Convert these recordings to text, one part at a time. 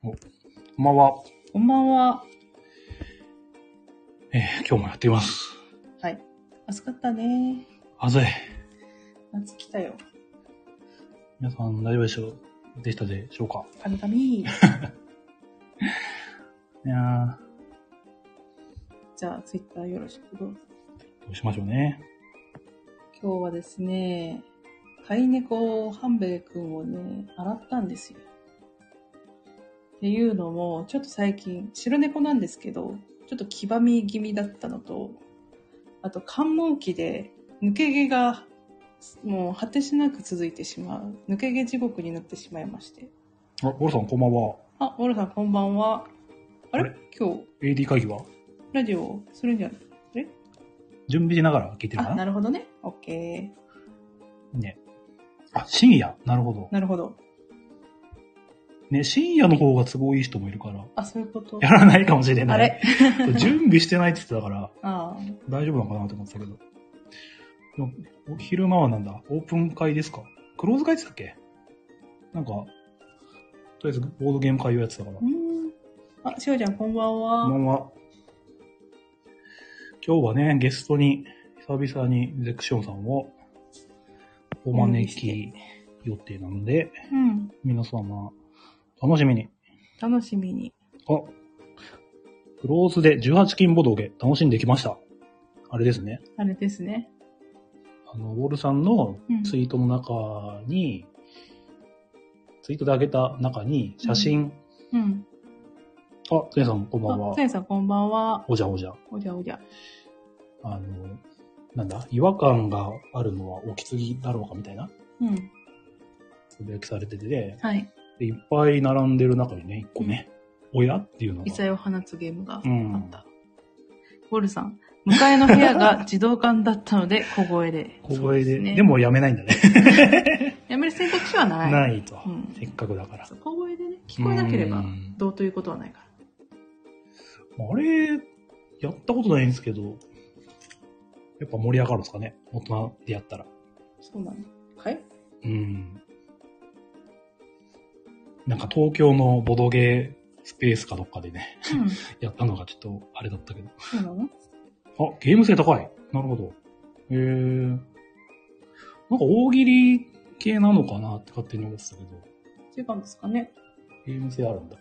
こんばんは。 こんばんは。 今日もやっています。 はい。暑かったね。 暑い。 夏来たよ。 皆さん大丈夫でしたでしょうか？ カミカミ。 いやじゃあ、ツイッターよろしくどうぞ。 どうしましょうね。 今日はですね、飼い猫半兵衛くんをね、洗ったんですよ。っていうのも、ちょっと最近、白猫なんですけど、ちょっと黄ばみ気味だったのと、あと関門期で抜け毛がもう果てしなく続いてしまう。抜け毛地獄になってしまいまして。 あ、ウォルさんこんばんは。 あ、ウォルさんこんばんは。あれ今日 AD 会議はラジオするんじゃない？ 準備しながら聞いてるかな？ なるほどね。オッケー。ね。あ、深夜。なるほど。 なるほど。 ね、深夜の方が都合いい人もいるから。 あ、そういうこと。 やらないかもしれない。 あれ準備してないって言ってたから、 あ大丈夫なのかなと思ってたけど。昼間はなんだ？オープン会ですか？クローズ会って言ったっけ？なんか、とりあえずボードゲーム会をやってたから。 あ、しおちゃんこんばんは。 こんばんは。今日はね、ゲストに、久々にゼクションさんをお招き予定なので、皆様、楽しみに。 楽しみに。 あ、クローズで18金ボドゲ楽しんできました。あれですね。 あれですね。 ウォルさんのツイートの中に、ツイートで上げた中に写真。あ、つねさんこんばんは。 つねさんこんばんは。 おじゃおじゃ。 おじゃおじゃ。 なんだ、違和感があるのはおきつぎだろうかみたいな。つぶやきされてて、 はい。 でいっぱい並んでる中にね、一個ね、親っていうのが。 異彩を放つゲームがあった。ウォルさん、向かいの部屋が自動館だったので小声で。 小声で。でもやめないんだね。 やめる選択肢はない。 ないと。せっかくだから。 小声でね、聞こえなければどうということはないから。 あれ、やったことないんですけど、やっぱ盛り上がるんですかね、大人でやったら。 そうなの？はい？ なんか東京のボドゲスペースかどっかでね、やったのがちょっとあれだったけど。 そうなの？ あ、ゲーム性高い。なるほど。なんか大喜利系なのかなって勝手に思ってたけど。 違うんですかね。 ゲーム性あるんだ。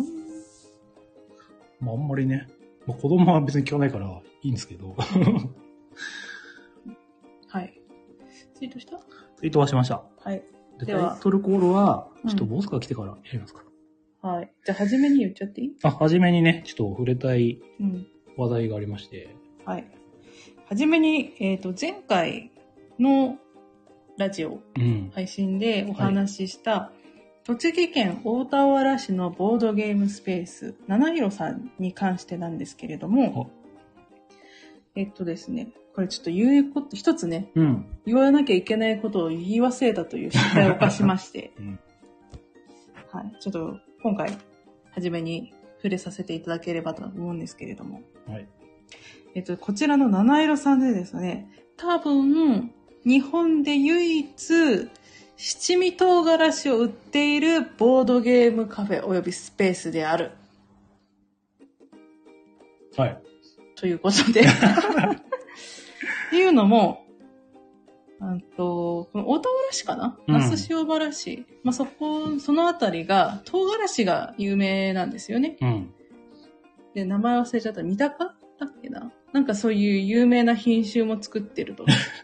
まああんまりね、子供は別に聞かないからいいんですけど。 はい。ツイートした？ ツイートはしました。 はい。 でタイトルコールは、ちょっとボスが来てからやりますか。 はい。じゃあ、初めに言っちゃっていい？ 初めにね、ちょっと触れたい話題がありまして。 はい。初めに、前回のラジオ配信でお話しした、栃木県大田原市のボードゲームスペース、七色さんに関してなんですけれども、ですね、これちょっと言うこと、一つね、言わなきゃいけないことを言い忘れたという失態を犯しまして、はい、ちょっと今回、初めに触れさせていただければと思うんですけれども、こちらの七色さんでですね、多分、日本で唯一、七味唐辛子を売っているボードゲームカフェおよびスペースである。 はい。 ということで。っていうのも、この大田原市かな、那須塩原市。そのあたりが、唐辛子が有名なんですよね。で、名前忘れちゃった。三鷹だっけな、なんかそういう有名な品種も作ってると。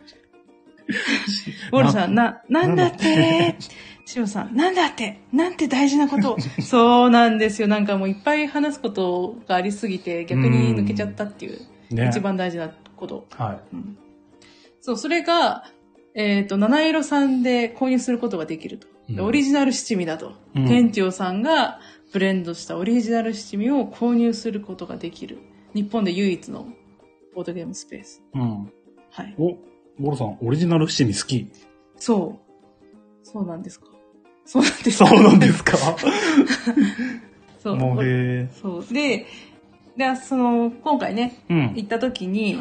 ウォルさん、なんだってシオさん、なんだってなんて大事なことを。そうなんですよ。なんかもういっぱい話すことがありすぎて、逆に抜けちゃったっていう、一番大事なこと。そう、それが、七色さんで購入することができると。オリジナル七味だと。店長さんがブレンドしたオリジナル七味を購入することができる。日本で唯一のボードゲームスペース。はい。 ボロさん、オリジナル七味好き。 そう。そうなんですか。そうなんですか。そうなんですか。 そう。 もうそう。で、今回ね、行った時に、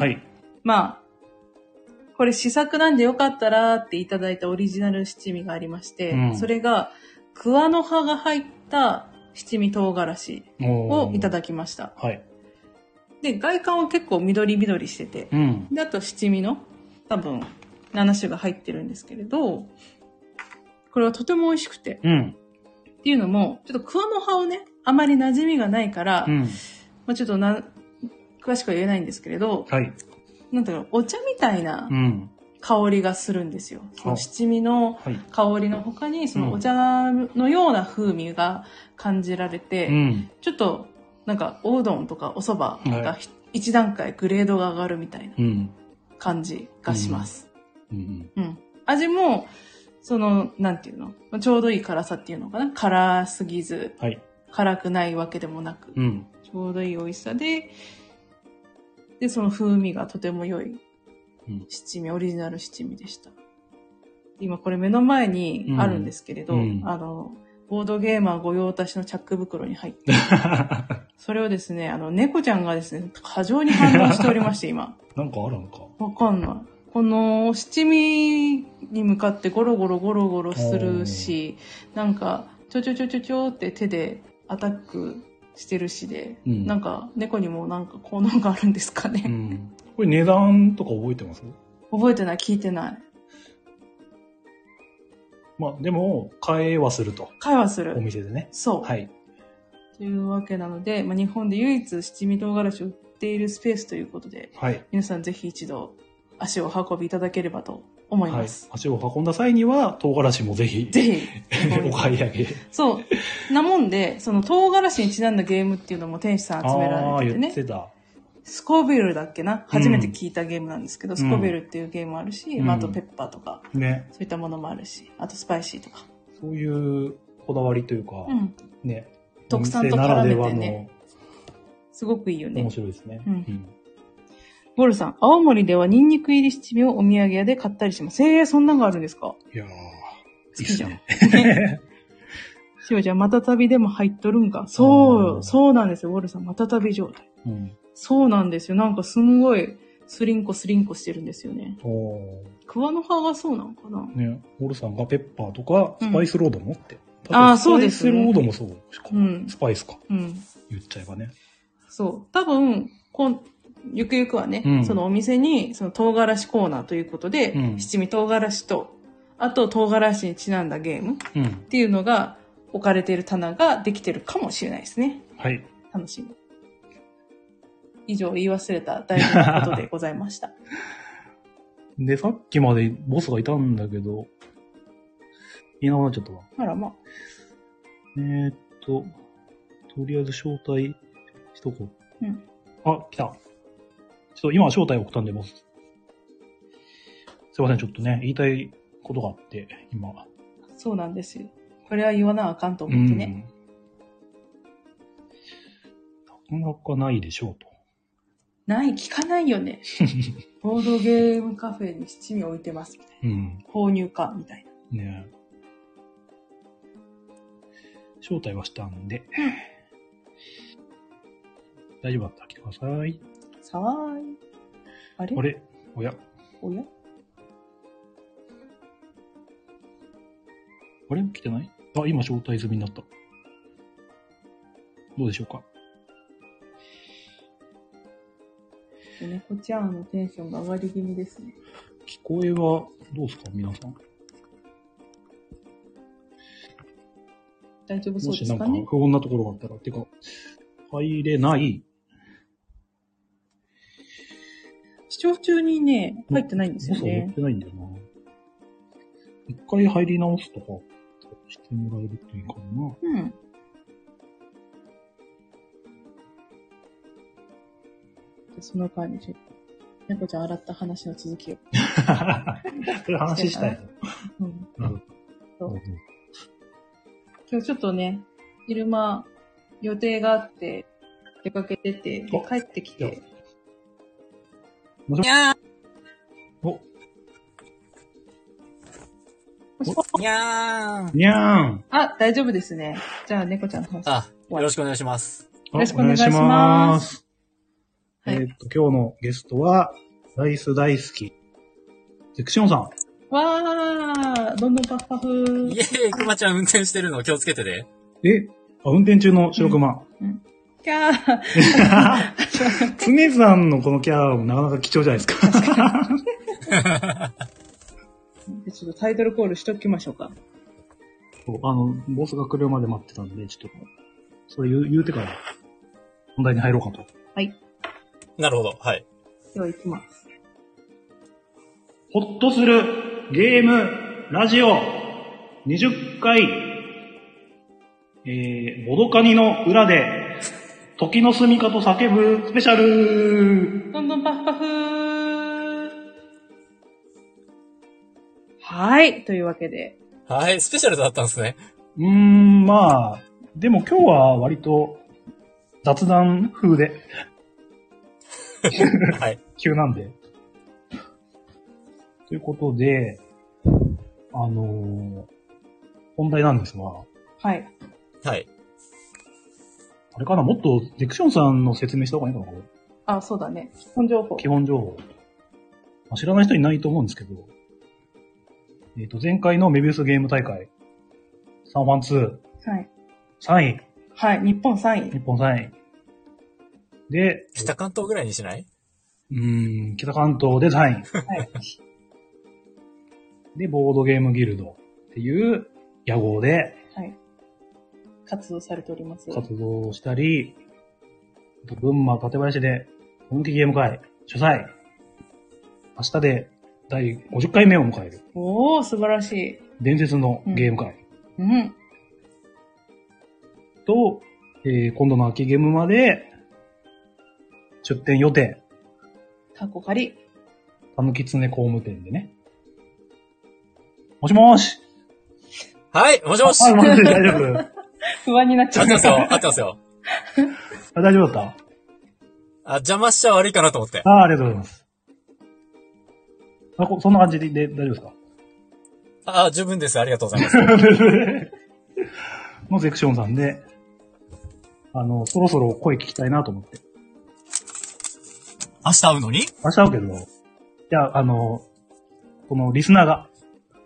これ試作なんでよかったらっていただいたオリジナル七味がありまして、それが、桑の葉が入った七味唐辛子をいただきました。 はい。 で、外観は結構緑緑してて、 うん、 で、あと七味の多分7種が入ってるんですけれど、これはとても美味しくて、 うん、 っていうのも、ちょっと桑の葉をね、あまり馴染みがないから、まあ、ちょっと詳しくは言えないんですけれど、 はい、 なんだろう、お茶みたいな香りがするんですよ。その七味の香りの他に、そのお茶のような風味が感じられて、ちょっとなんかおうどんとかお蕎麦が一段階グレードが上がるみたいな感じがします。味も、その、なんていうの、ちょうどいい辛さっていうのかな。辛すぎず、辛くないわけでもなく、ちょうどいい美味しさで、で、その風味がとても良い七味、オリジナル七味でした。今これ目の前にあるんですけれど、ボードゲーマー御用達のチャック袋に入って、それをですね、猫ちゃんがですね、過剰に反応しておりまして、今。 なんかあるのかわかんない。この七味に向かってゴロゴロゴロゴロするし、なんか、ちょって手でアタックしてるしで、なんか猫にもなんか効能があるんですかね。 これ値段とか覚えてます？ 覚えてない、聞いてない。 まあでも、買えはすると。 買えはする。 お店でね。 そう。 はい。 というわけなので、まあ、日本で唯一七味唐辛子を売っているスペースということで、 はい。 皆さんぜひ一度足を運びいただければと思います。 はい、足を運んだ際には、唐辛子もぜひ。お買い上げ。 そう。なもんで、その唐辛子にちなんだゲームっていうのも天使さん集められててね。 言ってた。 スコビルだっけな、初めて聞いたゲームなんですけど、スコビルっていうゲームもあるし、まあ、あとペッパーとか、ね、そういったものもあるし、あとスパイシーとか。 そういうこだわりというか、ね。 特産と絡めてね。すごくいいよね。 面白いですね。 ゴルさん、青森ではニンニク入り七味をお土産屋で買ったりします。そんなのがあるんですか？ いやー、 好きじゃん。しおちゃん、また旅でも入っとるんか。そうなんですよ、ゴルさん、また旅状態。そうなんですよ。なんかすんごいスリンコしてるんですよね。桑の葉がそうなのかなね。ゴルさんがペッパーとかスパイスロード持って。 そうですね。 スパイスロードもそうか。スパイスか。言っちゃえばね。 そう。多分、ゆくゆくはね、そのお店にその唐辛子コーナーということで、七味唐辛子と、あと唐辛子にちなんだゲームっていうのが置かれている棚ができてるかもしれないですね。 はい。 楽しみ。以上言い忘れた大事なことでございました。 で、さっきまでボスがいたんだけど、いなくなっちゃったわ。 あらま。 とりあえず招待しとこう。あ、来た。ちょっと今招待送ったんで、ボス。すいません、ちょっとね、言いたいことがあって、今。 そうなんですよ。これは言わなあかんと思ってね。 なかなかないでしょうと。 聞かないよね。ボードゲームカフェに七味置いてますみたいな。購入か、みたいな。 ねえ。招待はしたんで。大丈夫だったら来てください。 あれおやあれ来てない？今招待済みになった。どうでしょうか？ 猫ちゃんのテンションが上がり気味ですね。 聞こえはどうですか皆さん？ 大丈夫そうですかね？もしなんか不穏なところがあったら、てか、入れない。 視聴中にね、入ってないんですよね。 入ってないんだよな。一回入り直すとかしてもらえるといいかな。 その間に猫ちゃん洗った話の続きを。 それ話したいの。 今日ちょっとね、昼間予定があって出かけてて、帰ってきて。 にゃーおにゃーにゃーあ、大丈夫ですね。じゃあ猫ちゃんの話。 よろしくお願いします。 よろしくお願いします。 今日のゲストは、ダイス大好き、ゼクシオンさん。 わー、どんどんパフパフ。 イェーイ、くまちゃん運転してるの気をつけてね。 運転中の白熊。 キャー。 常さんのこのキャーもなかなか貴重じゃないですか。 ちょっとタイトルコールしときましょうか。 そうボスが来るまで待ってたんで、ちょっと、それ言うてから、本題に入ろうかと。 はい。 なるほど。はい。 では行きます。 ほっとするゲームラジオ20回、ボドカニの裏で、時の住みかと叫ぶスペシャル。 どんどんパフパフー。はい、というわけで。 はい、スペシャルだったんですね。 まあ、でも今日は割と雑談風で。 はい。 急なんで。ということで、本題なんですが。はい。 はい。 あれかな、もっとゼクションさんの説明した方がいいかな、これ。 あ、そうだね。基本情報。 基本情報。知らない人いないと思うんですけど、前回のメビウスゲーム大会、サンファン2。 はい。 3位。 はい、日本3位。 日本3位。で、 北関東ぐらいにしない？ 北関東で3位。はい。で、ボードゲームギルドっていう屋号で、 はい。活動されております。 活動したり、群馬館林で、本気ゲーム会、主催。明日で第50回目を迎える。 おー、素晴らしい。 伝説のゲーム会。 うん。 と、今度の秋ゲームまで、出店予定。 かっこかり。 たぬきつね工務店でね。もしもーし。 はい、もしもし。 大丈夫。 不安になっちゃう。 合ってますよ、合ってますよ。 大丈夫だった？ 邪魔しちゃ悪いかなと思って。 ありがとうございます。そんな感じで大丈夫ですか？ 十分です。ありがとうございます。 のゼクションさんで、そろそろ声聞きたいなと思って。 明日会うのに？ 明日会うけど、いや、このリスナーが。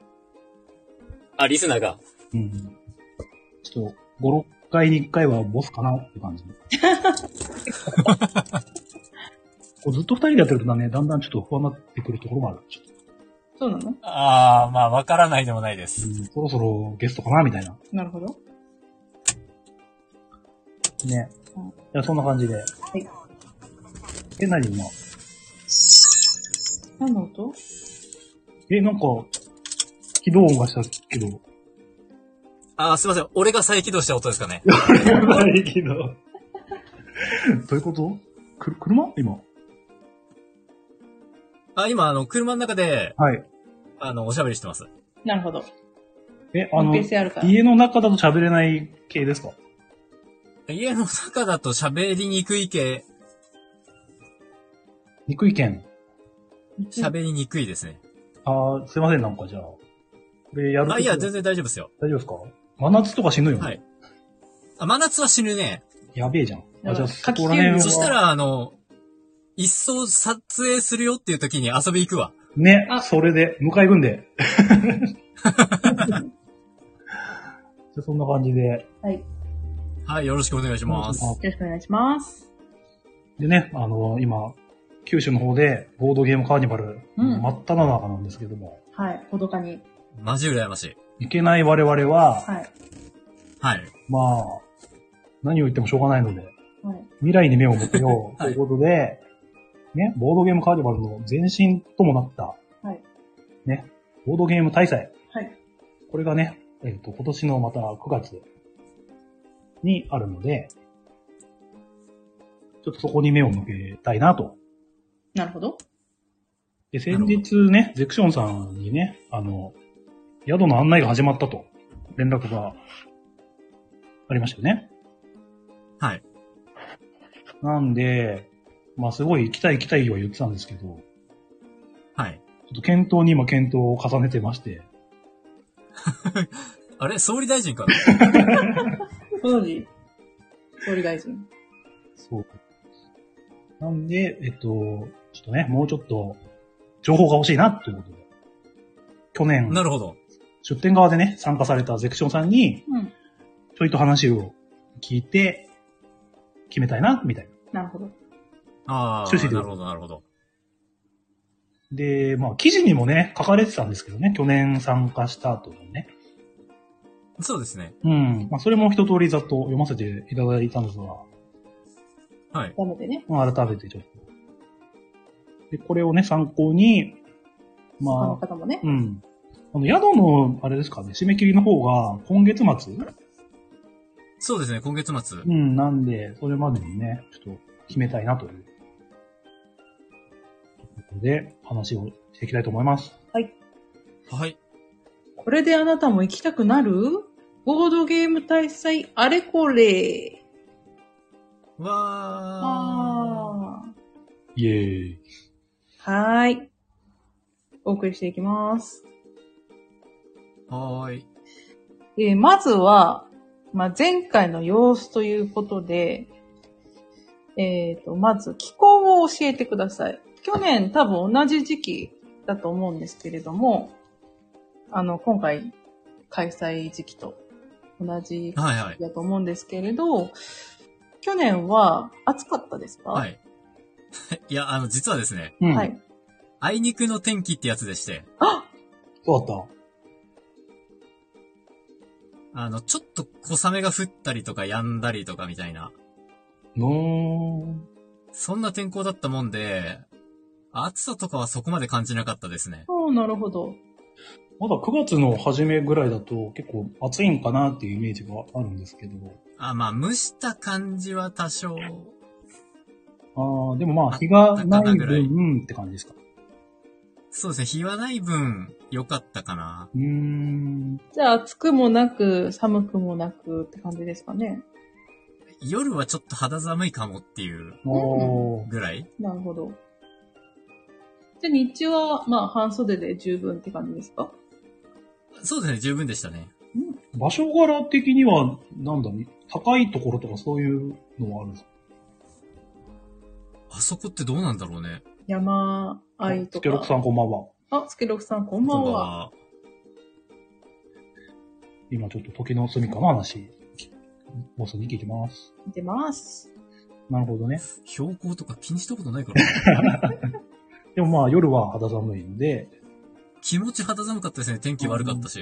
リスナーが。 ちょっと、5、6回に1回はボスかなって感じ。ずっと2人でやってるとね、だんだんちょっと不安になってくるところもある。 そうなの？ まあ、わからないでもないです。 そろそろゲストかなみたいな。 なるほど。 ね。いや、そんな感じで。はい。何今。 何の音？ なんか、起動音がしたけど。 すいません。俺が再起動した音ですかね。 再起動。どういうこと？車？今。 今、車の中で、 はい。 おしゃべりしてます。 なるほど。 家の中だと喋れない系ですか？ 家の中だと喋りにくい系。 にくい件？ 喋りにくいですね。 すいません、なんかじゃあ。これやるいや、全然大丈夫ですよ。 大丈夫ですか？真夏とか死ぬよね。 はい。真夏は死ぬね。 やべえじゃん。じゃあ、そしたら、一層撮影するよっていう時に遊び行くわ。 ね、それで、迎え行くんで。じゃあ、そんな感じで。 はい。 はい、よろしくお願いします。 よろしくお願いします。 でね、今、九州の方で、ボードゲームカーニバル、真っ只中なんですけども。 はい、ほどかに。 マジ羨ましい。 いけない我々は、 はい。 はい。 まあ、何を言ってもしょうがないので、 はい、 未来に目を向けようということで、ね、ボードゲームカーニバルの前身ともなった、 はい。 ね、ボードゲーム大祭。 はい。 これがね、今年のまた9月にあるので、ちょっとそこに目を向けたいなと。 なるほど。 で、先日ね、ゼクションさんにね、宿の案内が始まったと連絡がありましたよね。 はい。 なんで、まあすごい行きたいは言ってたんですけど、 はい。 ちょっと検討を重ねてまして。 あれ総理大臣かな総理大臣。 そう。なんで、ちょっとね、もうちょっと情報が欲しいなということで。去年。 なるほど。 出店側でね、参加されたゼクションさんに、ちょいと話を聞いて、決めたいな、みたいな。なるほど。 ああ、 趣旨でなるほど、なるほど。 で、まあ、記事にもね、書かれてたんですけどね、去年参加した後のね。 そうですね。 うん。まあ、それも一通りざっと読ませていただいたんですが。 はい。 改めてね。 改めてちょっと。で、これをね、参考に、 まあ、他の方もね。 うん。宿の、あれですかね、締め切りの方が、今月末？ そうですね、今月末。 うん、なんで、それまでにね、ちょっと決めたいなという。で、話をしていきたいと思います。 はい。 はい。 これであなたも行きたくなるボードゲーム大祭あれこれ。 わー。 イエーイ。 はーい。お送りしていきます。 はーい。 まずは、前回の様子ということで、まず気候を教えてください。去年多分同じ時期だと思うんですけれども、今回開催時期と同じだと思うんですけれど、はいはい、去年は暑かったですか？ はい。いや、実はですね。 はい。 あいにくの天気ってやつでして。 あ！ そうだった。 ちょっと小雨が降ったりとか止んだりとかみたいな。そんな天候だったもんで、暑さとかはそこまで感じなかったですね。 なるほど。 まだ9月の初めぐらいだと結構暑いんかなっていうイメージがあるんですけど。 まあ、蒸した感じは多少。 でもまあ、日がない分って感じですか？ そうですね、日はない分、良かったかな。 じゃあ、暑くもなく、寒くもなくって感じですかね。 夜はちょっと肌寒いかもっていうぐらい。 なるほど。じゃあ、日中は、半袖で十分って感じですか？ そうですね、十分でしたね。 場所柄的には、高いところとかそういうのはあるんですか？ あそこってどうなんだろうね。 山あいとか。 スケロクさんこんばんは。 スケロクさんこんばんは。 今ちょっと時の住みかの話、ボスに聞いてます。 聞いてます。 なるほどね。 標高とか気にしたことないからね。 でもまあ夜は肌寒いので。 気持ち肌寒かったですね、天気悪かったし。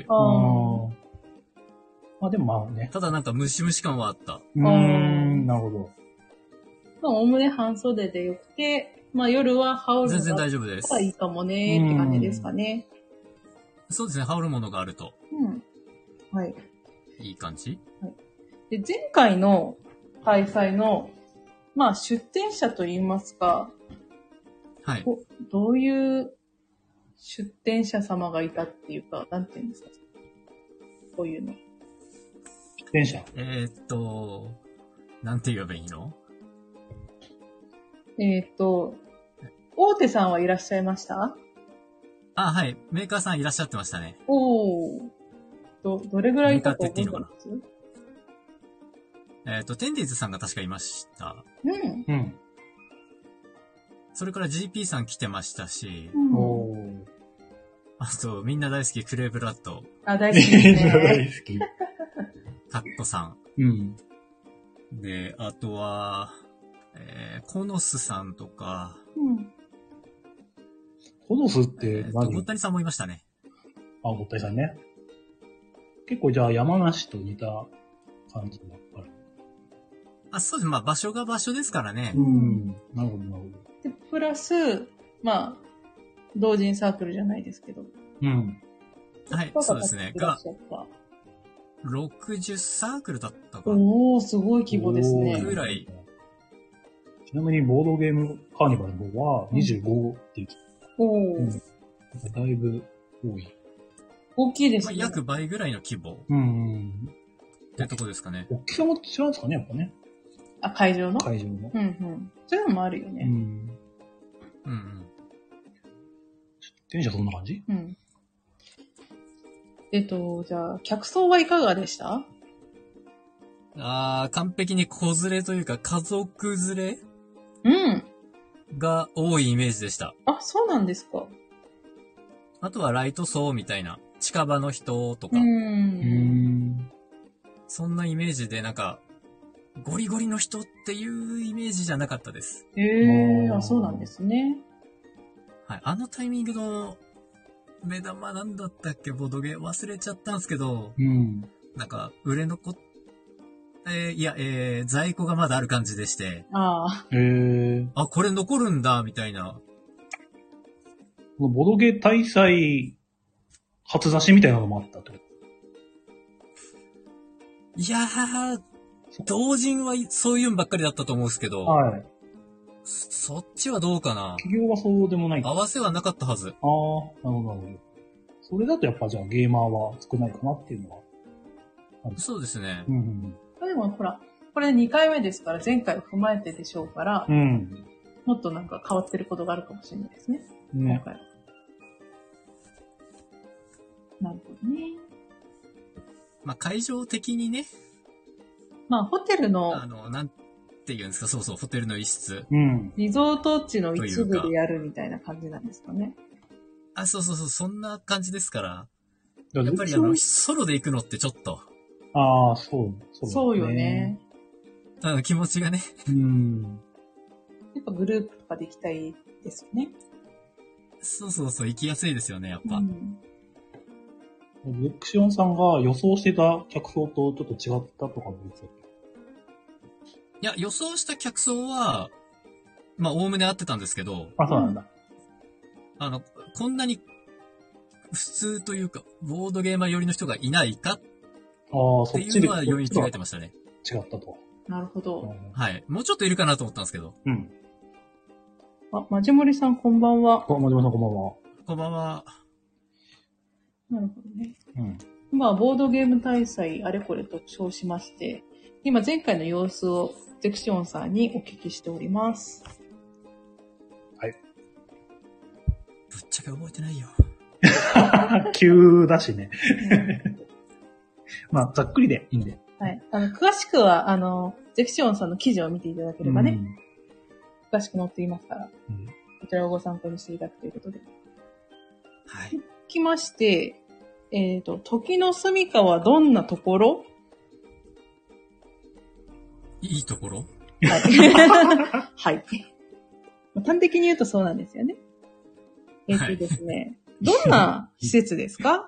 まあでもまあね。 ただなんかムシムシ感はあった。 なるほど。 おおむね半袖でよくて、夜は羽織る全然大丈夫です。 いいかもねって感じですかね。 そうですね、羽織るものがあると。 はい。 いい感じ。 はい。で、前回の開催の、出展者といいますか、 はい。 どういう出展者様がいたっていうか、なんていうんですか、こういうの。 出展者。 なんて言えばいいの？ 大手さんはいらっしゃいました？ はい。メーカーさんいらっしゃってましたね。 どれぐらいいたと思います？ テンディーズさんが確かいました。それから GP さん来てましたし、あと、みんな大好きクレーブラッド。 大好きですね。 大好き。 タッコさん。 で、あとは、コノスさんとか。 コノスって何？ ごったにさんもいましたね。 ごったにさんね。結構じゃあ山梨と似た感じだった。 そうです。場所が場所ですからね。 なるほど、なるほど。 で、プラス、同人サークルじゃないですけど。 はい、そうですね。が、60サークルだったかな。 すごい規模ですね。 ぐらい。 ちなみにボードゲームカーニバルの方は25って言ってた。だいぶ多い。 大きいですね。 約倍ぐらいの規模。ってとこですかね。 大きさも違うんですかね、やっぱね。 会場の？ 会場の。 そういうのもあるよね。 出展者そんな感じ？ じゃあ、客層はいかがでした？ 完璧に子連れというか家族連れが多いイメージでした。 そうなんですか。 あとはライト層みたいな近場の人とか。そんなイメージでゴリゴリの人っていうイメージじゃなかったです。 あ、そうなんですね。 はい。あのタイミングの目玉なんだったっけ、ボドゲ忘れちゃったんですけど、なんか、売れ残っ在庫がまだある感じでして。 あこれ残るんだ、みたいな。 ボドゲ大祭初出しみたいなのもあったってこと？ いやー、同人はそういうんばっかりだったと思うんですけど、 はい。 そっちはどうかな。 企業はそうでもない。 合わせはなかったはず。 なるほど、なるほど。それだとやっぱじゃあゲーマーは少ないかなっていうのはある。 そうですね。 でもほら、これ2回目ですから、前回を踏まえてでしょうから、もっとなんか変わってることがあるかもしれないですね。今回は。なるほどね。 まあ、会場的にね。 まあ、ホテルの、 なんていうんですか、そうそう、ホテルの一室。 リゾート地の一部でやるみたいな感じなんですかね。 そう、そんな感じですから。やっぱりソロで行くのってちょっと。 そうよね。 気持ちがね。 やっぱグループとかで行きたいですよね。 そう、行きやすいですよね、やっぱ。 レクシオンさんが予想してた客層とちょっと違ったとかも言ってたっけ？ いや、予想した客層は、まあ、おおむね合ってたんですけど。 そうなんだ。 こんなに、普通というか、ボードゲーマー寄りの人がいないかっていうのは読み違えてましたね。 違ったと。 なるほど。 はい。もうちょっといるかなと思ったんですけど。 まじもりさんこんばんは。 まじもりさんこんばんは。 こんばんは。 なるほどね。今はボードゲーム大祭あれこれと称しまして、今前回の様子をゼクシオンさんにお聞きしております。 はい。 ぶっちゃけ覚えてないよ。 急だしね。まあ、ざっくりでいいんで。 はい。詳しくは、ゼクシオンさんの記事を見ていただければね、詳しく載っていますから、こちらをご参考にしていただくということで。 はい。 きまして、時の住処はどんなところ？ いいところ？ はい。はい。端的に言うとそうなんですよね。ですね、どんな施設ですか？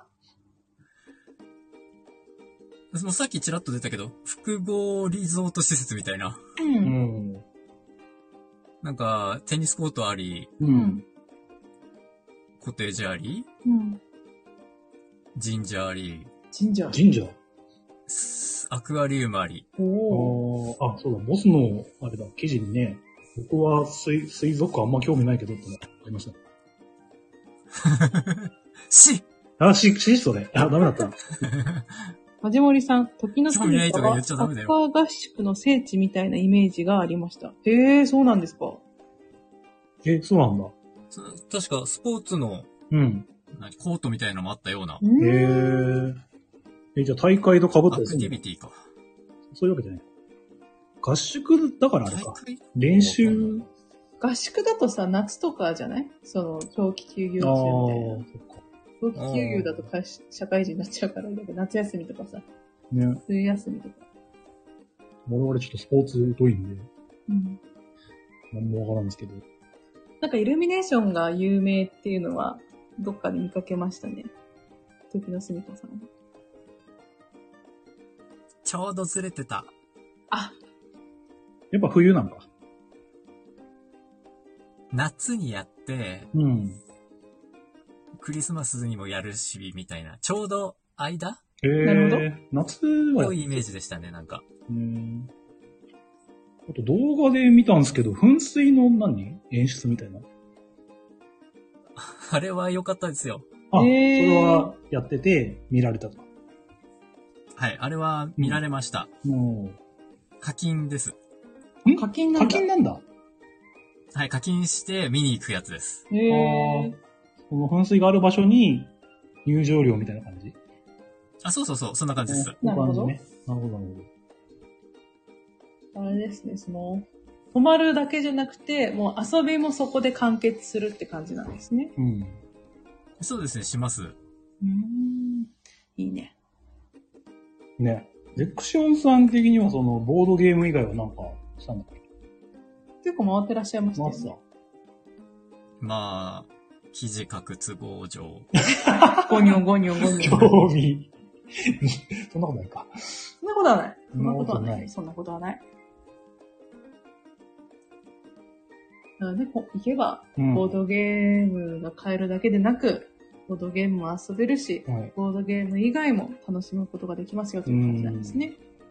もうさっきちらっと出たけど、複合リゾート施設みたいな。なんか、テニスコートあり、コテージあり、神社あり、 神社アクアリウムあり。 そうだ、ボスの、あれだ、記事にね、僕は水族あんま興味ないけどってありました。 しそれ。ダメだった。 まじもりさん、時の住処はサッカー合宿の聖地みたいなイメージがありました。そうなんですか？ そうなんだ。 確かスポーツの、コートみたいなのもあったような。 じゃあ大会と被ったりするの？ アクティビティか。 そういうわけじゃない。合宿だからあれか。練習。 合宿だとさ、夏とかじゃない？長期休業中みたいな。長期休業だと社会人になっちゃうから、夏休みとかさ。冬休みとか。 我々ちょっとスポーツ疎いんで。何もわからんですけど。 なんかイルミネーションが有名っていうのは、どっかで見かけましたね。時の住子さんは。 ちょうどずれてた。 やっぱ冬なんか。 夏にやって、クリスマスにもやるし、みたいな。ちょうど間？ なるほど。 夏は。 多いイメージでしたね、なんか。 あと動画で見たんですけど、噴水の演出みたいな。 あれは良かったですよ。 それはやってて、見られたと。 はい、あれは見られました。課金です。 課金なんだ。 はい、課金して見に行くやつです。 その噴水がある場所に入場料みたいな感じ？ そう、そんな感じです。 なるほどね。 なるほど。 あれですね、泊まるだけじゃなくて、もう遊びもそこで完結するって感じなんですね。 そうですね、します。 いいね。 ね。 ゼクシオンさん的にはその、ボードゲーム以外はなんかしたんだっけ？ 結構回ってらっしゃいましたよね。 まあ、記事書く都合上。 ゴニョゴニョゴニョ。 興味。そんなことないか。 そんなことはない。 そんなことはない。 そんなことはない。なので、行けば、ボードゲームが買えるだけでなく、ボードゲームも遊べるし、はい、ボードゲーム以外も楽しむことができますよという感じなんですね。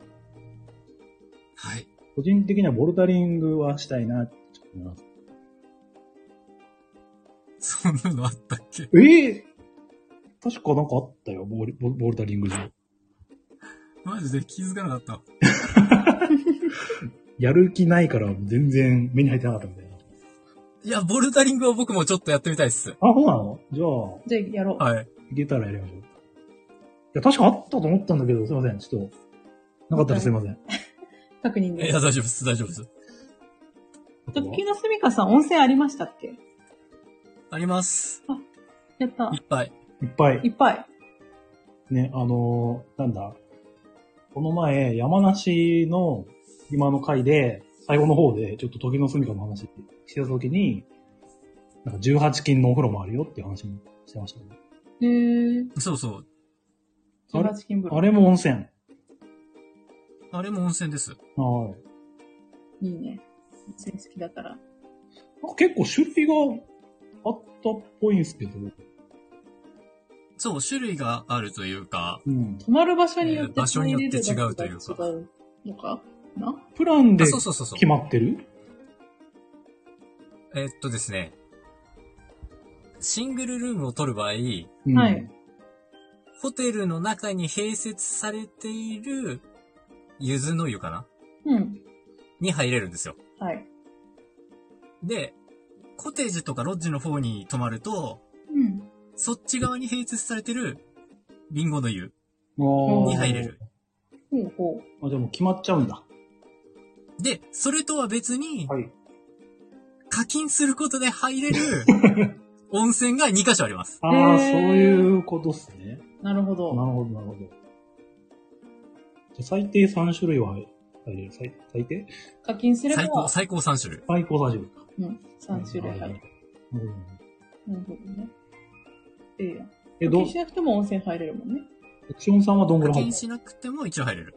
はい。 個人的にはボルダリングはしたいなって思います。 そんなのあったっけ？ 確かなんかあったよ、ボルダリング場。 マジで気づかなかった。 やる気ないから全然目に入ってなかったみたいな。 いや、ボルダリングは僕もちょっとやってみたいっす。 あ、そうなの？じゃあやろう。 はい。 いけたらやりましょう。いや、確かあったと思ったんだけど、すいません。ちょっと、なかったらすいません。 確認で。 いや、大丈夫です、大丈夫です。 時のすみかさん、温泉ありましたっけ？ あります。 あ、やった。 いっぱい。 いっぱい。 ね、なんだ。この前、山梨の今の回で、最後の方で、ちょっと時のすみかの話してた時に、なんか18金のお風呂もあるよっていう話もしてましたね。 そうそう。 18金風呂。 あれも温泉。 あれも温泉です。 はい。 いいね。温泉好きだから。 結構種類があったっぽいんですけど。 そう、種類があるというか。 泊まる場所によって、 場所によって違うというか。 違うのかな？ プランで決まってる？ ですね。シングルルームを取る場合、はい。ホテルの中に併設されている柚子の湯かな？に入れるんですよ。 はい。 で、コテージとかロッジの方に泊まると、そっち側に併設されてるリンゴの湯に入れる。 あ、でも決まっちゃうんだ。 で、それとは別に、 はい、 課金することで入れる温泉が2カ所あります。 ああ、そういうことっすね。 なるほど。 なるほど、なるほど。じゃ最低3種類は入れる。最低？ 課金すれば最高3種類。 最高3種類か。 3種類入る。なるほどね。課金しなくても温泉入れるもんね。 セクションさんはどんぐらい入る？ 課金しなくても一応入れる。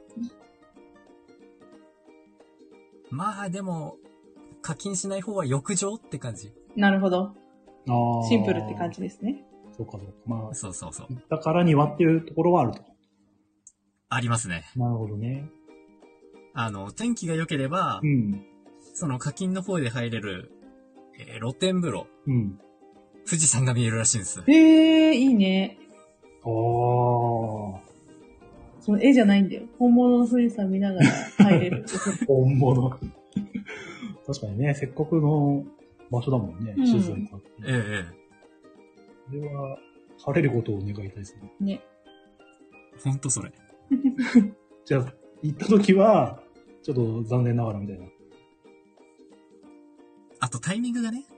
まあでも、課金しない方は浴場って感じ。 なるほど。シンプルって感じですね。 そうか。まあ。 そう。 だからにはっていうところはあると。 ありますね。 なるほどね。 天気が良ければ、その課金の方で入れる、露天風呂。富士山が見えるらしいんです。 いいね。その絵じゃないんだよ。本物の富士山見ながら入れる。 本物。確かにね、せっかくの場所だもんね。静かに。これは、晴れることを願いたいですね。 ね。 ほんとそれ。 じゃあ、行った時は、ちょっと残念ながらみたいな。 あとタイミングがね。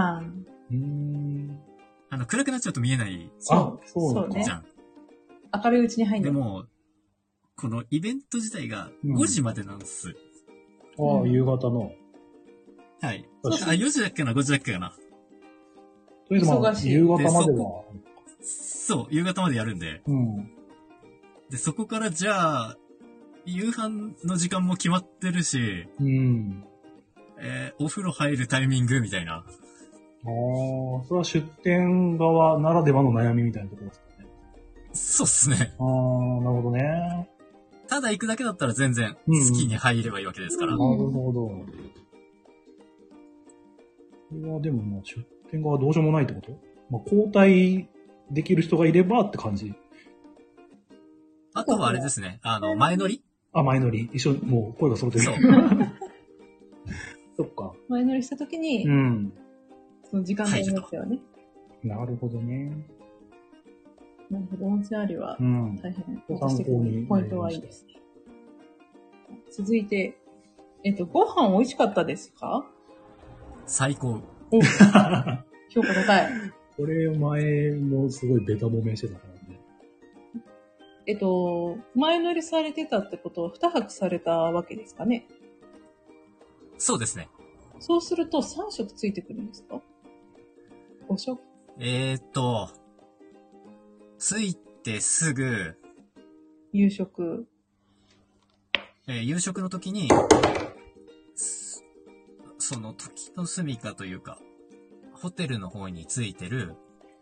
暗くなっちゃうと見えない。 そうね。 じゃん。 明るいうちに入んでも、このイベント自体が5時までなんです。 夕方の。 はい。4時だっけな、5時だっけかな。 とりあえず夕方までは。 そう、夕方までやるんで。で、そこからじゃあ、夕飯の時間も決まってるし、お風呂入るタイミングみたいな。 それは出店側ならではの悩みみたいなところですかね。 そうっすね。 なるほどね。 ただ行くだけだったら全然好きに入ればいいわけですから。 なるほど。これはでも出店側はどうしようもないってこと？交代できる人がいればって感じ。 あとはあれですね。前乗り？ 前乗り。一緒に、もう声が揃ってる。 そう。 そっか。 前乗りしたときに、その時間がありますよね。 なるほどね。 なるほど。温泉ありは、大変、私的にポイントはいいですね。続いて、ご飯美味しかったですか？ 最高。 評価高い。 これ前もすごいベタ褒めしてたからね。 前乗りされてたってことは2泊されたわけですかね。 そうですね。 そうすると3食ついてくるんですか ?5 食ついてすぐ、 夕食。 夕食の時に、その時の住みかというか、ホテルの方についてる、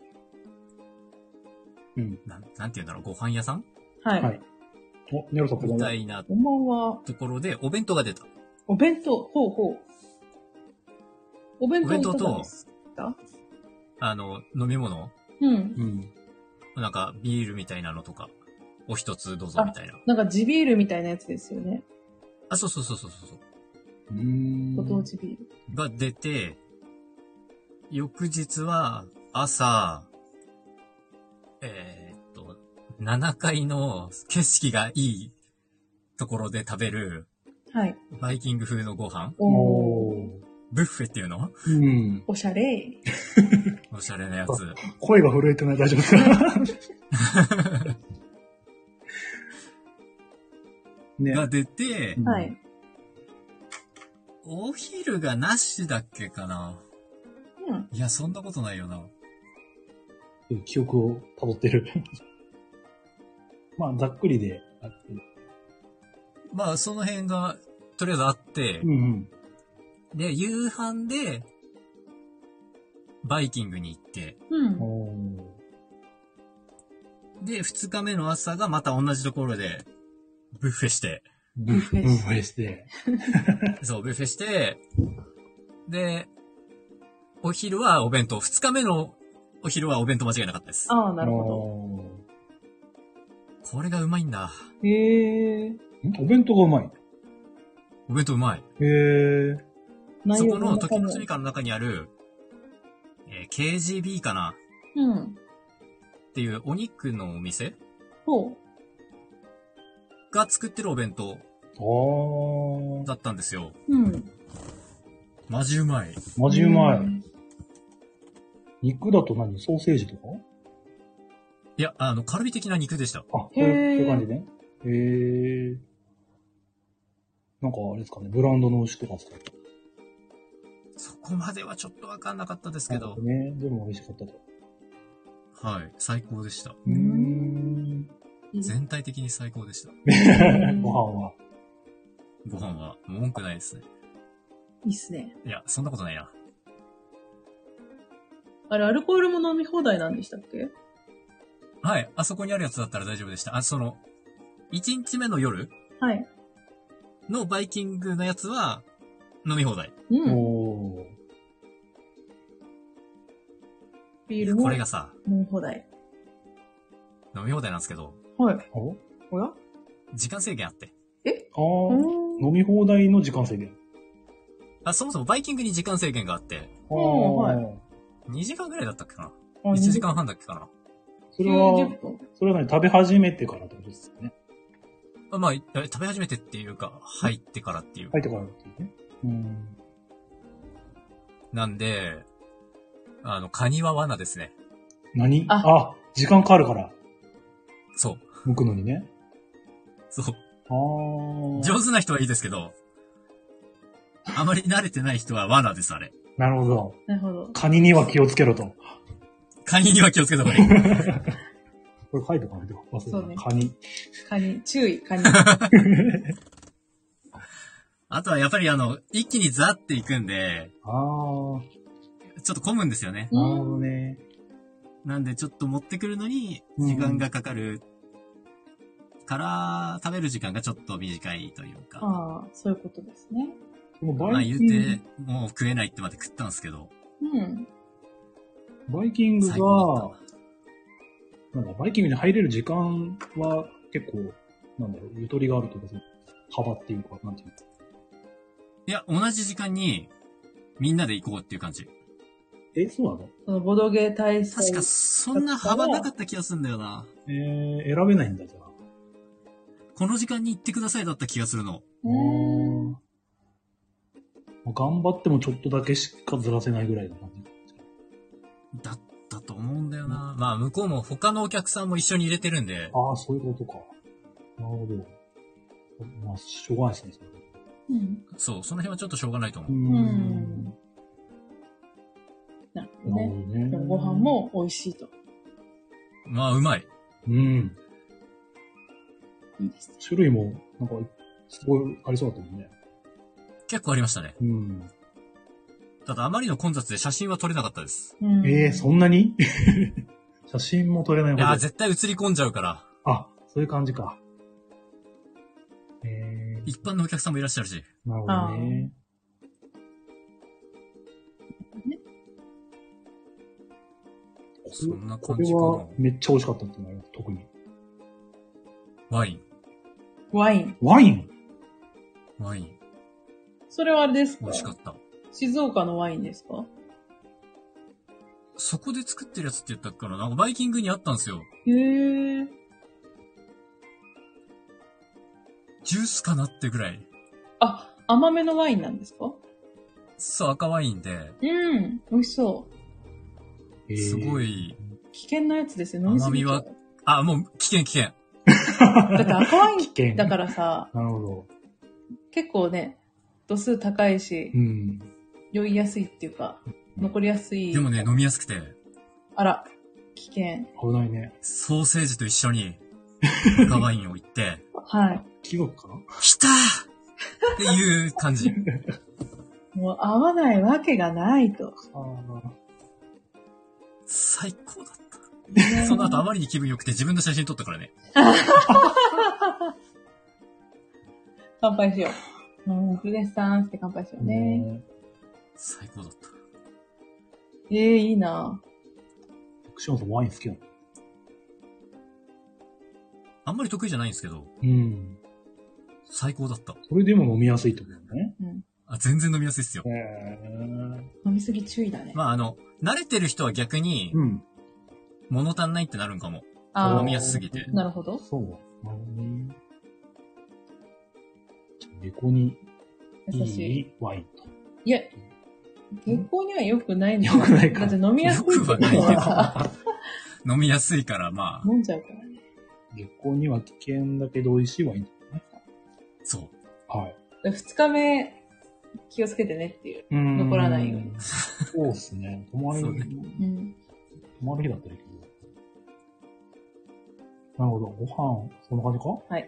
うん。 なんて言うんだろう、ご飯屋さんはい。はい。 お、ネロさん、 みたいなところでお弁当が出た。 お弁当、ほうほう。お弁当と、 飲み物うん。 なんか、ビールみたいなのとか、お一つどうぞみたいな。 なんか地ビールみたいなやつですよね。 あ、そう。 ご当地ビール。 が出て、翌日は朝、7階の景色がいいところで食べる、 はい。 バイキング風のご飯。ブッフェっていうの？ うん。 おしゃれ。 おしゃれなやつ。 声が震えてない？大丈夫ですか？ ね、が出て、 はい。 お昼がなしだっけかな。 うん。 いや、そんなことないよな。 記憶を辿ってる。まあ、ざっくりで。 まあ、その辺が、とりあえずあって、 うんうん、 で、夕飯で、バイキングに行って、 うん、 で、2日目の朝がまた同じところで、ブッフェして。 ブッフェして。 そう、ブッフェして、で、お昼はお弁当。2日目のお昼はお弁当間違いなかったです。 ああ、なるほど。これがうまいんだ。 へえ。 お弁当がうまい？ お弁当うまい。 へえ。 そこの時の住みかの中にある、KGB かな。 うん。 っていうお肉のお店ほう。 が作ってるお弁当だったんですよ。 うん。 マジうまい。 マジうまい。肉だと何？ソーセージとか？ いや、カルビ的な肉でした。 あ、そういう感じね。へえ。なんかあれですかね、ブランドの牛とか使って。 そこまではちょっとわかんなかったですけど。 ね、でも美味しかったと。 はい、最高でした。全体的に最高でした。 ご飯は文句ないですね。 いいっすね。 いや、そんなことないな。 あれ、アルコールも飲み放題なんでしたっけ？ はい、あそこにあるやつだったら大丈夫でした。1日目の夜はい。 のバイキングのやつは飲み放題。 うん。ビールもこれがさ、 飲み放題。 飲み放題なんですけど。 はい。おや？ 時間制限あって。 飲み放題の時間制限。 そもそもバイキングに時間制限があって。 はい。 2時間ぐらいだったっけかな ?1 時間半だっけかな。 それは何？食べ始めてからってことですよね。 まあ、食べ始めてっていうか、入ってからっていう。 入ってからっていうね。 なんで、カニは罠ですね。 何？時間かかるから。 そう。 剥くのにね。 そう。上手な人はいいですけど、あまり慣れてない人は罠です、あれ。 なるほど。 なるほど。 カニには気をつけろと。 カニには気をつけた方がいい。 これ書いておかないと忘れた。そうね。カニ、注意、カニ。 あとはやっぱり一気にザっていくんで、ちょっと混むんですよね。 なるほどね。 なんでちょっと持ってくるのに時間がかかるから、食べる時間がちょっと短いというか。 ああ、そういうことですね。 まあ言うて、もう食えないってまで食ったんですけど。 うん。 バイキングが、バイキングに入れる時間は結構、ゆとりがあるというか、幅っていうか、なんていうの？ いや、同じ時間に、みんなで行こうっていう感じ。 そうなの？ そのボドゲ大祭。 確か、そんな幅なかった気がするんだよな。 選べないんだ、じゃあ。 この時間に行ってくださいだった気がするの。 頑張ってもちょっとだけしかずらせないぐらいの感じ。 だったと思うんだよな。まあ、向こうも他のお客さんも一緒に入れてるんで。 ああ、そういうことか。なるほど。まあ、しょうがないですね。 うん。 そう、その辺はちょっとしょうがないと思う。 なるほどね。でもご飯も美味しいと。 まあ、うまい。 うん。 いいですね。 種類も、なんか、すごいありそうだったもんね。 結構ありましたね。 うん。 ただ、あまりの混雑で写真は撮れなかったです。 そんなに写真も撮れないほど。 いや、絶対映り込んじゃうから。 あ、そういう感じか。 一般のお客さんもいらっしゃるし。 なるほどね。 そんな感じかな。 これはめっちゃ美味しかったっていうのは特に。 ワイン。 ワイン。 ワインワイン。 それはあれですか？ 美味しかった。 静岡のワインですか？ そこで作ってるやつって言ったから、なんかバイキングにあったんですよ。 へー。 ジュースかなってぐらい。 あ、甘めのワインなんですか？ そう、赤ワインで。 うん、美味しそう。 すごい。 危険なやつですよ、飲みすぎちゃう。 甘みは、あ、もう危険。 だって赤ワインだからさ、 なるほど。 結構ね、度数高いし、酔いやすいっていうか、残りやすい。 でもね、飲みやすくて。 あら、危険。 危ないね。 ソーセージと一緒に赤ワインをいって、 はい。 貴族かな？ 来たーっていう感じ。 もう合わないわけがないと。 最高だった。その後あまりに気分良くて自分の写真撮ったからね。 乾杯しよう。フレッサンって乾杯しようね。 最高だった。 いいなぁ。 福島さんワイン好きなの？ あんまり得意じゃないんですけど。最高だった。 それでも飲みやすいってことね。 全然飲みやすいっすよ。 飲みすぎ注意だね。 まあ慣れてる人は逆に、物足んないってなるんかも。飲みやすすぎて。 なるほど。 そう。なるほどね。下校にいいワインと。 いや、下校には良くないんだよ。良くないか。 だって飲みやすいってことは。 飲みやすいからまあ。 飲んじゃうからね。 下校には危険だけど美味しいワインだね。 そう。 はい。 2日目、気をつけてねっていう。残らないように。 そうっすね。泊まる日だったらいいけど。なるほど。ご飯、そんな感じか？ はい。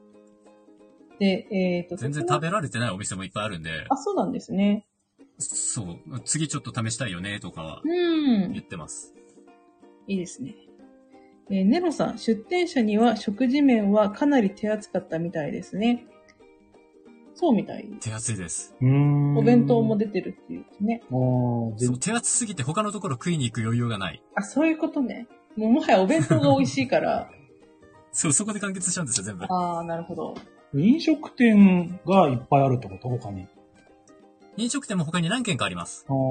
で、 全然食べられてないお店もいっぱいあるんで。 あ、そうなんですね。 そう。次ちょっと試したいよね、とかは。言ってます。 いいですね。ネロさん、出店者には食事面はかなり手厚かったみたいですね。そうみたい。 手厚いです。 お弁当も出てるっていうね。 そう、手厚すぎて他のところ食いに行く余裕がない。 あ、そういうことね。もはやお弁当が美味しいから。 そう、そこで完結しちゃうんですよ、全部。 ああ、なるほど。 飲食店がいっぱいあるってこと？他に。 飲食店も他に何軒かあります。 じゃ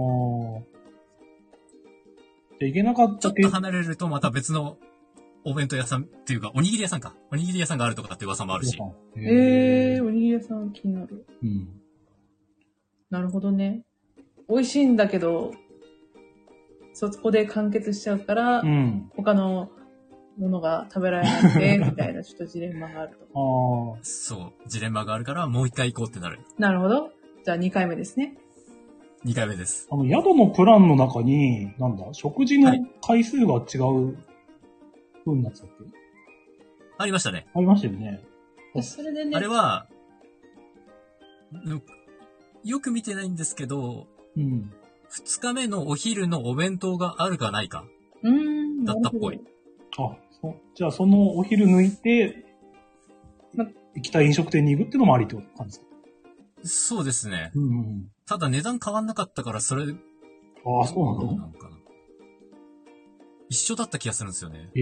あ行けなかったちょっと離れるとまた別のお弁当屋さんっていうか、おにぎり屋さんか。おにぎり屋さんがあるとかって噂もあるし。 おにぎり屋さん気になる。なるほどね。美味しいんだけど、そこで完結しちゃうから、他のものが食べられなくて、みたいなちょっとジレンマがあると。 そう。ジレンマがあるからもう一回行こうってなる。 なるほど。じゃあ2回目ですね。 2回目です。 宿のプランの中に、食事の回数が違う風になってたっけ？ ありましたね。 ありましたよね。 それでね。 あれは、よく見てないんですけど、2日目のお昼のお弁当があるかないか。だったっぽい。 じゃあそのお昼抜いて、行きたい飲食店に行くっていうのもありってことなんですか？ そうですね。ただ値段変わんなかったから、それ。 そうなの？ なんかな。一緒だった気がするんですよね。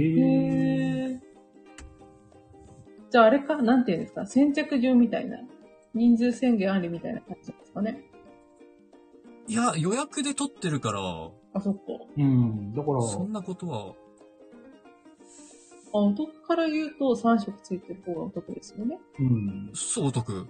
じゃああれかなんていうんですか？先着順みたいな。人数宣言ありみたいな感じですかね。 いや、予約で取ってるから。 あ、そっか。 だから。 そんなことは。 お得から言うと3食ついてる方がお得ですよね。 そう、お得。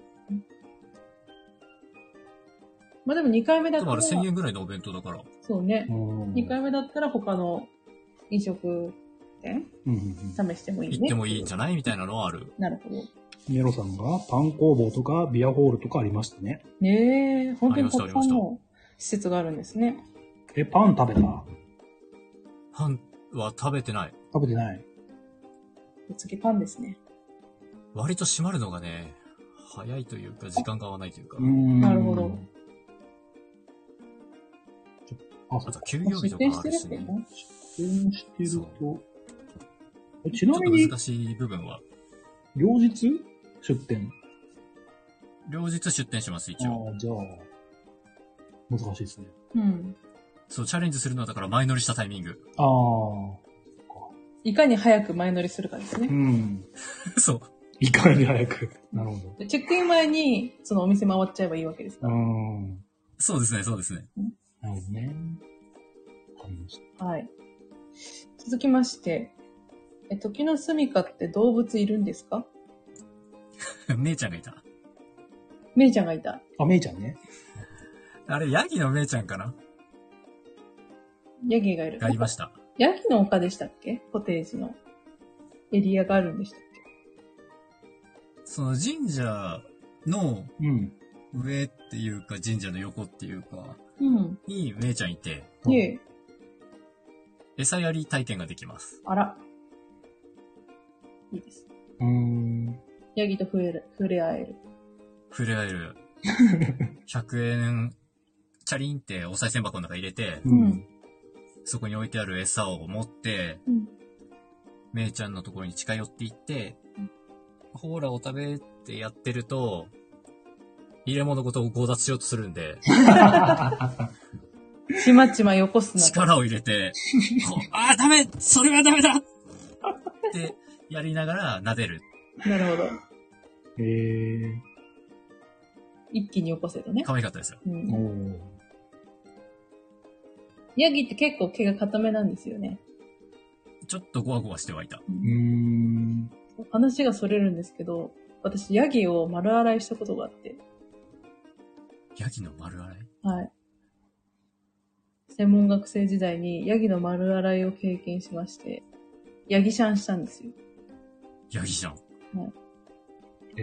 まあでも2回目だったら。 1000円ぐらいのお弁当だから。 そうね。2回目だったら他の飲食店、試してもいいね。 行ってもいいんじゃないみたいなのはある。 なるほど。 メロさんがパン工房とかビアホールとかありましたね。 ねえ、本当にたくさんの施設があるんですね。 パン食べた？ パンは食べてない。 食べてない。 次パンですね。 割と閉まるのがね、早いというか、時間が合わないというか。 なるほど。 あと休業日とかあるしね。 出店してると。ちなみに、 難しい部分は。 両日出店？ 両日出店します、一応。 じゃあ、難しいですね。 そう、チャレンジするのはだから前乗りしたタイミング。 いかに早く前乗りするかですね。 そう。 いかに早く。なるほど。 チェックイン前に、そのお店回っちゃえばいいわけですか？ そうですね、そうですね。 なるほどね。わかりました。 はい。続きまして、時の住みかって動物いるんですか？ めいちゃんがいた。 めいちゃんがいた。 めいちゃんね。 あれ、ヤギのめいちゃんかな？ ヤギがいる。 がいました。 ヤギの丘でしたっけ？コテージのエリアがあるんでしたっけ？ その神社の上っていうか、神社の横っていうか、にめいちゃんいて、餌やり体験ができます。 あら。いいです。ヤギと触れ合える。 触れ合える。100円、チャリンってお賽銭箱の中入れて、そこに置いてある餌を持って、めいちゃんのところに近寄っていって、コーラを食べてやってると、入れ物ごと強奪しようとするんで、 ちまちまよこすな。 力を入れて、ダメ！それはダメだ！ってやりながら撫でる。 なるほど。一気によこせとね。 可愛かったですよ。 ヤギって結構毛が固めなんですよね。 ちょっとゴワゴワしてはいた。 話がそれるんですけど、私ヤギを丸洗いしたことがあって。 ヤギの丸洗い？ はい。専門学生時代にヤギの丸洗いを経験しまして、ヤギシャンしたんですよ。 ヤギシャン？ はい。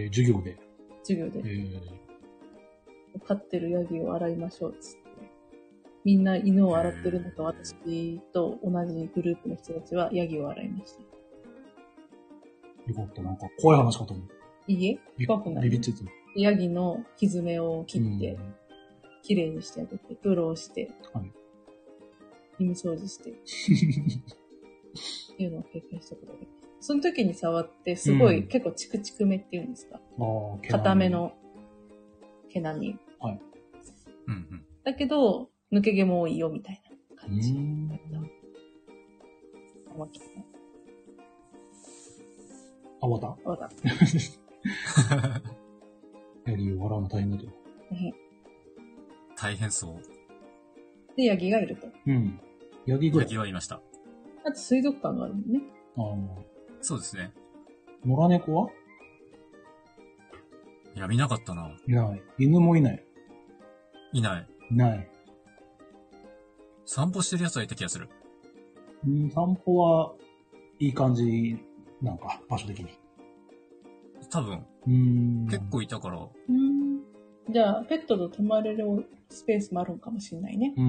授業で？ 授業で。飼ってるヤギを洗いましょうっつって。みんな犬を洗ってるのと私と同じグループの人たちはヤギを洗いました。 よかった。なんか怖い話かと思う。 いいえ、怖くない。 ビビってた。 ヤギのひづめを切って、きれいにしてあげて、プロをして、耳掃除して、っていうのを経験したことで。その時に触って、すごい、結構チクチクめっていうんですか。固めの毛並み。だけど、抜け毛も多いよ、みたいな感じだった。 わかった。ヤギを洗うの大変だと。 大変そう。 で、ヤギがいると。 ヤギぐらい。 ヤギはいました。 あと水族館があるもんね。 そうですね。 野良猫は？ いや、見なかったな。 いない。犬もいない。 いない。 いない。 散歩してるやつはいた気がする。 散歩はいい感じなんか、場所的に。 多分。結構いたから。 じゃあ、ペットと泊まれるスペースもあるんかもしれないね。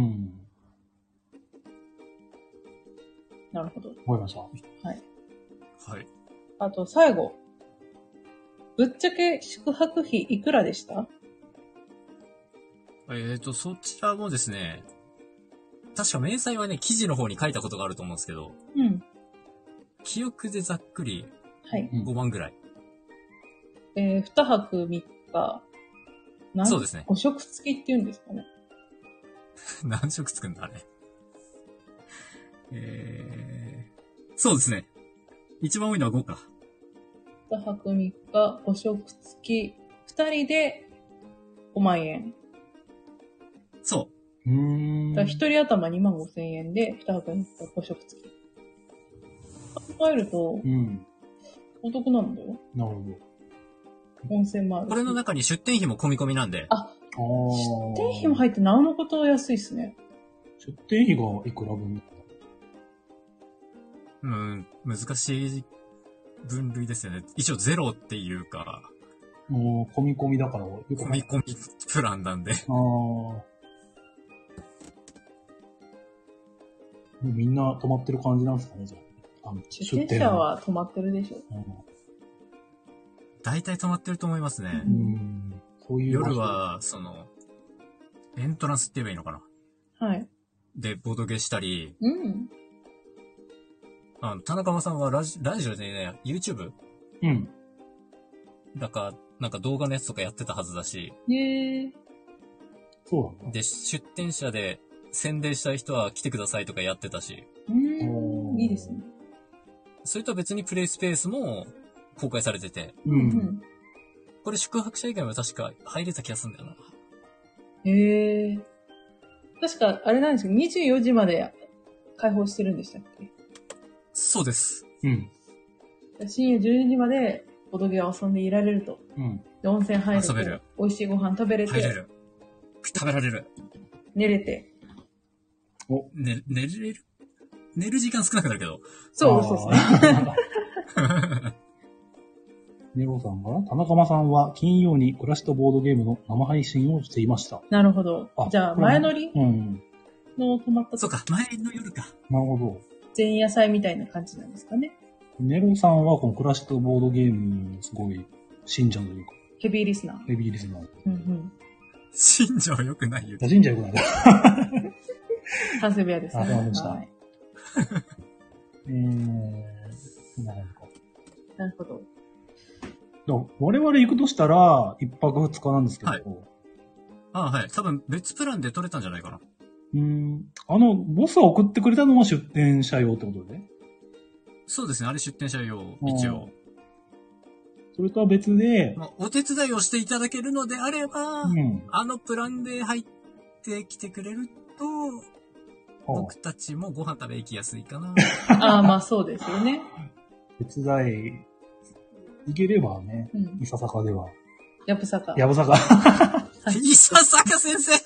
なるほど。 わかりました。 はい。 はい。 あと、最後。ぶっちゃけ宿泊費いくらでした？ そちらもですね、確か明細はね、記事の方に書いたことがあると思うんですけど、記憶でざっくり5万ぐらい。 2泊3日。 そうですね。 5食付きって言うんですかね。 何食つくんだ、あれ。そうですね。一番多いのは5か。 2泊3日、5食付き、2人で5万円。 そう。 1人頭2万5千円で、2泊3日、5食付き。考えると、お得なんだよ。 なるほど。 温泉もある。 これの中に出店費も込み込みなんで。 出店費も入ってなおのこと安いっすね。 出店費がいくら分？ 難しい分類ですよね。一応ゼロっていうか。 もう、込み込みだから。込み込みプランなんで。 みんな止まってる感じなんですかね、じゃあ。 出店者は止まってるでしょ。 大体止まってると思いますね。 そういう夜は、エントランスって言えばいいのかな。 はい。 で、ボードゲーしたり。田中間さんはラジオでね、YouTube？なんか動画のやつとかやってたはずだし。 そうなんだ。 で、出店者で宣伝したい人は来てくださいとかやってたし。 いいですね。 それとは別にプレイスペースも公開されてて。これ宿泊者以外は確か入れた気がするんだよな。 確か、あれなんですけど、24時まで開放してるんでしたっけ？ そうです。 深夜12時までボドゲを遊んでいられると。で、温泉入れて、 遊べる。 美味しいご飯食べれて。 入れる。食べられる。 寝れて。 寝れる？寝る時間少なくなるけど。 そうですね。 ネロさんが、田中間さんは金曜に暮らしとボードゲームの生配信をしていました。 なるほど。じゃあ、前乗りの泊まったそうか、前の夜か。 なるほど。 前夜祭みたいな感じなんですかね。 ネロさんはこの暮らしとボードゲームすごい信者というか。 ヘビーリスナー。 ヘビーリスナー。 信者は良くないよ。 信者は良くない。 反省部屋ですね。 わかりました。 なるほど。 我々行くとしたら、一泊二日なんですけど。 はい。多分別プランで取れたんじゃないかな。 ボスは送ってくれたのは出店者用ってことで？ そうですね。あれ出店者用、一応。 それとは別で、 お手伝いをしていただけるのであれば、プランで入ってきてくれると、僕たちもご飯食べ行きやすいかな。 まあそうですよね。 手伝い、行ければね、いささかでは。 やぶさか。 いささか先生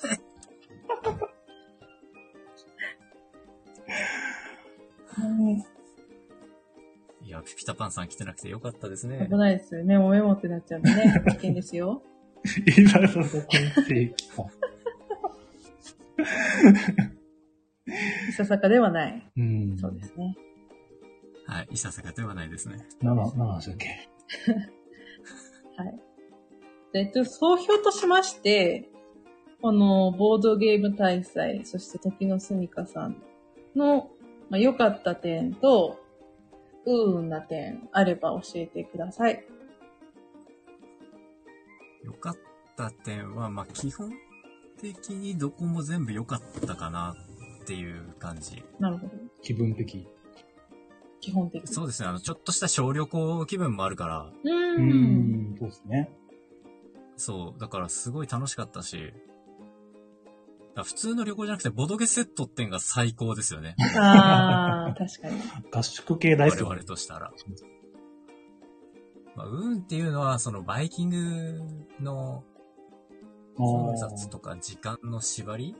いや、ピピタパンさん来てなくてよかったですね。 危ないですよね。もうメモってなっちゃうんでね。危険ですよ。 いささか先生来た。 いささかではない。そうですね。 はい、いささかではないですね。 何でしたっけ？ はい。総評としまして、このボードゲーム大祭、そして時のすみかさんの良かった点と、不運な点あれば教えてください。 良かった点は、基本的にどこも全部良かったかなっていう感じ。 なるほど。 気分的。 基本的。 そうですね。ちょっとした小旅行気分もあるから。 そうですね。 そう。だからすごい楽しかったし。普通の旅行じゃなくて、ボドゲセットってんが最高ですよね。 確かに。 合宿系大好き。 我々としたら。運っていうのは、バイキングの混雑とか時間の縛り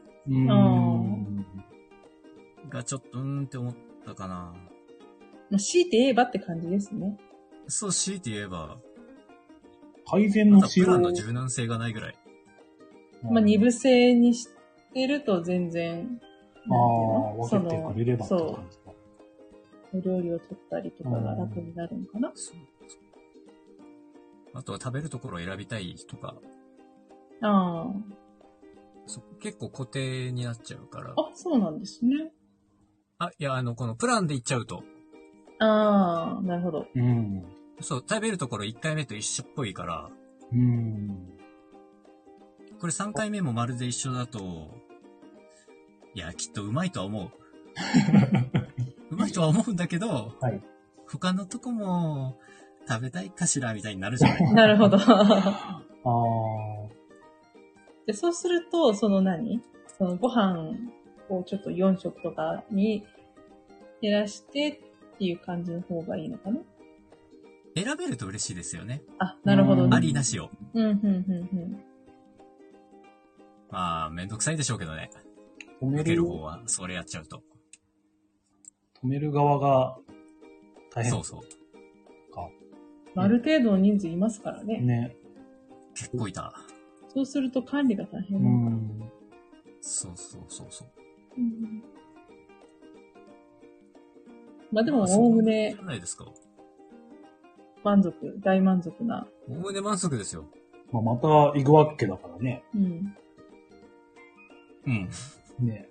がちょっとって思ったかな。 強いて言えばって感じですね。 そう、強いて言えば。 改善のプランの柔軟性がないぐらい。 二部制にしてると全然、 分けてくれればって感じか。 お料理を取ったりとかが楽になるのかな。 あとは食べるところを選びたいとか。結構固定になっちゃうから。 そうなんですね。 いや、このプランで行っちゃうと。 なるほど。 そう、食べるところ1回目と一緒っぽいから。これ3回目もまるで一緒だと、いや、きっとうまいとは思う。うまいとは思うんだけど、他のとこも食べたいかしらみたいになるじゃない。 なるほど。で、そうすると、ご飯をちょっと4食とかに減らしてっていう感じの方がいいのかな？ 選べると嬉しいですよね。 なるほどね。 ありなしを。めんどくさいでしょうけどね。受ける方は、それやっちゃうと。 止める側が大変。 そうそう。 ある程度の人数いますからね。 ね。 結構いた。 そうすると管理が大変。 そうそうそうそう。 まあでも、おおむね、大満足な。 おおむね満足ですよ。 まあ、また行くわけだからね。 うん。 ね。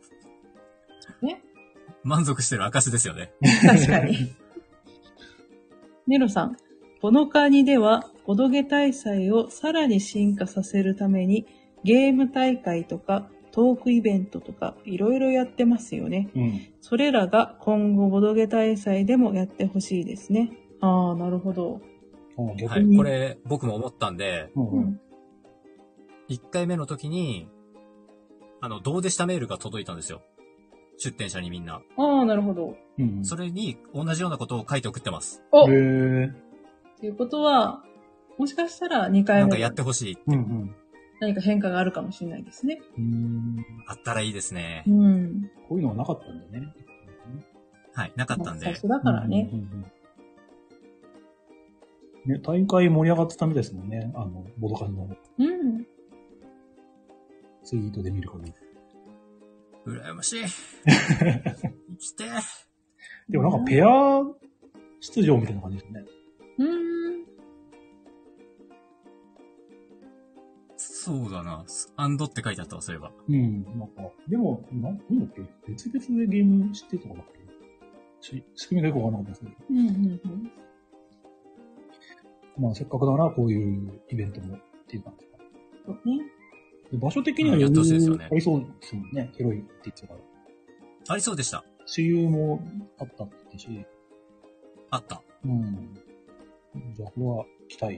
満足してる証ですよね。 確かに。ネロさん、ボドカニでは、ボドゲ大祭をさらに進化させるために、ゲーム大会とか、トークイベントとか、いろいろやってますよね。それらが今後ボドゲ大祭でもやってほしいですね。ああ、なるほど。 はい、これ僕も思ったんで、1回目の時に、どうでしたメールが届いたんですよ。出店者にみんな。 ああ、なるほど。 それに同じようなことを書いて送ってます。 お！ということは、もしかしたら2回目。 なんかやってほしいって。 何か変化があるかもしれないですね。 あったらいいですね。 こういうのはなかったんだね。 はい、なかったんで。 最初だからね。 ね、大会盛り上がってたみたいですもんね。ボドカニの。ツイートで見る限り。 羨ましい。生きて。 でもなんかペア出場みたいな感じですね。 そうだな。アンドって書いてあったわ、そういえば。 なんか、でも、なんだっけ、別々でゲームしてとかだっけ、仕組みがよくわからなかったですね。まあ、せっかくならこういうイベントもっていう感じか。 そうね。 場所的には余裕ありそうですもんね。広いって言ってたから。 ありそうでした。 私有もあったってし。 あった。 じゃあ、これは期待。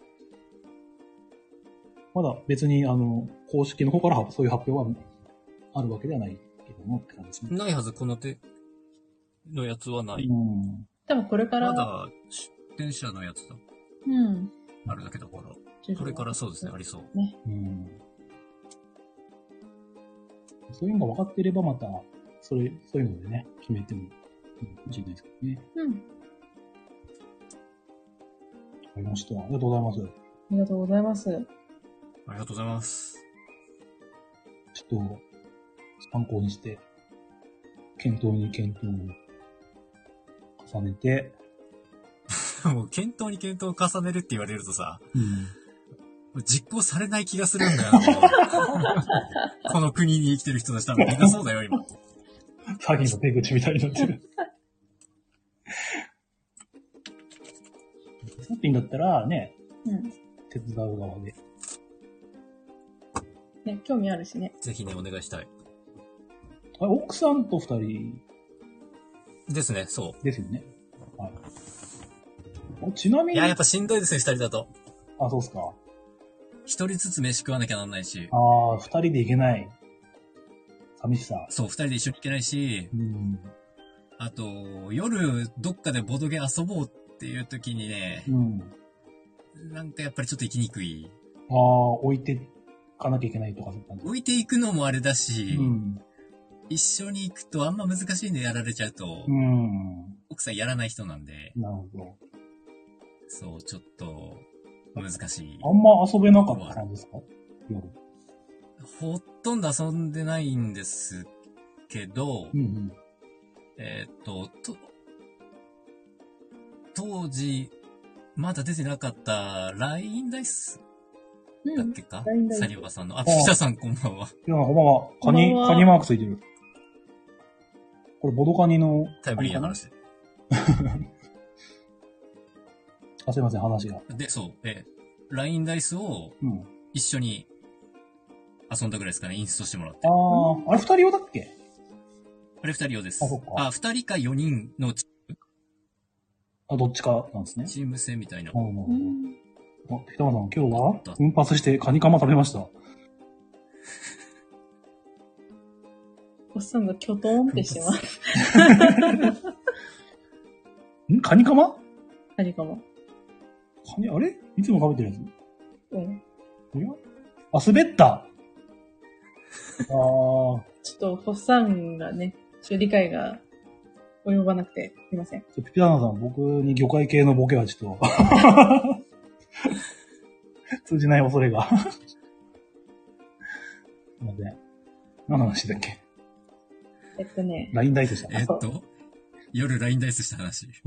まだ別に、公式の方からそういう発表はあるわけではないけどもって感じですね。 ないはず、この手のやつはない。 多分これから。 まだ、出店者のやつだ。あるだけだから。これからそうですね、ありそう。 ね。 そういうのが分かっていればまた、そういうのでね、決めてもいいかもしれないですけどね。わかりました。ありがとうございます。 ありがとうございます。 ありがとうございます。 ちょっと、参考にして、検討に検討を重ねて、 もう検討に検討を重ねるって言われるとさ、実行されない気がするんだよ。この国に生きてる人たち多分みんなそうだよ、今。 詐欺の手口みたいになってる。さっぴんだったらね、手伝う側で。 ね、興味あるしね。 ぜひね、お願いしたい。 奥さんと二人ですね、そう。 ですよね。はい。ちなみに。 いや、やっぱしんどいですね、二人だと。 あ、そうっすか。 一人ずつ飯食わなきゃなんないし。 二人で行けない。寂しさ。 そう、二人で一緒に行けないし。あと、夜、どっかでボドゲ遊ぼうっていう時にね、なんかやっぱりちょっと行きにくい。 置いてかなきゃいけないとかそういう感じ。 置いていくのもあれだし、一緒に行くとあんま難しいんでやられちゃうと、奥さんやらない人なんで。 なるほど。 そう、ちょっと、難しい。 あんま遊べなかった感じですか？夜。 ほとんど遊んでないんですけど、当時、まだ出てなかったラインダイスだっけか、サリオバさんの。ピシャさんこんばんは。 いや、こんばんは。カニマークついてる。これボドカニの。 タイムリーな話。 すいません、話が。 で、そう、ラインダイスを一緒に遊んだぐらいですかね、インストしてもらって。 あれ二人用だっけ？ あれ二人用です。二人か4人のどっちかなんですね。 チーム戦みたいな。 北山さん、今日は奮発してカニカマ食べました。 おっさんがキョトンってしてます。 カニカマ？ カニカマ。 カニ、あれいつも食べてるやつ？いや？滑った。 ちょっと、おっさんがね、理解が及ばなくて、すいません。 ピピタナさん、僕に魚介系のボケはちょっと、通じない恐れが。すいません。何の話だっけ?LINE ダイスした。 夜 LINE ダイスした話。 うん。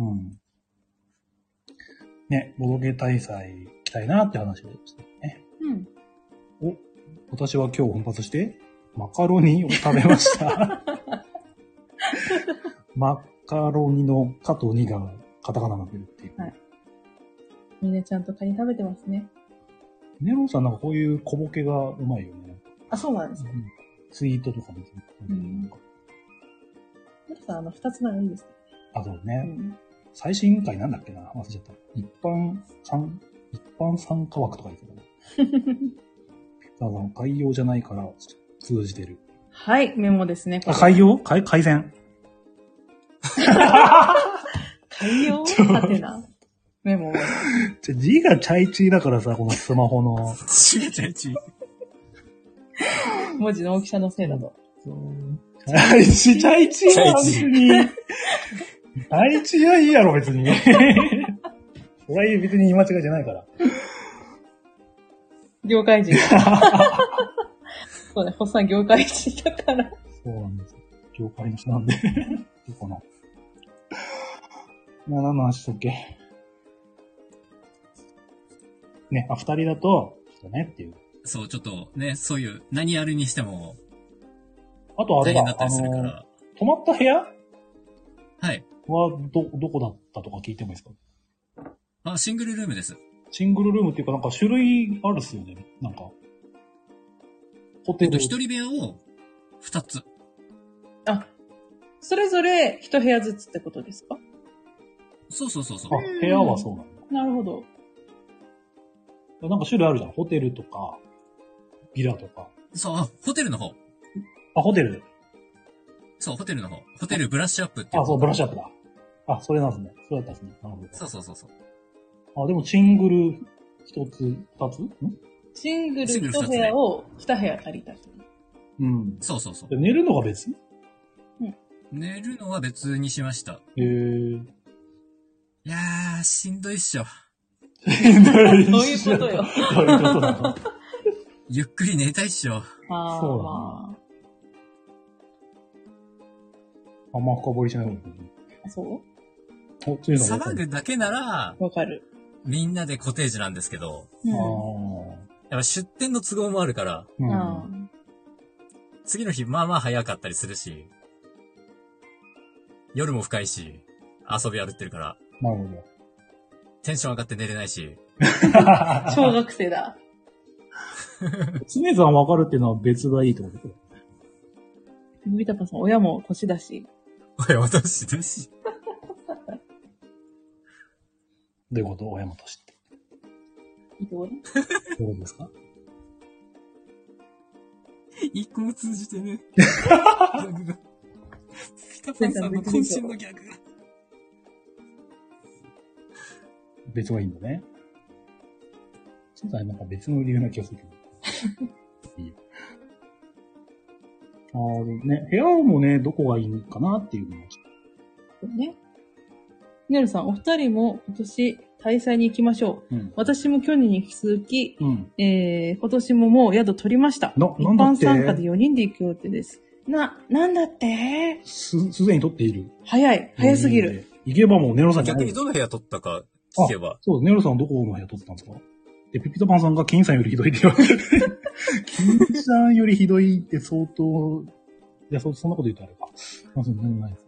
ね、ボドゲ大祭行きたいなって話でしたね。うん。私は今日奮発して、マカロニを食べました。マカロニのカとニがカタカナになってるっていう。はい。 みんなちゃんとカニ食べてますね。 ネロさんなんかこういう小ボケがうまいよね。 あ、そうなんですか、 ツイートとか見てる。 ネロさん二つならいいですね。 あ、そうね。最新回なんだっけな忘れちゃった。一般参加枠とか言ってたね。海洋じゃないから通じてる。 はい、メモですね。 あ、海洋海鮮海洋はてな。メモ。 字がチャイチーだからさ、このスマホの。 字がチャイチー。 文字の大きさのせいだと。 チャイチーは別に。チャイチーはいいやろ、別に。俺は別に言い間違いじゃないから。 業界人。そうね、ホッサン業界人だから。 そうなんですよ。業界の人なんで。どうかな。何の話したっけね、二人だと、ねっていう。 そう、ちょっとね、そういう、何やるにしても、 あとあれだ、泊まった部屋はい。 は、どこだったとか聞いてもいいですか？ あ、シングルルームです。 シングルルームっていうか、なんか種類あるっすよね。なんか。ホテル。 一人部屋を2つ。 あ、それぞれ一部屋ずつってことですか？ そう。 あ、部屋はそうなんだ。 なるほど。 なんか種類あるじゃん。ホテルとか、ビラとか。 そう、ホテルの方。 あ、ホテル。 そう、ホテルの方。ホテルブラッシュアップっていう。 あ、そう、ブラッシュアップだ。あ、それなんですね。そうだったんですね。なるほど。 そう。 あ、でもシングル一つ、二つ？ シングル一部屋を二部屋借りたい。 うん。そう。 寝るのが別？ うん。寝るのは別にしました。 へー。 いやー、しんどいっしょ。 どういうことよ。 どういうことなの？ ゆっくり寝たいっしょ。 ああ、 そうだね。あんま深掘りしない方がいい。 あ、そう？ 騒ぐだけなら、 わかる。 みんなでコテージなんですけど、 うん、 やっぱ出店の都合もあるから、次の日まあまあ早かったりするし、夜も深いし、遊び歩ってるから、 なるほど。 テンション上がって寝れないし。 小学生だ。 常さんわかるっていうのは別がいいってこと？ ビタパさん、親も年だし。 親も年だし。 どういうこと？親も年って。 どういうことですか？ 一個も通じてね。ギャグが。ピタパンさんの渾身のギャグが。 別はいいんだね。ちょっとなんか別の理由な気がするけど。いいよ。ね、部屋もね、どこがいいかなっていうのをちょっと。 ね。ネルさん、お二人も今年大祭に行きましょう。私も去年に引き続き、今年ももう宿取りました。一般参加で4人で行く予定です。なんだってすでに取っている。 早すぎる。 行けばもうネロさんに。 逆にどの部屋取ったか聞けば。 そう、ネロさんどこの部屋取ったんですか？で、ピピタパンさんが金さんよりひどいって言われてる。金さんよりひどいって相当、いや、そんなこと言うとあれか。何もないです。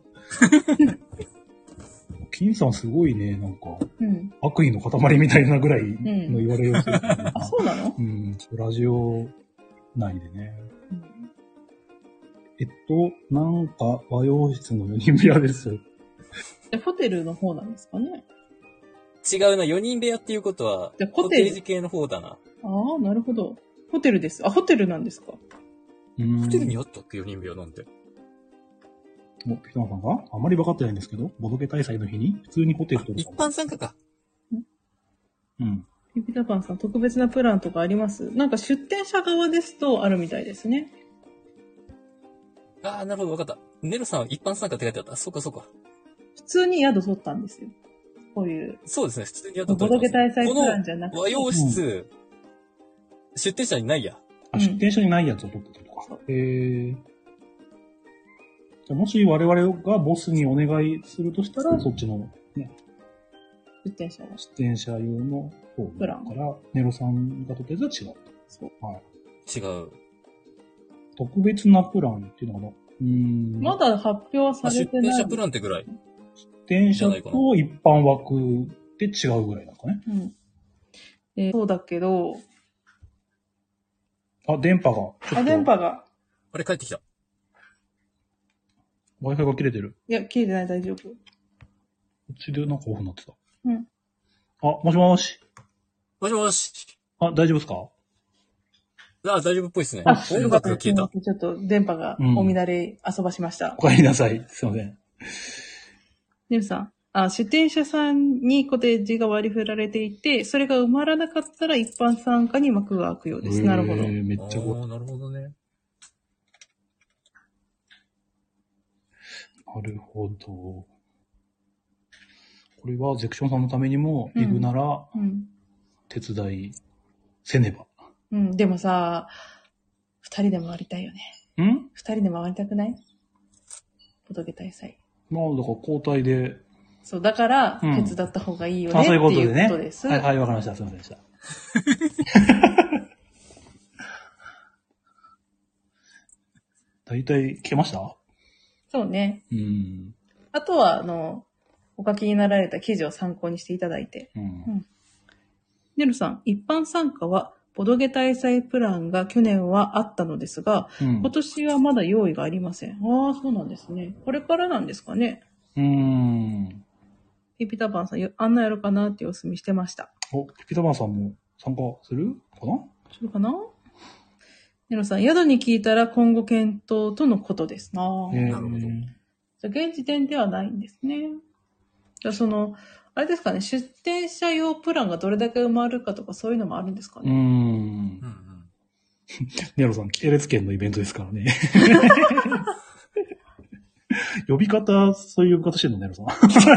金さんすごいね、なんか、悪意の塊みたいなぐらいの言われようする、 あ、そうなの？ ラジオ内でね。なんか和洋室の4人部屋です。 ホテルの方なんですかね？ 違うな、4人部屋っていうことは、コテージ系の方だな。 ああ、なるほど。ホテルです。あ、ホテルなんですか？ ホテルにあったっけ、4人部屋なんて。 ピタナさんがあまり分かってないんですけど、ボドゲ大祭の日に普通にホテルと一般参加か。 ピタパンさん、特別なプランとかあります？なんか出店者側ですとあるみたいですね。 ああ、なるほど、分かった。ネルさんは一般参加って書いてあった。そうか。 普通に宿取ったんですよ。こういう。 そうですね、普通に宿取った。 ボドゲ大祭プランじゃなくて。 この和洋室、出店者にないや。 出店者にないやつを取ったとか。じゃもし我々がボスにお願いするとしたら、そっちのね。 出店者用の方だから、ネロさんが取ったやつは違う。 そう。 はい。 違う。 特別なプランっていうのかな。 まだ発表されてない。 出店者プランってぐらい。 出店者と一般枠で違うぐらいなんかね。 そうだけど。 電波が。 電波が。 あれ、帰ってきた。 Wi-Fi が切れてる。 いや、切れてない、大丈夫。こっちでなんかオフになってた。 もしもし。 もしもし。 大丈夫ですか？ 大丈夫っぽいですね。音楽が消えた。 ちょっと電波がお乱れ遊ばしました。 お帰りなさい。すいません。 ネルさん。出店者さんにコテージが割り振られていて、それが埋まらなかったら一般参加に幕が開くようです。なるほど。 めっちゃなるほどね。 なるほど。これはゼクションさんのためにも、行くなら、手伝いせねば。 でもさ、二人で回りたいよね。二人で回りたくない？ボドゲ大祭。 だから交代で。 そう、だから、手伝った方がいいよね、っていうことです。 はい、わかりました。すいませんでした。大体、聞けました？ そうね。あとは、お書きになられた記事を参考にしていただいて。ネルさん、一般参加は、ボドゲ大祭プランが去年はあったのですが、今年はまだ用意がありません。そうなんですね。これからなんですかね。ピピタパンさん、あんなやるかなって様子見してました。 ピピタパンさんも参加するかな？ するかな？ネロさん、宿に聞いたら今後検討とのことですな。なるほど。じゃあ、現時点ではないんですね。じゃああれですかね、出店者用プランがどれだけ埋まるかとかそういうのもあるんですかね。 ネロさん、系列圏のイベントですからね。呼び方、そういう呼び方してんの、ネロさん。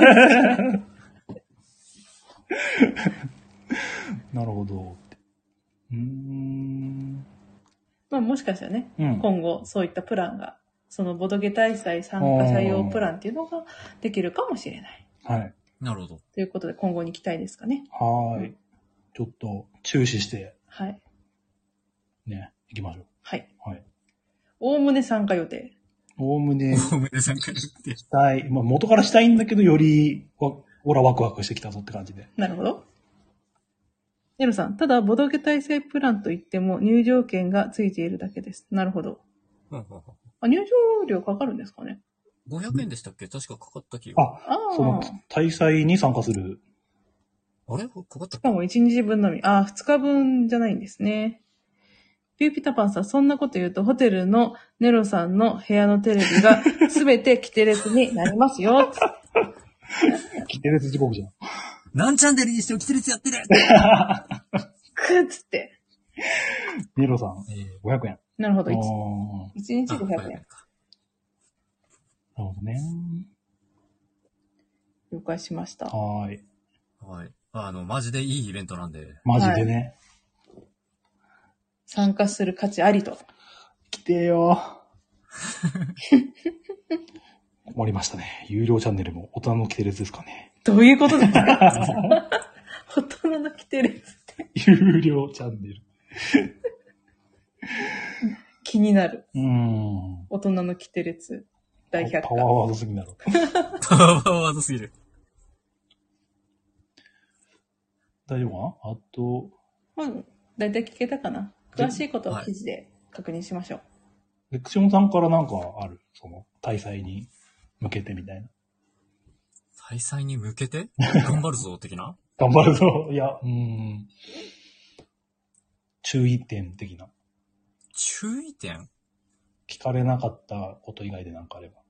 なるほど。 もしかしたらね、今後そういったプランが、そのボドゲ大祭参加者用プランっていうのができるかもしれない。 はい。 なるほど。 ということで今後に期待ですかね。 はい。ちょっと注視して。 はい。 ね、行きましょう。 はい。 はい。 おおむね参加予定。 おおむね参加予定。 したい。元からしたいんだけど、より、オラワクワクしてきたぞって感じで。 なるほど。ネロさん、ただ、ボドゲ大祭プランといっても入場券がついているだけです。なるほど。入場料かかるんですかね ？500円でしたっけ？確かかかった気が。 その大祭に参加する。 あれかかったっけ？ しかも1日分のみ。2日分じゃないんですね。ピューピタパンさん、そんなこと言うと、ホテルのネロさんの部屋のテレビがすべてキテレツになりますよ。 キテレツ時刻じゃん。 何チャンネルにしてもキテレツやってるくっつって。 ネロさん、500円。 なるほど。1日500円。なるほどね。 了解しました。 はい。マジでいいイベントなんで。 マジでね。 参加する価値ありと。 来てよ。困りましたね。有料チャンネルも大人のキテレツですかね。 どういうことですか？大人のキテレツって。 有料チャンネル。 気になる。大人のキテレツ。大百科。 パワーワードすぎなの。 パワーワードすぎる。 大丈夫かな？あと。 だいたい聞けたかな？詳しいことは記事で確認しましょう。 レクションさんからなんかある？大祭に向けてみたいな。 大祭に向けて頑張るぞ、的な？ 頑張るぞ。いや、注意点的な。 注意点？ 聞かれなかったこと以外でなんかあれば。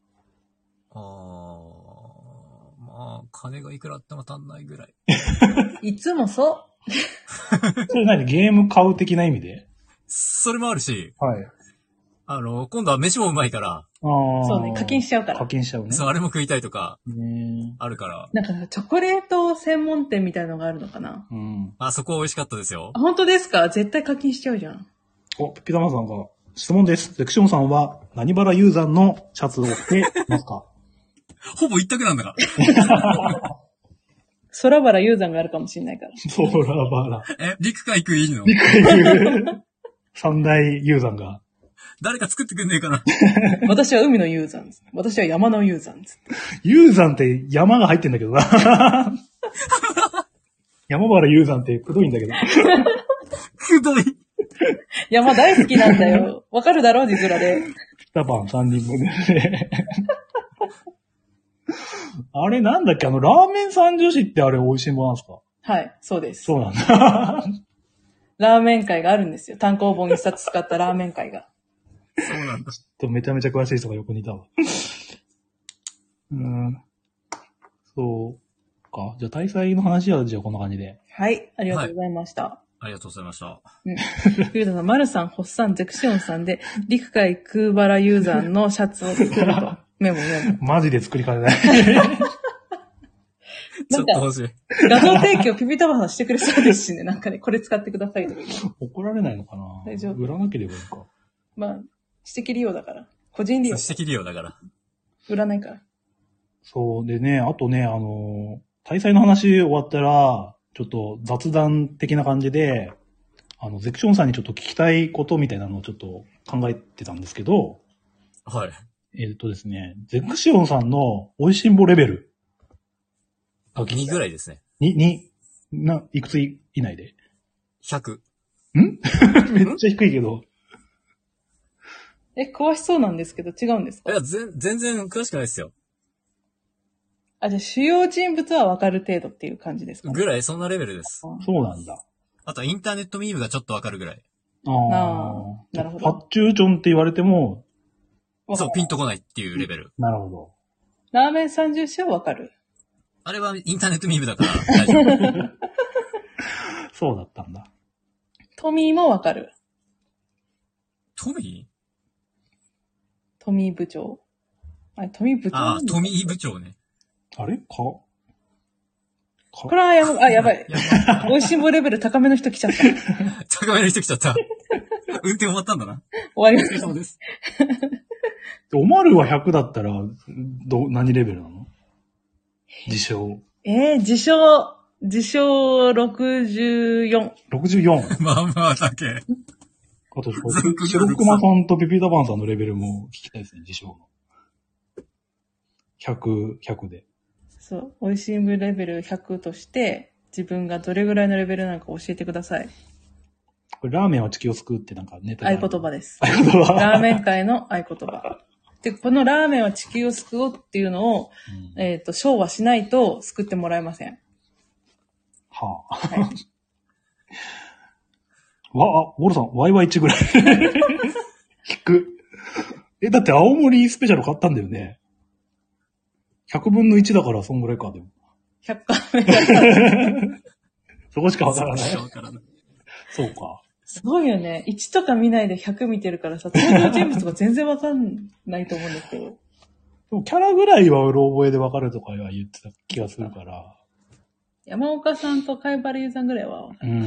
金がいくらあっても足んないぐらい。 いつもそう。 それ何？ゲーム買う的な意味で？ それもあるし。 はい。 今度は飯もうまいから。 そうね、課金しちゃうから。 課金しちゃうね。 そう、あれも食いたいとか、あるから。 なんか、チョコレート専門店みたいなのがあるのかな。 そこ美味しかったですよ。 本当ですか？絶対課金しちゃうじゃん。 ピタマさんが、質問です。ゼクションさんは、何原ユーザーのシャツを着てますか？ ほぼ一択なんだから。 空原ユーザーがあるかもしれないから。 空原。 陸海空いいの？ 陸海空。三大ユーザーが。 誰か作ってくんねえかな。 私は海のユーザーです。私は山のユーザーです。 ユーザーって山が入ってんだけどな。山原ユーザーってくどいんだけど。 くどい。 山大好きなんだよ。わかるだろう、字面で。 ピタパン3人分でね。あれなんだっけ、ラーメン三女子ってあれ美味しいものなんですか？ はい、そうです。 そうなんだ。 ラーメン会があるんですよ。単行本一冊使ったラーメン会が。 そうなんだ。 めちゃめちゃ詳しい人が横にいたわ。そうか。じゃあ大祭の話はじゃあこんな感じで。 はい、ありがとうございました。 ありがとうございました。 ゆうたさん、まるさん、ほっさん、ゼクシオンさんで、陸海空原ユーザーのシャツを作ると。メモ。 マジで作りかねない。 ちょっと欲しい。 画像提供ピピタバさんしてくれそうですしね。なんかね、これ使ってくださいとか。 怒られないのかな？ 大丈夫。 売らなければいいか。 まあ、私的利用だから。個人利用。 私的利用だから。 売らないから。 そう。でね、あとね、大祭の話終わったら、ちょっと雑談的な感じで、ゼクションさんにちょっと聞きたいことみたいなのをちょっと考えてたんですけど、 はい。 ですね、ゼクシオンさんの美味しんぼレベルが2ぐらいですね。 いくつ以内で ?100。 めっちゃ低いけど。 詳しそうなんですけど違うんですか？ いや、全然詳しくないですよ。 じゃあ主要人物はわかる程度っていう感じですかね？ ぐらい、そんなレベルです。 そうなんだ。 あとインターネットミームがちょっとわかるぐらい。 なるほど。 パッチューチョンって言われても、 そう、ピンとこないっていうレベル。 なるほど。 ラーメン30種はわかる？ あれはインターネットミームだから大丈夫。 そうだったんだ。 トミーもわかる？ トミー部長。トミー部長。 トミー部長ね。 あれこれはやばい。美味しんぼレベル高めの人来ちゃった。 高めの人来ちゃった。運転終わったんだな。 終わりました。 お疲れ様です。 おまるは100だったら、何レベルなの？自称。 自称64。 64。 まあだけ。 あと、白熊さんとピピタパンさんのレベルも聞きたいですね、自称の。100で。 そう、美味しい部レベル100として、自分がどれぐらいのレベルなのか教えてください。 これラーメンは地球を救うってなんかネタ合言葉です。 合言葉。 ラーメン界の合言葉。で、このラーメンは地球を救おうっていうのを、昭和しないと救ってもらえません。 はあ。はい。ウォルさん、YY1 ぐらい。聞く。だって青森スペシャル買ったんだよね。100分の1だからそんぐらいか、でも。 100回そこしかわからない。そうか。 すごいよね。1とか見ないで100見てるからさ、登場人物が全然わかんないと思うんですけど。でもキャラぐらいはうろ覚えでわかるとかは言ってた気がするから。 山岡さんと貝原優さんぐらいはわかる。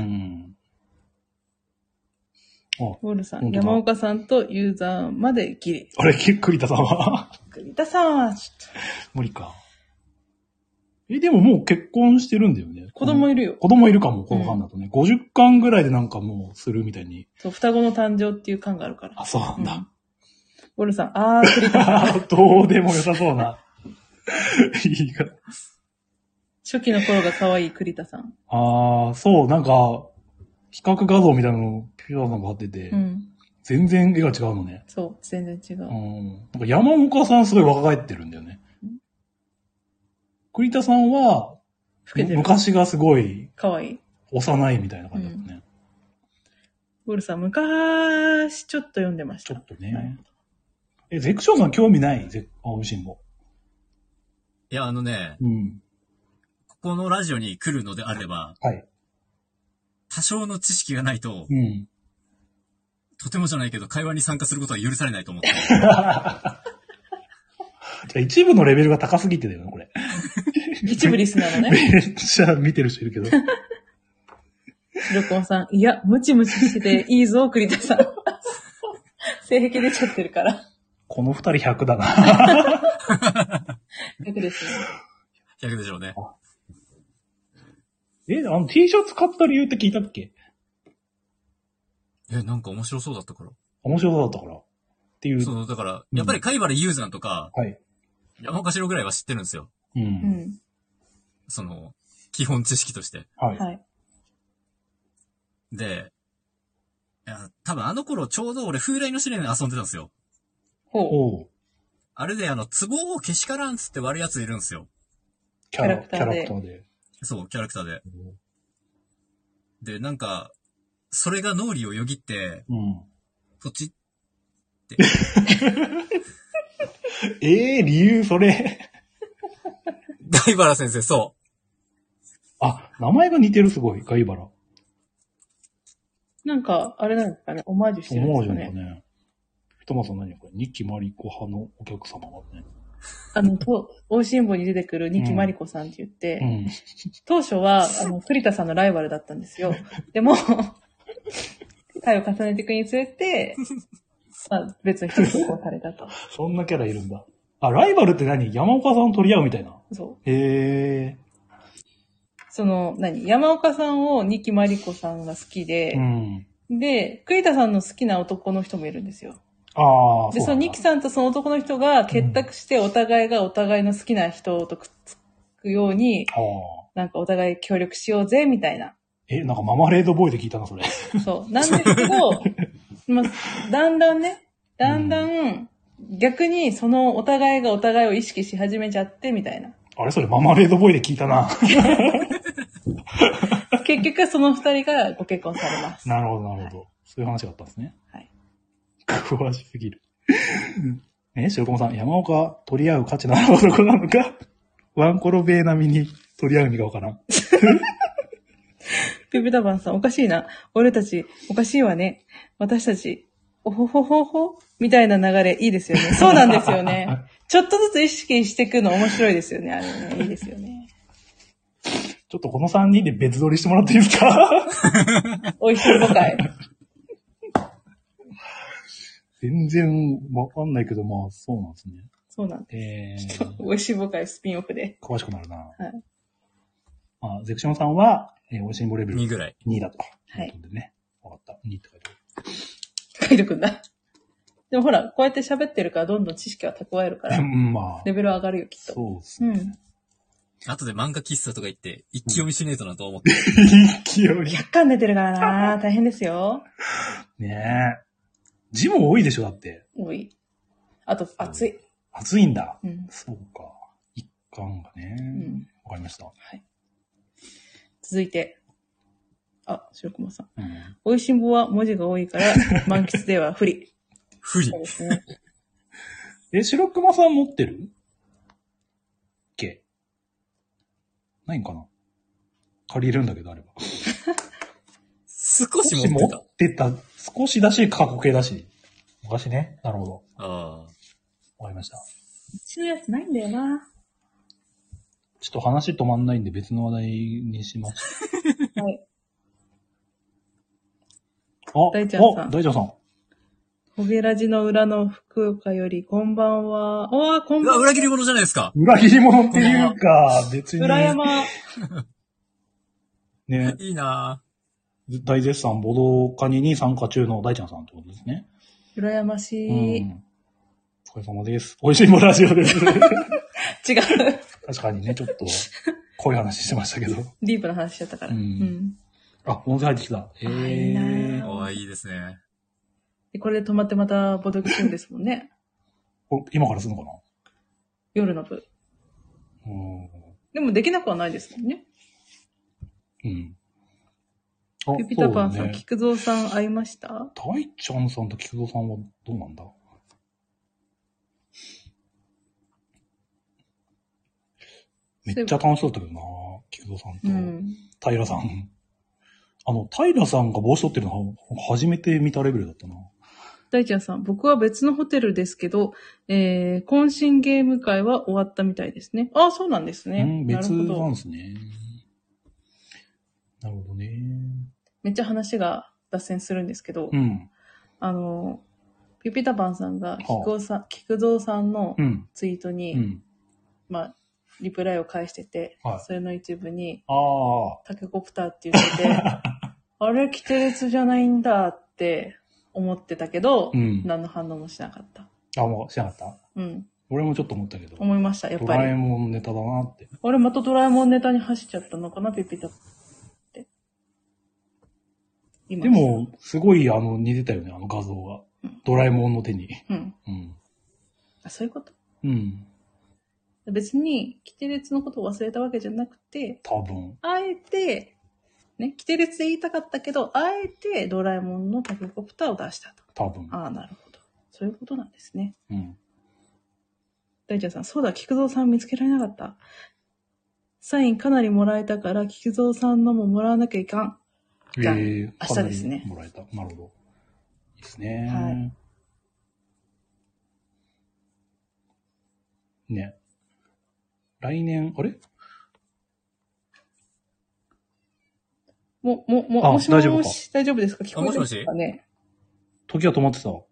ウォルさん、山岡さんとユーザーまでギリ。 あれ、栗田さんは栗田さんはちょっと。 無理か。でももう結婚してるんだよね。 子供いるよ。 子供いるかも、この間だとね。50巻ぐらいでなんかもうするみたいに。 そう、双子の誕生っていう巻があるから。 あ、そうなんだ。 ウォルさん、栗田さん。 どうでも良さそうな。いいか。 初期の頃が可愛い栗田さん。 そう、なんか、比較画像みたいなのをピュアさんが貼ってて、全然絵が違うのね。 そう、全然違う。 なんか山岡さんすごい若返ってるんだよね。栗田さんは、昔がすごい、 可愛い。 幼いみたいな感じだったね。 ウォルさん、昔ちょっと読んでました。 ちょっとね。ゼクションさん興味ない青虫も。 いや、ここのラジオに来るのであれば、 はい。 多少の知識がないと、とてもじゃないけど会話に参加することは許されないと思って。 一部のレベルが高すぎてだよね、これ。 一部リスナーのね。 めっちゃ見てる人いるけど。 ルコンさん、いや、ムチムチしてていいぞ、栗田さん。性癖出ちゃってるから。 この二人100だな。 100ですね。 100でしょうね。 T シャツ買った理由って聞いたっけ？ なんか面白そうだったから。 面白そうだったから。っていう。 そう、だから、やっぱり貝原雄山とか、 はい。 山岡城ぐらいは知ってるんですよ。 うん。 基本知識として。 はい。 で、多分あの頃ちょうど俺風来の試練で遊んでたんですよ。 ほう。 あれで壺をけしからんつって割るやついるんですよ。 キャラクターで。 そう、キャラクターで。で、なんか、それが脳裏をよぎって、そっちって。 理由それ。 貝原先生、そう。 名前が似てるすごい、貝原。 なんか、あれなんですかね、オマージュしてるんですかね。オマージュなんかね。 ひとまさん何これ、ニキマリコ派のお客様がね。 大新聞に出てくるニキマリコさんって言って、当初は、栗田さんのライバルだったんですよ。でも、回を重ねていくにつれて、別の人に投稿されたと。 そんなキャラいるんだ。ライバルって何？山岡さん取り合うみたいな。 そう。 へー。山岡さんをニキマリコさんが好きで、で、栗田さんの好きな男の人もいるんですよ。で、そのニキさんとその男の人が結託してお互いがお互いの好きな人とくっつくように、なんかお互い協力しようぜ、みたいな。 なんかママレードボーイで聞いたな、それ。 そう。なんですけど、だんだん、逆にそのお互いがお互いを意識し始めちゃって、みたいな。 あれそれママレードボーイで聞いたな。 結局その二人がご結婚されます。 なるほど、なるほど。そういう話があったんですね。 はい。 詳しすぎる。白駒さん、山岡取り合う価値のある男なのか、ワンコロベー並みに取り合う意味がわからん。 ピピタパンさん、おかしいな。俺たち、おかしいわね。私たち、おほほほほみたいな流れ、いいですよね。そうなんですよね。ちょっとずつ意識していくの面白いですよね。あれね、いいですよね。 ちょっとこの3人で別撮りしてもらっていいですか？ おいしい誤解。 全然わかんないけど、そうなんですね。 そうなんです。おいしい誤解スピンオフで。 詳しくなるな。 はい。 ゼクションさんは、おいしんぼレベル 2ぐらい。 2だと。 はい。 でね。わかった。2って書いてある。 書いてくんだ。でもほら、こうやって喋ってるからどんどん知識は蓄えるから。レベル上がるよ、きっと。 そうですね。 後で漫画喫茶とか行って、一気読みしねえとなと思って。 一気読み。 100巻出てるからな大変ですよ。 ねえ。字も多いでしょ、だって。 多い。あと、暑い。 暑いんだ。そうか。一巻がね。わかりました。 はい。続いて。白熊さん。おいしんぼは文字が多いから、満喫では不利。 不利。 そうですね。 白熊さん持ってる？ないんかな？借りるんだけど、あれば。 少し持ってた。 少しだし、過去形だし。昔ね。なるほど。わかりました。 一のやつないんだよな。 ちょっと話止まんないんで別の話題にします。 はい。 大ちゃんさん。大ちゃんさん。 ホゲラジの裏の福岡より、こんばんは。こんばんは。 裏切り者じゃないですか。 裏切り者っていうか、別に。 裏山。 ね。 いいなぁ。大絶賛、ボドカニに参加中の大ちゃんさんってことですね。 羨ましい。 お疲れ様です。美味しいもラジオです。違う。確かにね、ちょっと、濃い話してましたけど。 ディープな話しちゃったから。 温泉入ってきた。 いいないいですね。 これで止まってまたボドゲするんですもんね。 今からするのかな？ 夜の部。でもできなくはないですもんね。ピピタパンさん、菊蔵さん会いました？ 大ちゃんさんと菊蔵さんはどうなんだ？めっちゃ楽しそうだったけどな、菊蔵さんと平さん。平さんが帽子取ってるのは初めて見たレベルだったな。 大ちゃんさん、僕は別のホテルですけど、懇親ゲーム会は終わったみたいですね。ああ、そうなんですね。 別なんですね。なるほどね。 めっちゃ話が脱線するんですけど、ピピタパンさんが菊蔵さんのツイートに、リプライを返してて、それの一部に、タケコプターって言ってて、あれ、キテレツじゃないんだって思ってたけど、何の反応もしなかった。 もうしなかった？俺もちょっと思ったけど。 思いました、やっぱり。 ドラえもんネタだなって。 あれ、またドラえもんネタに走っちゃったのかな、ピピタって。 でも、すごい似てたよね、画像が。ドラえもんの手に。 あ、そういうこと？ 別に、キテレツのことを忘れたわけじゃなくて、 多分。 あえて、ね、キテレツで言いたかったけど、あえてドラえもんのタケコプターを出したと。 多分。 ああ、なるほど。そういうことなんですね。大ちゃんさん、そうだ、菊蔵さん見つけられなかった。サインかなりもらえたから、菊蔵さんのももらわなきゃいかん。明日ですね。 もらえた。なるほど。いいですね。 はい。 ね。来年、あれ？ もしもし、大丈夫ですか？聞こえてますかね？ 時は止まってた。聞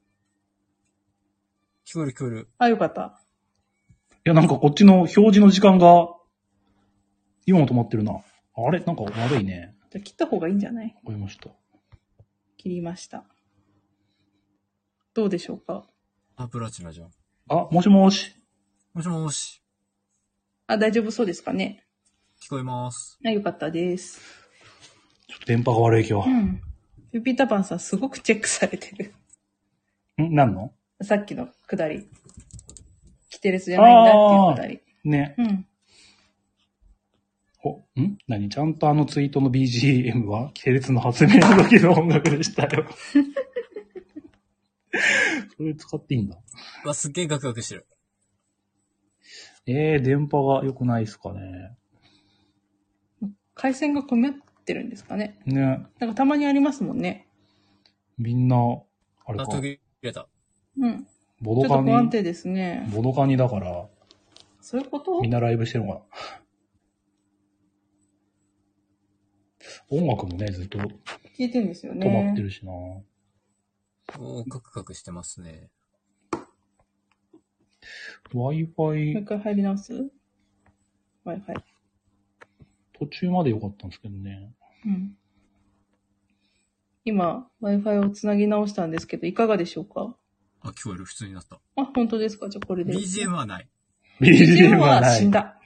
こえる。 あ、よかった。 いや、なんかこっちの表示の時間が、今も止まってるな。あれ？なんか悪いね。 じゃ切った方がいいんじゃない？ わかりました。 切りました。どうでしょうか？ プラチナじゃん。 もしもし。 もしもし。 大丈夫そうですかね？ 聞こえます。 よかったです。 ちょっと電波が悪い今日。 ピピタパンさんすごくチェックされてる。 何の？ さっきのくだり。キテレツじゃないんだっていうくだり。 ね。何？ちゃんとツイートの BGM はキテレツの発明の時の音楽でしたよ。それ使っていいんだ。 すっげえガクガクしてる。 電波が良くないですかね。 回線が混み合ってるんですかね。 ね。 なんかたまにありますもんね。 みんな、あれか。 途切れた。 ボドカニ。ちょっと不安定ですね。 ボドカニだから。 そういうこと？ みんなライブしてるのかな。音楽もね、ずっと。 聞いてるんですよね。 止まってるしな。 カクカクしてますね。 Wi-Fi。もう一回入り直す？ Wi-Fi。 途中まで良かったんですけどね。 今、Wi-Fi をつなぎ直したんですけど、いかがでしょうか？ 聞こえる。普通になった。 本当ですか？じゃあこれで。 BGM はない。 BGM は死んだ。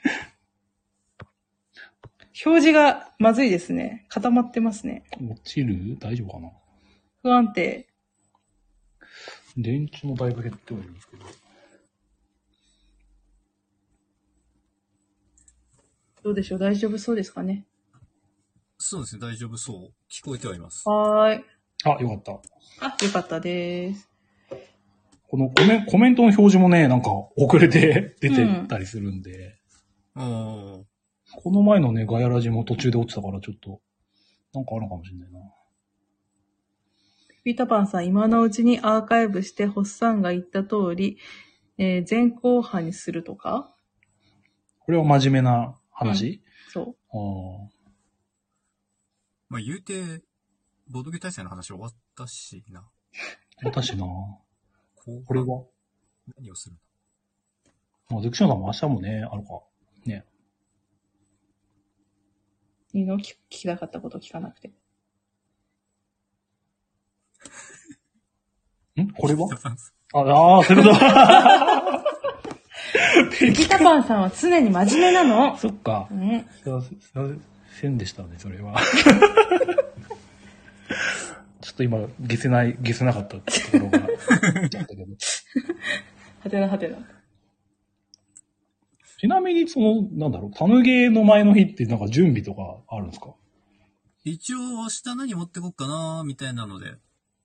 表示がまずいですね。固まってますね。 落ちる？大丈夫かな？ 不安定。 電池もだいぶ減ってはいるんですけど。 どうでしょう？大丈夫そうですかね？ そうですね、大丈夫そう。聞こえてはいます。 はーい。 よかった。 よかったです。 このコメントの表示もね、なんか遅れて出てたりするんで。この前のね、ガヤラジも途中で落ちたからちょっと、なんかあるのかもしれないな。 ピータパンさん、今のうちにアーカイブして、ホッサンが言った通り、前後半にするとか？ これは真面目な話？ そう。 言うて、ボードゲ大祭の話終わったしな。 終わったしな。これは何をするの？ゼクションさんも明日もね、あるか。ね。 いいの？聞きたかったこと聞かなくて。 これはそういうこと。 ピピタパンさんは常に真面目なの。 そっか。すいませんでしたね、それは。ちょっと今、消せなかったところが、ちゃったけど。 はてなはてな。 ちなみに、タヌゲーの前の日ってなんか準備とかあるんですか？ 一応明日何持ってこっかなみたいなので。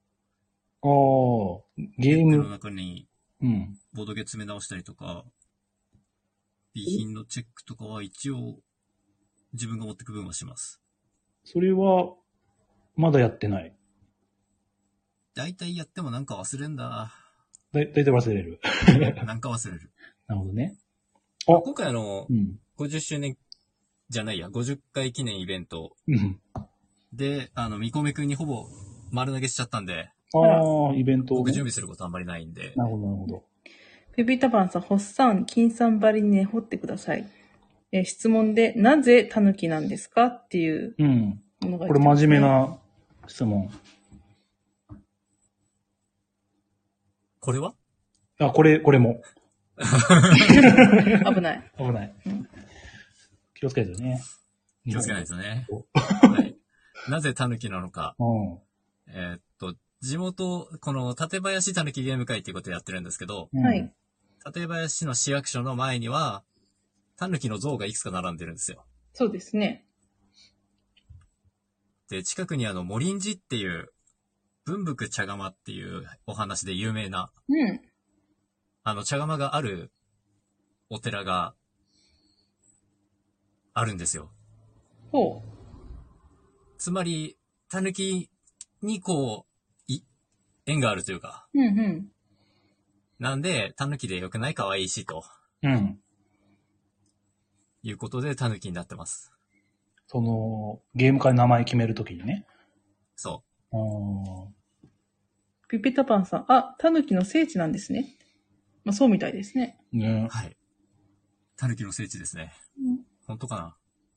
ゲームの中に、ボードゲ詰め直したりとか、備品のチェックとかは一応、自分が持ってく分はします。 それは、まだやってない？ だいたいやってもなんか忘れんだ。 だいたい忘れる。 なんか忘れる。 なるほどね。 今回50周年じゃないや、50回記念イベントで、みこめくんにほぼ丸投げしちゃったんで。 イベントを、 僕準備することあんまりないんで。 なるほど、なるほど。 ペピタパンさん、ホッサン、金さんばりにね、掘ってください。質問で、なぜタヌキなんですかっていうものが、 これ真面目な質問。 これは？ これも。 危ない。 危ない。気をつけてね。 気をつけないですね。はい。なぜタヌキなのか。地元、この館林タヌキゲーム会っていうことをやってるんですけど、 はい。 館林の市役所の前には、タヌキの像がいくつか並んでるんですよ。 そうですね。 で、近くにモリンジっていう、文福茶釜っていうお話で有名な、茶釜があるお寺があるんですよ。 ほう。 つまり、タヌキに縁があるというか。なんで、タヌキでよくない？可愛いしと。いうことで、タヌキになってます。 ゲーム会の名前決めるときにね。 そう。 ピピタパンさん、タヌキの聖地なんですね。まあ、そうみたいですね。 ね。 はい。タヌキの聖地ですね。本当かな？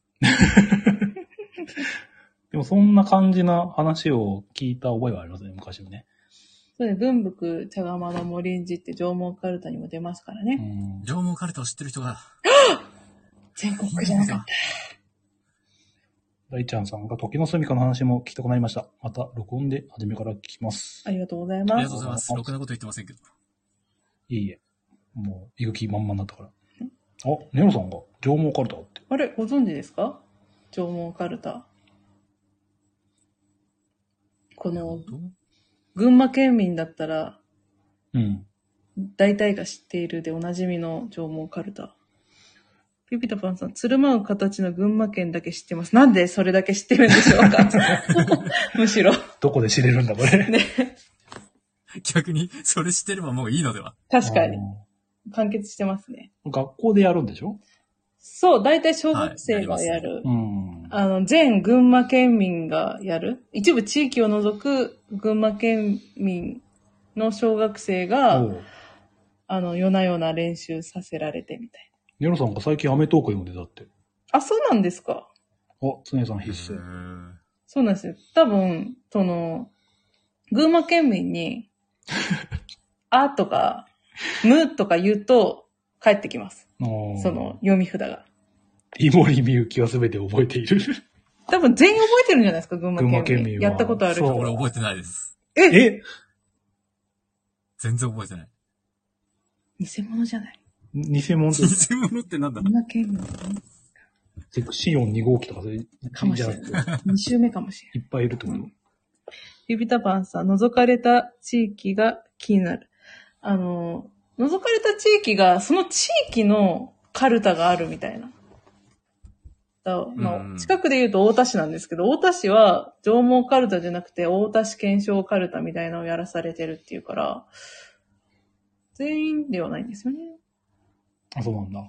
でもそんな感じな話を聞いた覚えはありますね、昔もね。 そうね、文福茶釜のモリンジって縄文カルタにも出ますからね。 縄文カルタを知ってる人が。 全国じゃなかった。 大ちゃんさんが時の住みかの話も聞きたくなりました。また録音で初めから聞きます。 ありがとうございます。 ありがとうございます。ろくなこと言ってませんけど。 いえいえ。もう、行く気満々になったから。ネロさんが縄文カルタって。 あれ、ご存知ですか？縄文カルタ。この、群馬県民だったら、大体が知っているでおなじみの縄文カルタ。ピピタパンさん、つるまう形の群馬県だけ知ってます。なんでそれだけ知ってるんでしょうか？むしろ。 どこで知れるんだ、これ。ね。 逆に、それ知ってればもういいのでは？ 確かに。完結してますね。 学校でやるんでしょ？ そう、大体小学生がやる。全群馬県民がやる。一部地域を除く群馬県民の小学生が、夜な夜な練習させられてみたいな。 ネロさんが最近アメトーク読んでたって。 あ、そうなんですか。 常さん必須。 そうなんですよ。多分、群馬県民に、あとか、むとか言うと、帰ってきます。読み札が。 イモリミユキは全て覚えている。 多分全員覚えてるんじゃないですか、群馬県民。やったことある人。 俺覚えてないです。 え全然覚えてない。 偽物じゃない。 偽物ってなんだ？ 群馬県民。 セクシオン2号機とかそれ。 かもしれない。2週目かもしれない。 いっぱいいるってこと？ ピピタパンさん、覗かれた地域が気になる。覗かれた地域が、その地域のカルタがあるみたいな。近くで言うと大田市なんですけど、大田市は縄文カルタじゃなくて大田市検証カルタみたいなのをやらされてるっていうから、全員ではないんですよね。 そうなんだ。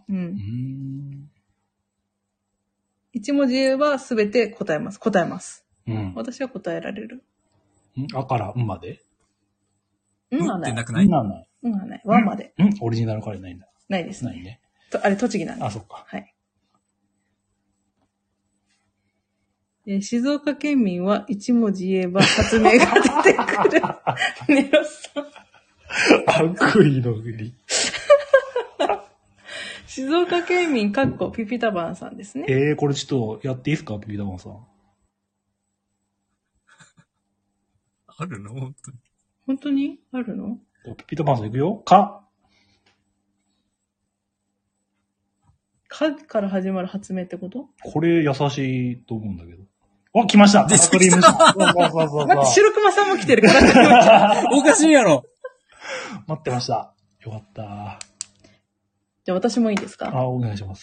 一文字はすべて答えます。私は答えられる。 あからんまで？ はない。 なくない？ はない。わまで。 オリジナルカレーないんだ。 ないですね。 ないね。 あれ、栃木なんで。 そっか。 はい。静岡県民は一文字言えば発明が出てくる。ネロさん。 悪意の振り。 静岡県民かっこピピタバンさんですね。 これちょっとやっていいですか、ピピタバンさん。 あるの？本当に。 本当にあるの？ ピピタバンさんいくよ。 かから始まる発明ってこと？ これ優しいと思うんだけど。来ました出てきた。 待って、白熊さんも来てるから。 おかしいやろ。 待ってました。よかった。 じゃあ私もいいですか？ お願いします。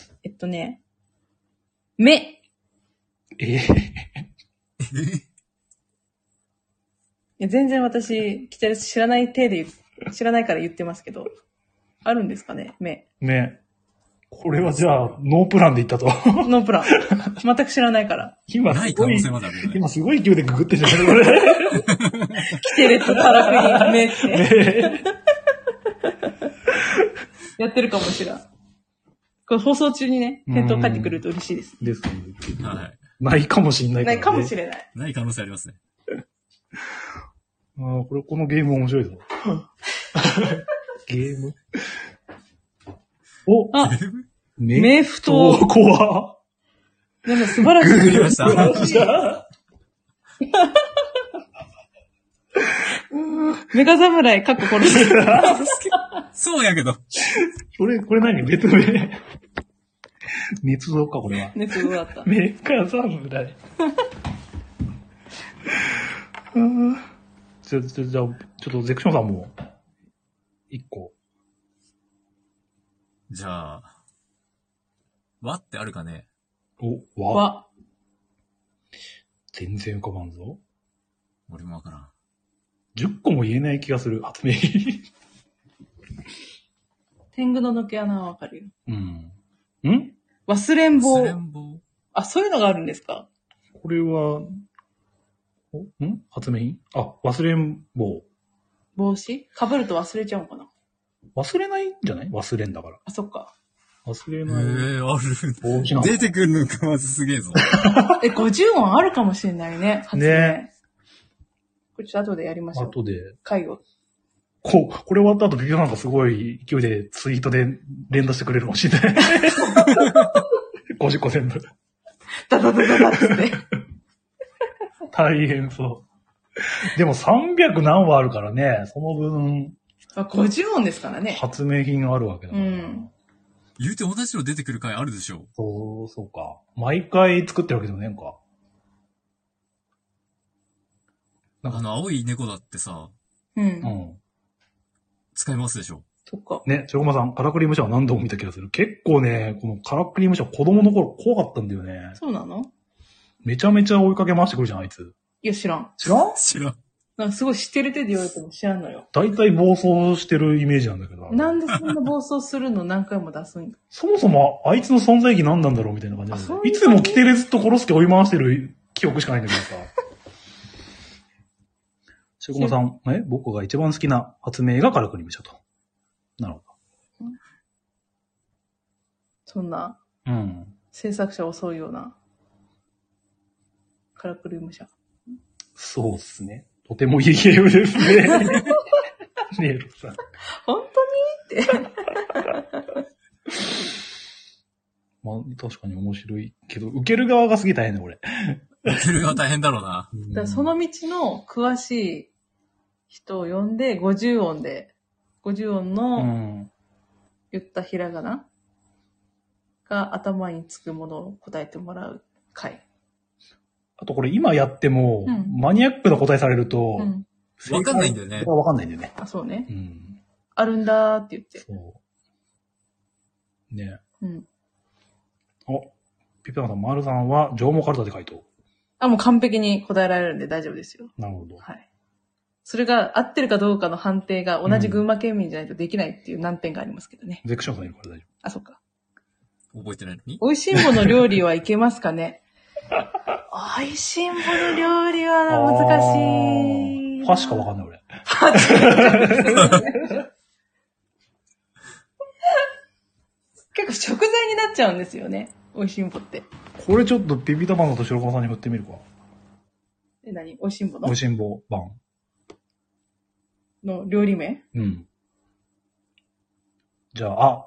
目。 や、全然私、キテレツ知らないから言ってますけど。あるんですかね、目。 ね。これはじゃあ、ノープランで行ったと。 ノープラン。全く知らないから。 今ない可能性まであるよね。 今すごい勢いでググってるじゃん、これ。 キテレツからくり目って。ね、やってるかもしれん。これ放送中にね、返答返ってくると嬉しいです。 ですね。 はい。 ないかもしれないからね。 ないかもしれない。 ない可能性ありますね。 このゲーム面白いぞ。ゲームあメフト。 怖でも素晴らしい。 ググりました。 メガ侍、かっこ殺す。 そうやけど。 これ何別名。捏造か、これは。 捏造だった。 メガ侍。じゃあ、ちょっとゼクションさんも、一個。 じゃあ、和ってあるかね？ 和。全然浮かばんぞ。 俺もわからん。 10個も言えない気がする、発明。 天狗の抜け穴はわかるよ。 忘れん坊。 あ、そういうのがあるんですか？ これは、発明品？忘れん坊。 帽子？被ると忘れちゃうのかな？ 忘れないんじゃない？忘れんだから。 あ、そっか。 忘れない。 ある。出てくるのかまずすげえぞ。 50音あるかもしれないね。発明。 ね。 これちょっと後でやりましょう。 後で。 会を。 これ終わった後、ビビなんかすごい勢いでツイートで連打してくれるかもしれない。50個全部。 ダダダダダって。 大変そう。でも300何話あるからね、その分。 50音ですからね。 発明品があるわけだから。 言うて同じの出てくる回あるでしょ。 そうか。毎回作ってるわけでもねえんか。 青い猫だってさ。使いますでしょ。 そっか。 ね、ちょこまさん、カラクリムシは何度も見た気がする。結構ね、このカラクリムシは子供の頃怖かったんだよね。 そうなの？ めちゃめちゃ追いかけ回してくるじゃん、あいつ。 いや、知らん。 知らん？ 知らん。 なんかすごい知ってる手で言われても知らんのよ。 大体暴走してるイメージなんだけど。 なんでそんな暴走するの何回も出すんだ？ そもそもあいつの存在意義何なんだろうみたいな感じで。いつもキテレツと殺す気追い回してる記憶しかないんだけどさ。しょこまさん、僕が一番好きな発明がカラクリムシャと。なるほど。 そんな、制作者遅いような、カラクリムシャ。そうっすね。とてもいいゲームですね。ネロさん。 本当にって。 まあ、確かに面白いけど、受ける側がすげえ大変だ、これ。 受ける側大変だろうな。 だからその道の詳しい人を呼んで、50音の言ったひらがなが頭につくものを答えてもらう回。 あとこれ今やっても、マニアックな答えされると、 わかんないんだよね。 わかんないんだよね。 あ、そうね。あるんだーって言って。 そう。ね。ピペナさん、マルさんは上毛カルタで回答。 もう完璧に答えられるんで大丈夫ですよ。 なるほど。 はい。それが合ってるかどうかの判定が同じ群馬県民じゃないとできないっていう難点がありますけどね。 ゼクションさんいるから大丈夫。 あ、そっか。 覚えてないのに？ 美味しんぼの料理はいけますかね？美味しんぼの料理は難しい。 ファしかわかんない俺。 結構食材になっちゃうんですよね。美味しんぼって。 これちょっとビビタバンドと白川さんに振ってみるか。 何？美味しんぼの？ 美味しんぼ版。 の料理名？ じゃあ、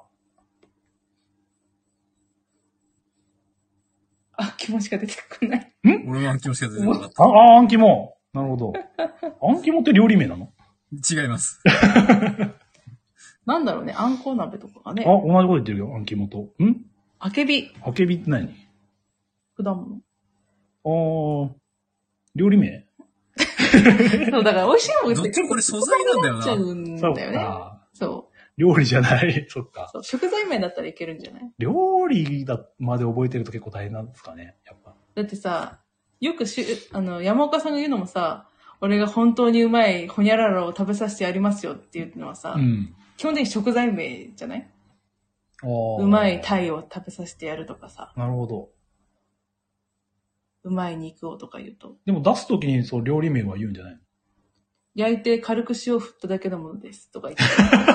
気持ちが出てこない。 俺も気持ちが出てこなかった。 あん肝。なるほど。あん肝って料理名なの？ 違います。 なんだろうね、あんこ鍋とかがね。 同じこと言ってるよ、あん肝と。 あけび。 あけびって何？ 果物。 料理名？ そう、だから美味しいもんってこれ素材なんだよな。 ちゃうんだよね。そう。 料理じゃない。そっか。 そう、食材名だったらいけるんじゃない？ 料理まで覚えてると結構大変なんですかね、やっぱ。 だってさ、よく山岡さんが言うのもさ、 俺が本当にうまいホニャララを食べさせてやりますよっていうのはさ、基本的に食材名じゃない？うまいタイを食べさせてやるとかさ。 なるほど。 うまい肉をとか言うと。 でも出すときにそう料理名は言うんじゃないの？ 焼いて軽く塩振っただけのものですとか言って。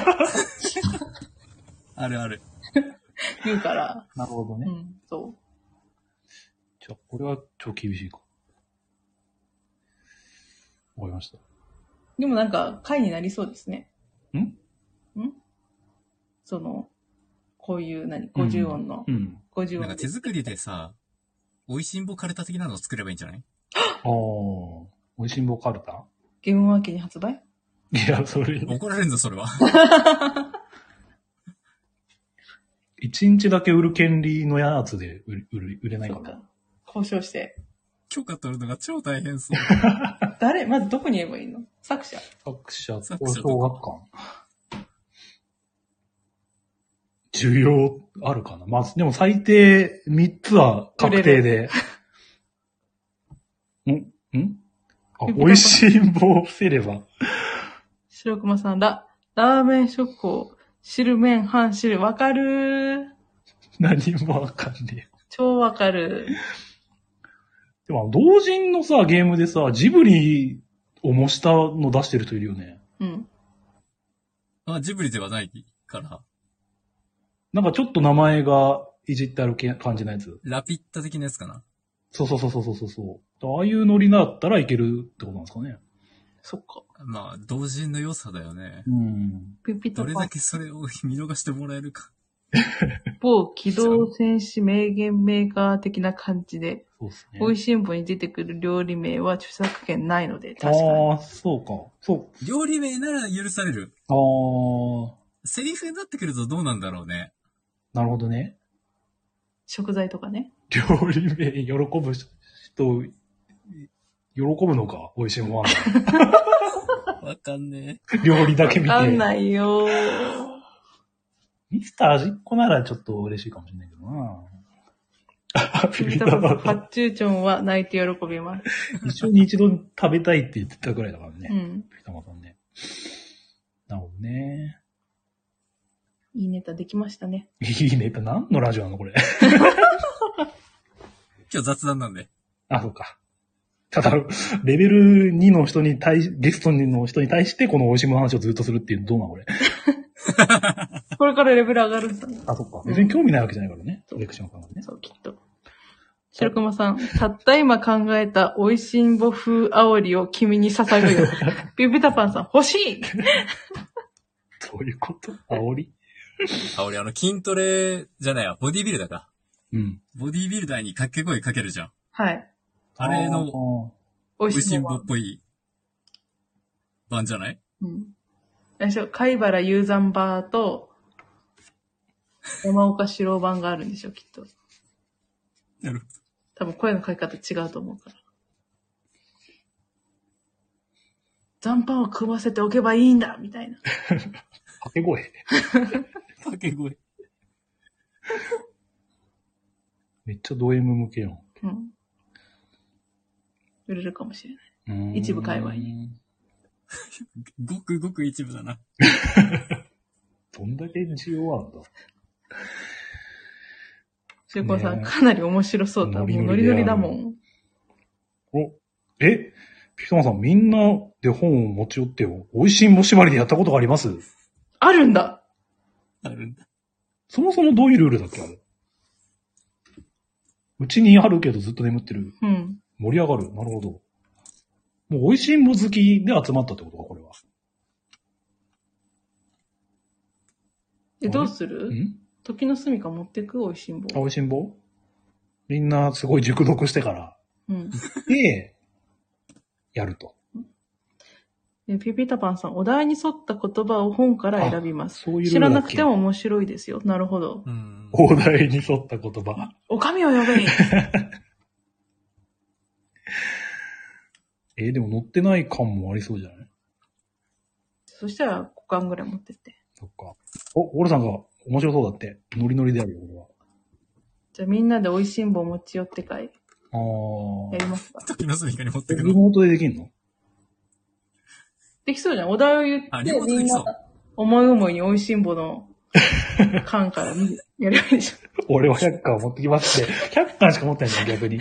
あるある。 言うから。 なるほどね。 そう。 じゃあ、これは超厳しいか。わかりました。 でもなんか、回になりそうですね。その、こういう50音の。50音。 なんか手作りでさ、美味しんぼカルタ的なのを作ればいいんじゃない？ 美味しんぼカルタ？ ゲームマーケに発売？ いや、それ。 怒られんぞ、それは。 1日だけ売る権利のやつで売れないかな。 交渉して。 許可取るのが超大変そう。 まずどこに言えばいいの？作者、 交渉学館。需要あるかな。まあ、でも最低3つは確定で。美味しいんぼを伏せれば。 白熊さん、ラーメン食行、汁麺、半汁、わかる？ 何もわかんねえ。 超わかる。 でも、同人のさ、ゲームでさ、ジブリを模したの出してる人いるよね。 ジブリではないから。 なんかちょっと名前がいじってある感じのやつ。 ラピッタ的なやつかな。 そう。ああいうノリだったらいけるってことなんですかね。 そっか。 まあ、同人の良さだよね。どれだけそれを見逃してもらえるか。 某機動戦士名言メーカー的な感じで、 そうですね。 美味しんぼに出てくる料理名は著作権ないので、確かに。 そうか。そう。 料理名なら許される。セリフになってくるとどうなんだろうね。 なるほどね。 食材とかね。 料理名喜ぶ人、喜ぶのか、美味しいもんは。 わかんねえ。料理だけ見て。 わかんないよ。 ミスター味っ子ならちょっと嬉しいかもしれないけどな。 ハッチューチョンは泣いて喜びます。 一緒に一度食べたいって言ってたくらいだからね。ピタマさんね。なるほどね。 いいネタできましたね。 いいネタ何のラジオなのこれ。 今日雑談なんで。 そうか。ただ、レベル2の人にゲストの人に対してこの美味しいもの話をずっとするっていうのどうなのこれ。 これからレベル上がるんだね。 そっか。別に興味ないわけじゃないからね。レクションさんがね。 そう、きっと。白熊さん、たった今考えた美味しんぼ風煽りを君に捧ぐよ。ビビタパンさん、欲しい。 どういうこと？煽り？ 筋トレじゃないわ。ボディビルダーか。ボディビルダーに掛け声かけるじゃん。 はい。 あれの、美味しんぼっぽい版じゃない？ 貝原雄山バーと、山岡四郎版があるんでしょ、きっと。 なるほど。 多分声の書き方違うと思うから。残飯を組ませておけばいいんだみたいな。 掛け声掛け声。 めっちゃド M 向けやん。 売れるかもしれない。一部界隈に。 ごくごく一部だな。 どんだけ需要あるんだ。 中古さん、かなり面白そうだ。もうノリノリだもん。 ピトマさん、みんなで本を持ち寄ってよ。美味しいも縛りでやったことがあります？ あるんだ。 そもそもどういうルールだっけあれ。うちにあるけどずっと眠ってる。盛り上がる。なるほど。もう美味しいも好きで集まったってことか、これは。 どうする？時の住みか持ってく？美味しんぼ。 美味しんぼ？みんなすごい熟読してから。で、やると。 ピピタパンさん、お題に沿った言葉を本から選びます。知らなくても面白いですよ。なるほど。 お題に沿った言葉。 お上を呼べ。 でも載ってない感もありそうじゃない？ そしたら5巻ぐらい持ってって。 そっか。オルさんが面白そうだって。ノリノリであるよ、これは。 じゃあみんなで美味しんぼ持ち寄って会。やりますか？ 時の住みかに持ってくる。 リモートでできんの？ できそうじゃん。お題を言って、みんな思い思いに美味しんぼの缶からやればいいでしょ。 俺は100巻持ってきますって。100巻しか持ってないんだよ、逆に。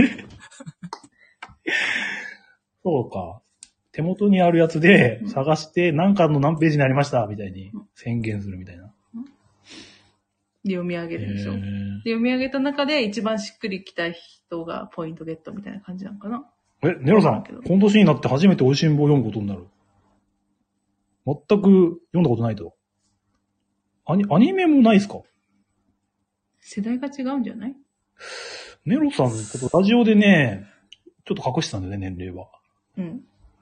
そうか。手元にあるやつで探して何巻の何ページになりましたみたいに宣言するみたいな。 で、読み上げるでしょ。で、読み上げた中で一番しっくりきた人がポイントゲットみたいな感じなのかな。 ネロさん、この年になって初めて美味しんぼを読むことになる。全く読んだことないと。アニメもないですか？ 世代が違うんじゃない？ ネロさんのこと、ラジオでね、ちょっと隠してたんだよね、年齢は。 うん。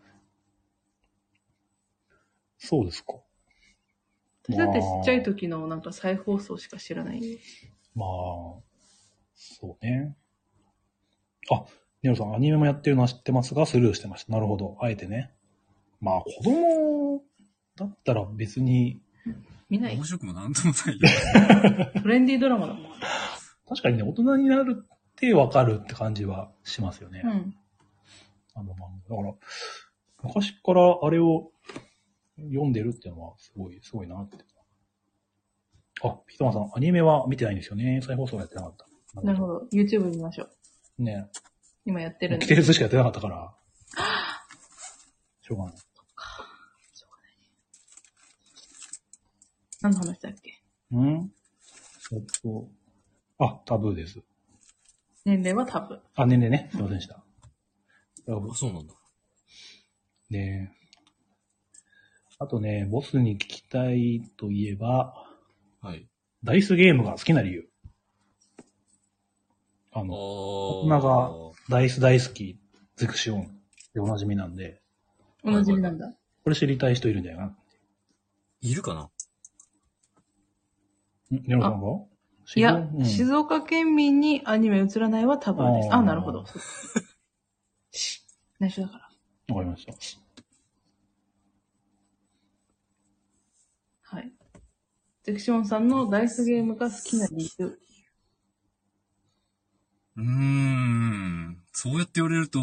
そうですか。 私だってちっちゃい時のなんか再放送しか知らない。 まあ、そうね。あ、ネロさん、アニメもやってるのは知ってますが、スルーしてました。なるほど。あえてね。まあ、子供だったら別に。 見ない。 面白くもなんともないよ。 トレンディードラマだもん。 確かにね、大人になるってわかるって感じはしますよね。 うん。 だから、昔からあれを読んでるっていうのはすごいなって。あ、ピトマさん、アニメは見てないんですよね。再放送やってなかった。 なるほど。YouTube 見ましょう。 ね。 今やってるんで。 キテレツしかやってなかったから。しょうがない。 何の話だっけ？ タブーです。 年齢はタブー。 あ、年齢ね。すいませんでした。 そうなんだ。 ねえ。あとね、ボスに聞きたいといえば、 はい。 ダイスゲームが好きな理由。大人がダイス大好き、ゼクシオンでおなじみなんで。 おなじみなんだ。 これ知りたい人いるんじゃないかな。 いるかな？ ネロさんが？ いや、静岡県民にアニメ映らないはタブーです。あ、なるほど。内緒だから。 わかりました。 はい。ゼクシオンさんのダイスゲームが好きな理由。 そうやって言われると、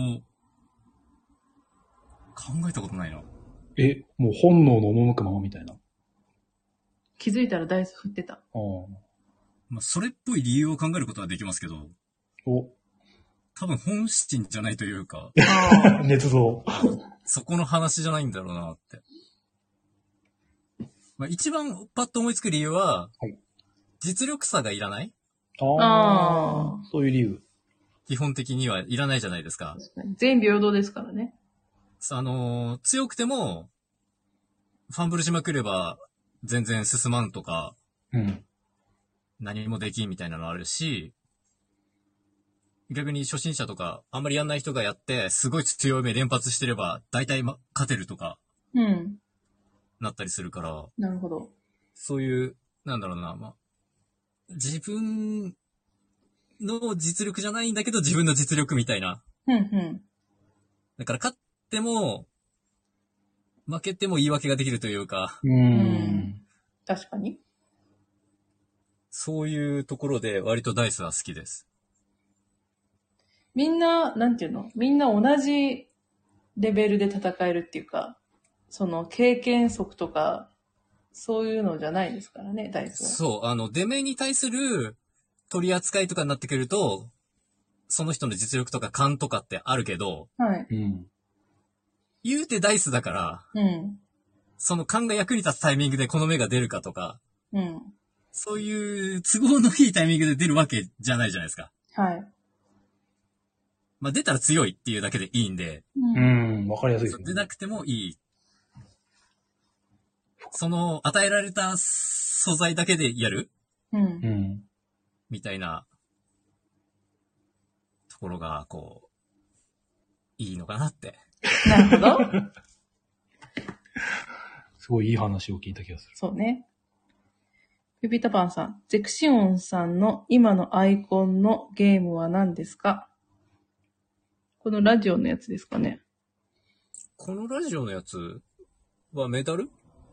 考えたことないな。 もう本能の赴くままみたいな。 気づいたらダイス振ってた。 まあ、それっぽい理由を考えることはできますけど、多分本心じゃないというか、 捏造。 そこの話じゃないんだろうなって。まあ、一番パッと思いつく理由は、はい、実力差がいらない？ そういう理由。 基本的にはいらないじゃないですか。 確かに。全員平等ですからね。 強くても、ファンブルしまくれば全然進まんとか、何もできんみたいなのあるし、逆に初心者とか、あんまりやんない人がやって、すごい強い目連発してれば、大体勝てるとか、なったりするから。 なるほど。 そういう、なんだろうな、自分の実力じゃないんだけど、自分の実力みたいな。だから勝っても、負けても言い訳ができるというか。 確かに。 そういうところで割とダイスは好きです。 みんな、なんていうの？みんな同じレベルで戦えるっていうか、その経験則とか、そういうのじゃないですからね、ダイスは。 そう、出目に対する取り扱いとかになってくると、その人の実力とか勘とかってあるけど、 はい。 言うてダイスだから、その勘が役に立つタイミングでこの目が出るかとか、そういう都合のいいタイミングで出るわけじゃないじゃないですか。 はい。 まあ、出たら強いっていうだけでいいんで。 わかりやすいですね。 出なくてもいい。その、与えられた素材だけでやるみたいな、ところが、いいのかなって。 なるほど。 すごいいい話を聞いた気がする。 そうね。ピピタパンさん、ゼクシオンさんの今のアイコンのゲームは何ですか？このラジオのやつですかね。 このラジオのやつはメダル？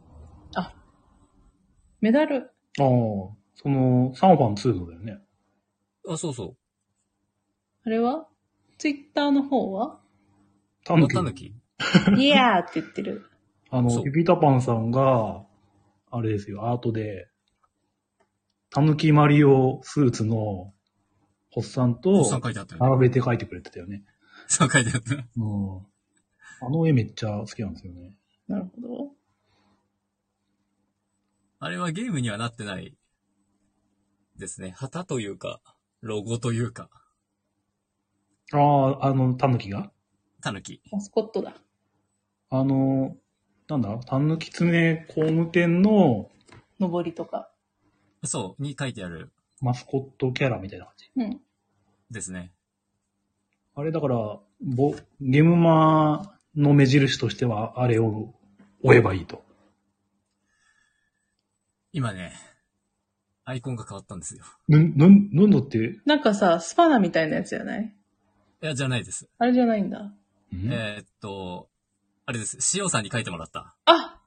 メダル。 その、サンファン2のだよね。 そうそう。 あれはツイッターの方はタヌキ。 いやーって言ってる。 ピピタパンさんが、あれですよ、アートで、たぬきマリオスーツの、ホッサンと、並べて描いてくれてたよね。 そう書いてあった。 あの絵めっちゃ好きなんですよね。 なるほど。 あれはゲームにはなってないですね。旗というか、ロゴというか。 タヌキがタヌキ。 マスコットだ。 なんだタヌキツネ工務店の、 上りとか。 そう、に書いてある。 マスコットキャラみたいな感じ。 うん。 ですね。 あれだから、ゲームマの目印としては、あれを追えばいいと。 今ね、アイコンが変わったんですよ。 なんだって？ なんかさ、スパナみたいなやつじゃない？ いや、じゃないです。 あれじゃないんだ。 あれです。しおさんに書いてもらった。 あ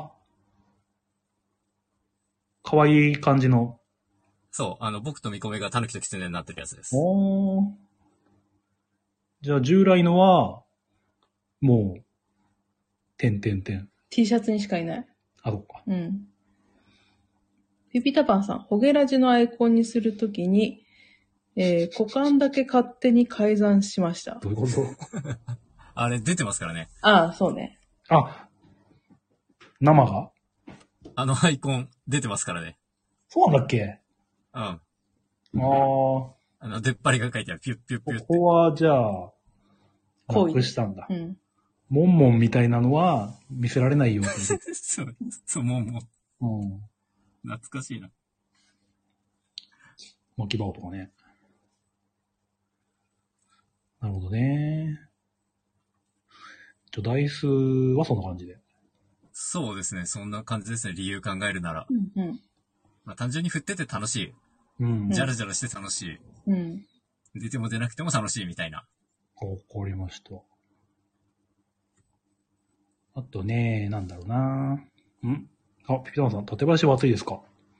かわいい感じの。 そう、僕とみこめがタヌキとキツネになってるやつです。 じゃあ従来のは、もう、T シャツにしかいない。 そっか。 うん。ピピタパンさん、ホゲラジのアイコンにするときに、股間だけ勝手に改ざんしました。 どういうこと？ あれ出てますからね。 ああ、そうね。 生が？ アイコン出てますからね。 そうなんだっけ？ うん。出っ張りが書いてある。ピュッピュッピュッって。 ここは、じゃあ、なくしたんだ。 うん。 モンモンみたいなのは見せられないように。 そう、モンモン。 うん。 懐かしいな。 巻き場とかね。なるほどね。ダイスはそんな感じで。 そうですね。そんな感じですね。理由考えるなら。 うんうん。 まあ単純に振ってて楽しい。 うん。 ジャラジャラして楽しい。 うん。 出ても出なくても楽しいみたいな。 わかりました。あとね、なんだろうな。ピピタマンさん、館林は暑いですか？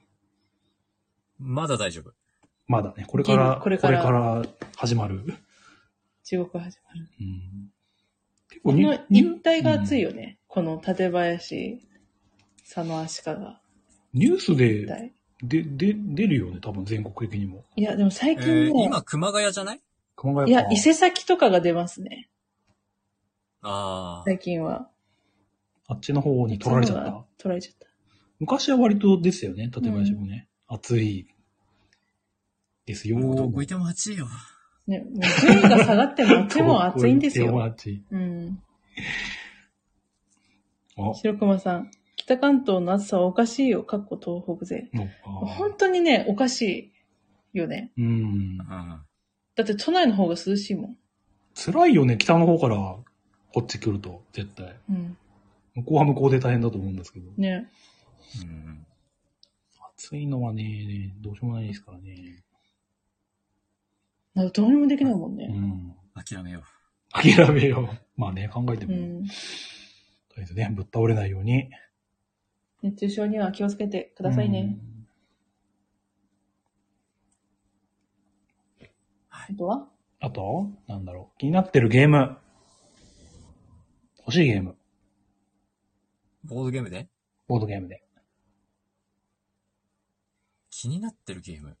まだ大丈夫。 まだね。これから始まる。 地獄始まる。 結構この一帯が暑いよね。この館林、佐野足利。 ニュースで、出るよね。多分全国的にも。 いや、でも最近ね。 今、熊谷じゃない？ 熊谷か。いや、伊勢崎とかが出ますね。 ああ。 最近は。 あっちの方に取られちゃった。 取られちゃった。 昔は割とですよね、館林もね。暑いですよ。 どこ行っても暑いよ。 ね、もう順位が下がってもあっちも暑いんですよ。 どこ行っても暑い。 うん。白熊さん、北関東の暑さはおかしいよ、東北勢。本当にね、おかしいよね。だって都内の方が涼しいもん。 辛いよね、北の方からこっち来ると、絶対。向こうは向こうで大変だと思うんですけど。 ね。 暑いのはね、どうしようもないですからね。 どうにもできないもんね。 諦めよう。 諦めよう。まあね、考えても。とりあえずね、ぶっ倒れないように。 熱中症には気をつけてくださいね。 あとなんだろう。気になってるゲーム。欲しいゲーム。 ボードゲームで？ ボードゲームで。 気になってるゲーム。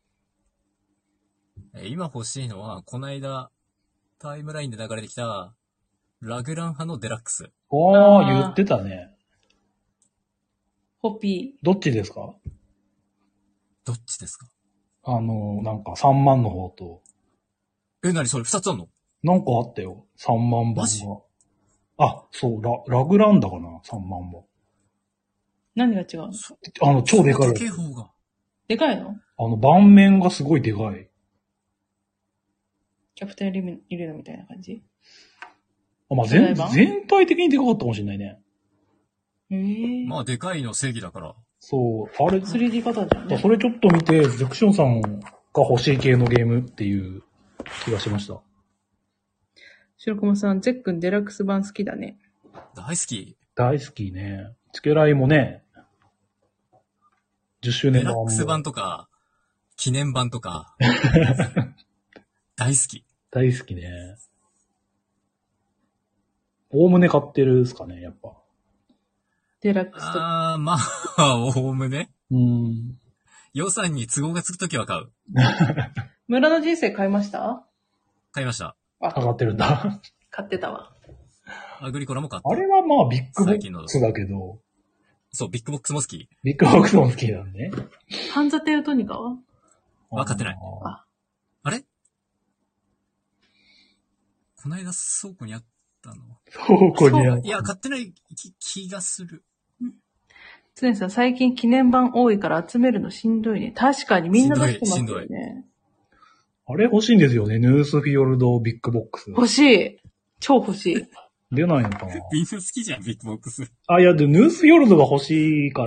今欲しいのは、この間、タイムラインで流れてきた、ラグラン派のデラックス。 言ってたね。 ホッピー。どっちですか？ どっちですか？ なんか3万の方と。 何それ2つあんの？ なんかあったよ。3万番が。そう、ラグランだかな ?3 万番。 何が違うの？超でかい。 でかい方が。 でかいの？ 盤面がすごいでかい。 キャプテンリレーみたいな感じ？ 全体的にでかかったかもしれないね。 まあ、でかいの正義だから。 そう、あれ。 3D パターンじゃんね。 それちょっと見て、ゼクションさんが欲しい系のゲームっていう気がしました。 白熊さん、ゼックンデラックス版好きだね。 大好き。 大好きね。チケライもね、10周年版。デラックス版とか、記念版とか、大好き。 大好きね。おおむね買ってるっすかね、やっぱ。 デラックスとか。 ああ、まあ、おおむね。 うん予算に都合がつくときは買う。 村の人生買いました？ 買いました。 上がってるんだ。 買ってたわ。 アグリコラも買った。 あれはまあビッグボックスだけど。 そう、ビッグボックスも好き。 ビッグボックスも好きなんで。 ハンザテウトニカは？ 買ってない。あれこの間倉庫にあったの。 倉庫にあった。 いや、買ってない気がする。 つねさん、最近記念版多いから集めるのしんどいね。確かにみんな出してますよね。 あれ欲しいんですよね。ヌースフィヨルドビッグボックス。 欲しい。超欲しい。 出ないのかな。 みんな好きじゃん、ビッグボックス。 いや、で、ヌースフィヨルドが欲しいから、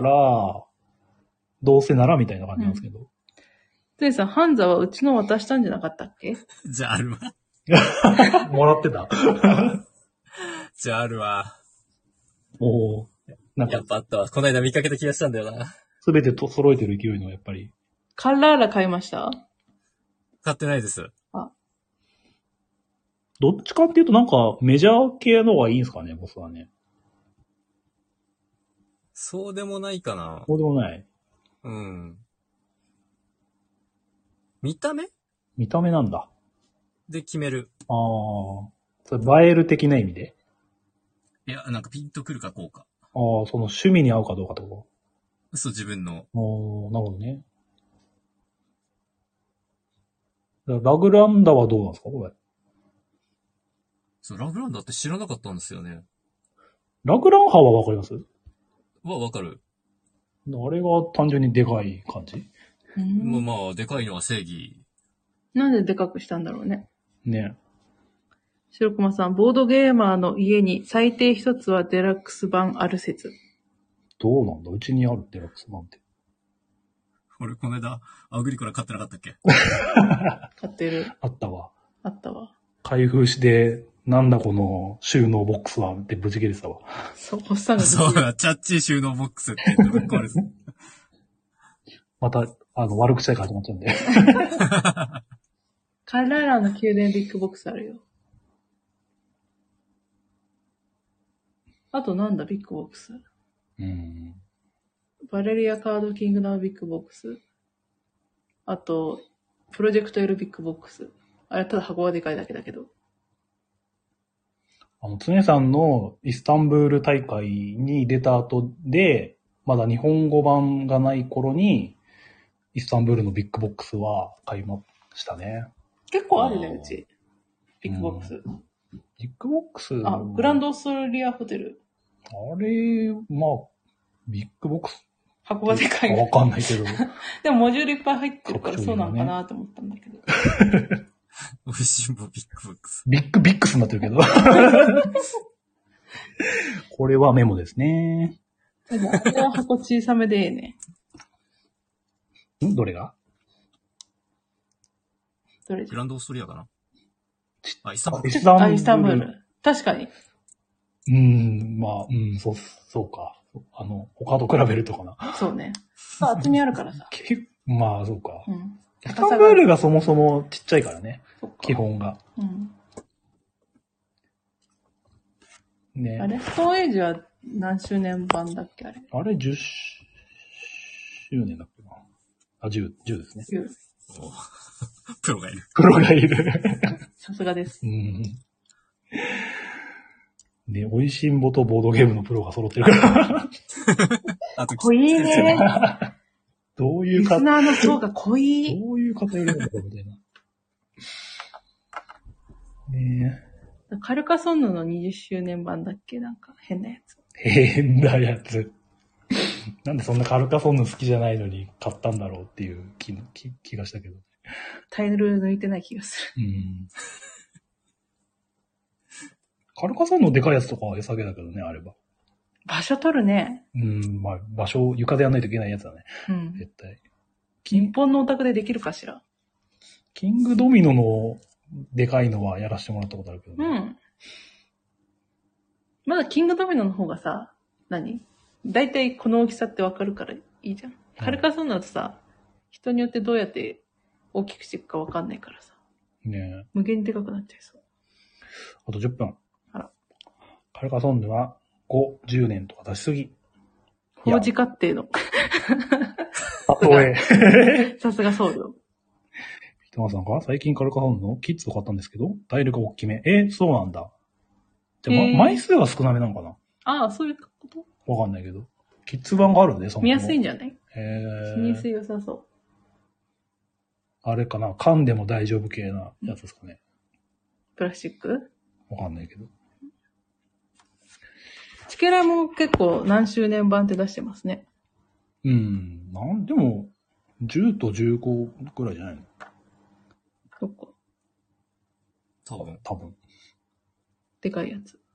どうせならみたいな感じなんですけど。 つねさん、ハンザはうちの渡したんじゃなかったっけ？ じゃああるわ。 もらってたじゃああるわ。 おー。なんかやっぱあったわ。この間見かけた気がしたんだよな。 すべてと揃えてる勢いの、やっぱり。 カラーラ買いました？ 買ってないです。 どっちかっていうとなんかメジャー系の方がいいんですかね、ボスはね。 そうでもないかな。 そうでもない。 うん。見た目なんだ。 で決める。 ああ。それ映える的な意味で。 いや、なんかピンとくるかこうか。 ああ、その趣味に合うかどうかってこそう、自分の。 と。なるほどね。ラグランダはどうなんですかこれ。 そう、ラグランダって知らなかったんですよね。 ラグランハはわかります？ わかる。 あれが単純にでかい感じ？ まあ、でかいのは正義。 なんででかくしたんだろうね。 ね。 白駒さん、ボードゲーマーの家に最低一つはデラックス版ある説。 どうなんだうちにあるデラックス版って。 俺、この間、アグリコラ買ってなかったっけ？ 買ってる。 あったわ。開封して、なんだこの収納ボックスはってブチ切れてたわ。 そう、おっさんがそうだ、チャッチー収納ボックスって言ってぶっ壊れてまた、悪口会が始まっちゃうんで。 カラーラの宮殿ビッグボックスあるよ。あとなんだ、ビッグボックス。バレリアカードキングダムビッグボックス。あと、プロジェクト L ビッグボックス。あれただ箱がでかいだけだけど。 常さんのイスタンブール大会に出た後で、まだ日本語版がない頃に、イスタンブールのビッグボックスは買いましたね。 結構あるね、うち。ビッグボックス。 ビッグボックス。 グランドオーストリアホテル。 あれ、まあ、ビッグボックス。 箱がでかい。 わかんないけど。 でもモジュールいっぱい入ってるからそうなのかなと思ったんだけど。 美味しんぼビッグボックス。 ビッグスになってるけど。これはメモですね。 でも、これは箱小さめでいいね。 どれが？ グランドオーストリアかな？イスタンブール。 イスタンブール。確かに。 まあ、そうか。他と比べるとかな。 そうね。厚みあるからさ。 まあ、そうか。イスタンブールがそもそもちっちゃいからね。基本が。ね。 あれストーンエイジは何周年版だっけあれ 10周年だっけな。10ですね。 10。プロがいる。 さすがです。 ね、美味しんぼとボードゲームのプロが揃ってるから。 あと、濃いね。 どういうリスナーの層が濃い。 どういう方いるのかみたいな。ねえ。カルカソンヌの20周年版だっけなんか変なやつ。 変なやつ。なんでそんなカルカソンヌ好きじゃないのに買ったんだろうっていう気がしたけど。 タイル抜いてない気がする。 カルカソンヌのでかいやつとかは良さげだけどね、あれば。 場所取るね。 まあ、場所、床でやんないといけないやつだね。絶対。 日本のお宅でできるかしら。 キングドミノのでかいのはやらせてもらったことあるけどね。まだキングドミノの方がさ、だいたいこの大きさってわかるからいいじゃん。カルカソンヌだとさ、人によってどうやって大きくしていくかわかんないからさ。 ね無限にでかくなっちゃいそう。 あと10分。 あら。 カルカソンヌは5、10年とか出しすぎ。 法事家庭の。 例え。 さすが僧侶。 ピタマさんか最近カルカソンヌのキッズを買ったんですけど、タイルが大きめ。そうなんだ。じゃあ、枚数が少なめなのかな？ ああ、そういうことわかんないけど。キッズ版があるね、 見やすいんじゃない？見やすい良さそう。 あれかな、噛んでも大丈夫系なやつですかね。 プラスチック？ わかんないけど。 チケラも結構何周年版って出してますね。 でも、10と15くらいじゃないの？ そっか。 多分。 でかいやつ。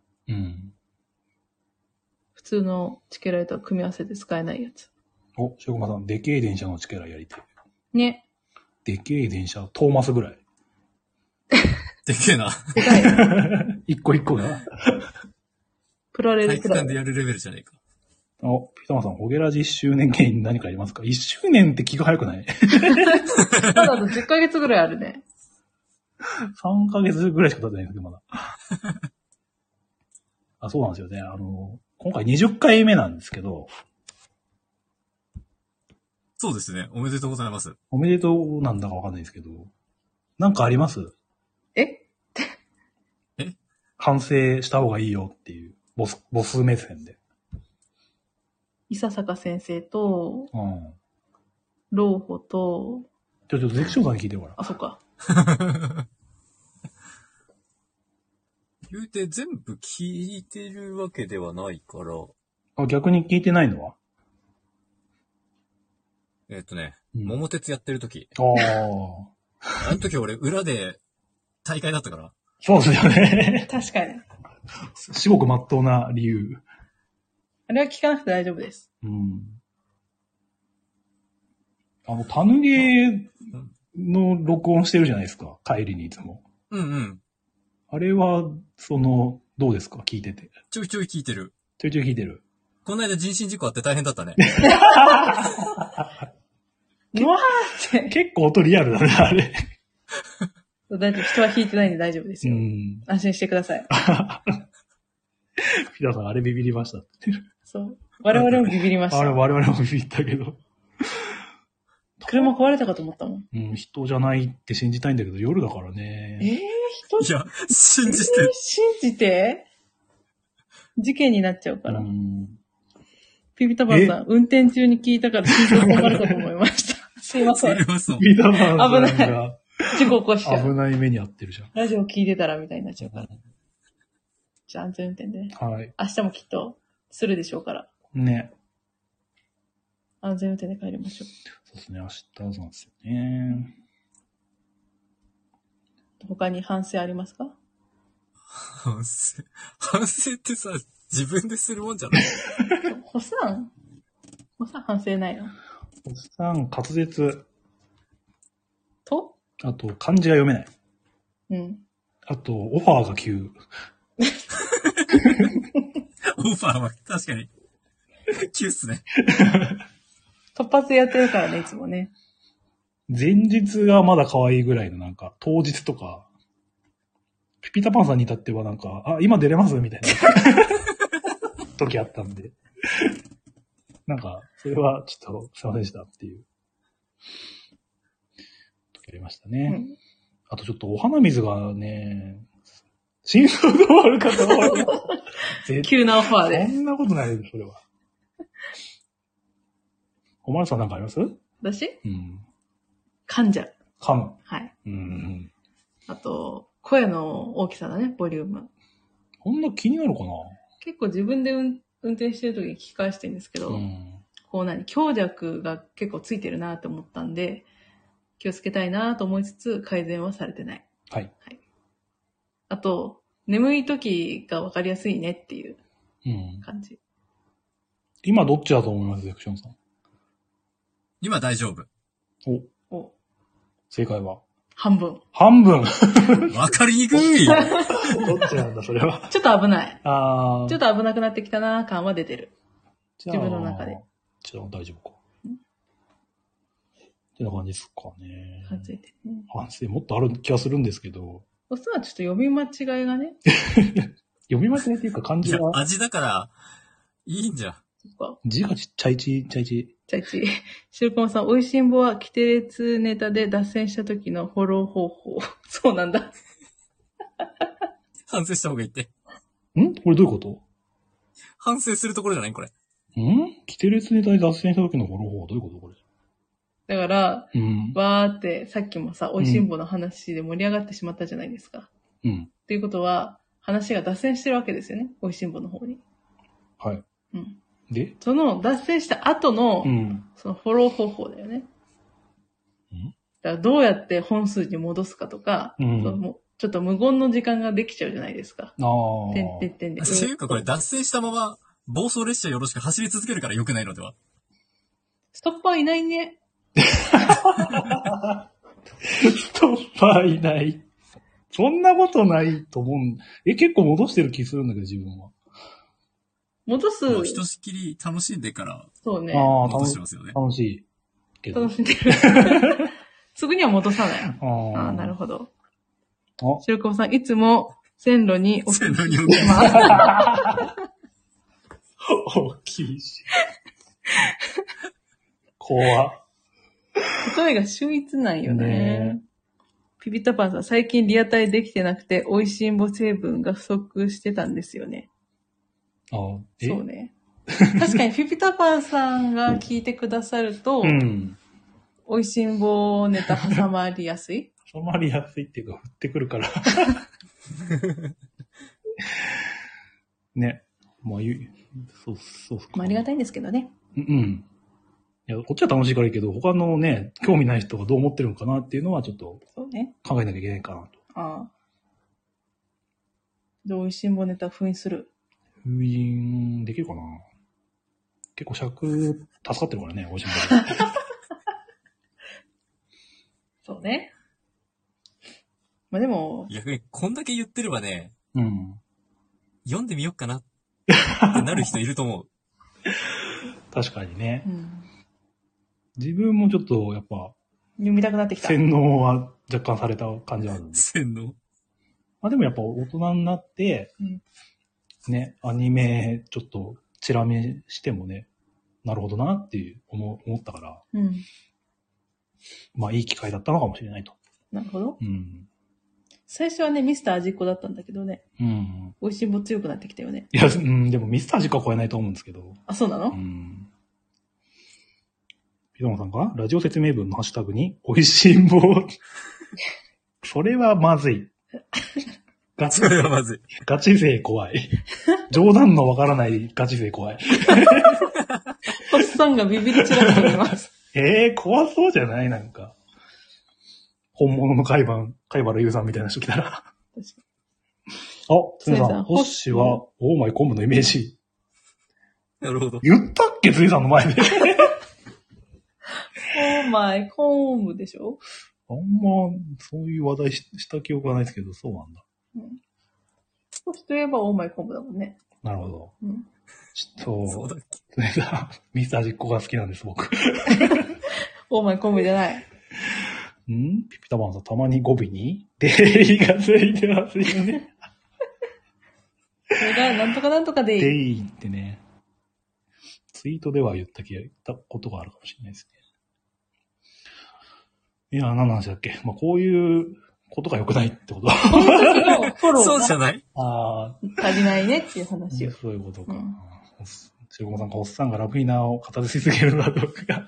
普通のチケラとは組み合わせて使えないやつ。 しょうまさん、でけえ電車のチケラやりたい。 ね。 でけえ電車、トーマスぐらい。 でけえな。 でかい。 一個一個が。 プラレ体育館でやるレベルじゃねえか。 ピタマさん、ホゲラ10周年記念に何かありますか？ 1 周年って気が早くない？ まだあと10ヶ月ぐらいあるね。 3ヶ月ぐらいしか経ってないんですけど、まだ。そうなんですよね。今回20回目なんですけど。 そうですね。おめでとうございます。 おめでとうなんだかわかんないですけど。なんかあります？反省した方がいいよっていう、ボス目線で。 伊佐坂先生と、老婆と、 ちょっとゼクションさんに聞いてるから。 あ、そっか。 言うて全部聞いてるわけではないから。 逆に聞いてないのは？ 桃鉄やってる時。 あの時俺裏で大会だったから。 そうですよね。 確かに。 至極真っ当な理由。 あれは聞かなくて大丈夫です。 タヌゲーの録音してるじゃないですか。帰りにいつも。あれは、どうですか？聞いてて。 ちょいちょい聞いてる。 この間人身事故あって大変だったね。 うわーって。 結構音リアルだね、あれ。 大丈夫。人は弾いてないんで大丈夫ですよ。安心してください。 ピタさん、あれビビりましたって。 そう。我々もビビりました。 我々もビビったけど。 車壊れたかと思ったもん。人じゃないって信じたいんだけど、夜だからね。 人いや、信じて。 信じて事件になっちゃうから。ピピタパンさん、運転中に聞いたから心臓止まるかと思いました。すいません。 ピピタパンさんが危ない。事故起こしちゃう。 危ない目に遭ってるじゃん。 ラジオ聞いてたらみたいになっちゃうから。じゃあ安全運転でね。 はい。 明日もきっとするでしょうから。 ね。 安全運転で帰りましょう。 そうですね、明日なんですよね。 他に反省ありますか？ 反省ってさ、自分でするもんじゃない？ ホさん反省ないの？ ホさん、滑舌。 と？ あと、漢字が読めない。あと、オファーが急。 オファーは確かに急っすね。 突発でやってるからね、いつもね。 前日がまだ可愛いぐらいの当日とか、ピピタパンさんに至っては今出れますみたいな時あったんで。それはちょっとすいませんでしたっていう。時ありましたね。あとちょっとお花水がね、心臓が終わるかと思う。 急なオファーで。 そんなことないです、それは。おまるさんなんかあります？ 私？噛んじゃう。 噛む。 はい。あと、声の大きさだね、ボリューム。 こんな気になるかな？ 結構自分で運転してる時に聞き返してるんですけど、強弱が結構ついてるなと思ったんで、気をつけたいなと思いつつ、改善はされてない。 はい。 あと、眠い時が分かりやすいねっていう感じ。 今どっちだと思います、ゼクションさん？ 今大丈夫。 お。正解は半分。 わかりにくい。 どっちなんだ、それは。 ちょっと危ない。 ちょっと危なくなってきたな感は出てる。自分の中で。 じゃあ大丈夫か。ってな感じですかね。反省もっとある気がするんですけど。 おそらくちょっと読み間違いがね。 読み間違いっていうか漢字が。 味だから、いいんじゃ。 字がちっちゃいち。 シルコマさん、おいしんぼは規定列ネタで脱線した時のフォロー方法。そうなんだ。 反省した方がいいって。 これどういうこと？ 反省するところじゃないこれ。 規定列ネタで脱線した時のフォロー方法どういうことこれ？ だから、わーって、さっきもさ、おいしんぼの話で盛り上がってしまったじゃないですか。っていうことは、話が脱線してるわけですよね。おいしんぼの方に。 はい。でその脱線した後の、そのフォロー方法だよね。だからどうやって本数に戻すかとか、ちょっと無言の時間ができちゃうじゃないですか。てんで。 というかこれ脱線したまま、暴走列車よろしく走り続けるから良くないのでは？ ストッパーいないね。 ストッパーいない。そんなことないと思う。結構戻してる気するんだけど、自分は。 戻す。 ひとしきり楽しんでから。 そうね。 戻してますよね。 楽しいけど。 楽しんでる。すぐには戻さない。なるほど。白熊さん、いつも線路に置きます。 大きいし。怖っ。 例えが秀逸なんよね。ピピタパンさん、最近リアタイできてなくて、美味しんぼ成分が不足してたんですよね。そうね。確かにピピタパンさんが聞いてくださると、美味しんぼネタ挟まりやすい？ 挟まりやすいっていうか、降ってくるから。ね。まあ、そう。 まあ、ありがたいんですけどね。 いや、こっちは楽しいからいいけど、他のね、興味ない人がどう思ってるのかなっていうのはちょっと考えなきゃいけないかなと。 で、美味しんぼネタ封印する。 封印できるかな？結構尺助かってるからね、美味しんぼ。 そうね。まあでも。 逆にこんだけ言ってればね、読んでみようかなってなる人いると思う。 確かにね。自分もちょっとやっぱ読みたくなってきた。 洗脳は若干された感じはあるんで。 洗脳。 まあでもやっぱ大人になって、ね、アニメちょっとチラ見してもね、なるほどなっていう思ったから、まあいい機会だったのかもしれないと。 なるほど。最初はね、ミスター味っ子だったんだけどね。美味しんぼ強くなってきたよね。 いや、でもミスター味っ子は超えないと思うんですけど。 あ、そうなの？ ピザマさんがラジオ説明文のハッシュタグに美味しんぼ。それはまずい。 それはまずい。 ガチ勢怖い。冗談のわからないガチ勢怖い。 おっさんがビビり散らしております。 怖そうじゃないなんか。本物の貝原優さんみたいな人来たら。あ、つねさん、ホッシはオーマイ昆布のイメージ。 なるほど。 言ったっけつねさんの前で。 オーマイ昆布でしょ？ あんま、そういう話題した記憶はないですけど、そうなんだ。 ホッシといえばオーマイ昆布だもんね。 なるほど。ちょっと、つねさん、ミスター実行が好きなんです、僕。 オーマイ昆布じゃない。 ピピタパンさん、たまに語尾にデイがついてますよね。 それが、なんとかなんとかデイ。 デイってね、ツイートでは言ったことがあるかもしれないですね。いや、何の話だっけ？まあ、こういうことが良くないってこと。 この時のフォローそうじゃない？ 足りないねっていう話を。 そういうことか。白駒さんかおっさんがラブヒナを片付けすぎるのはどうか。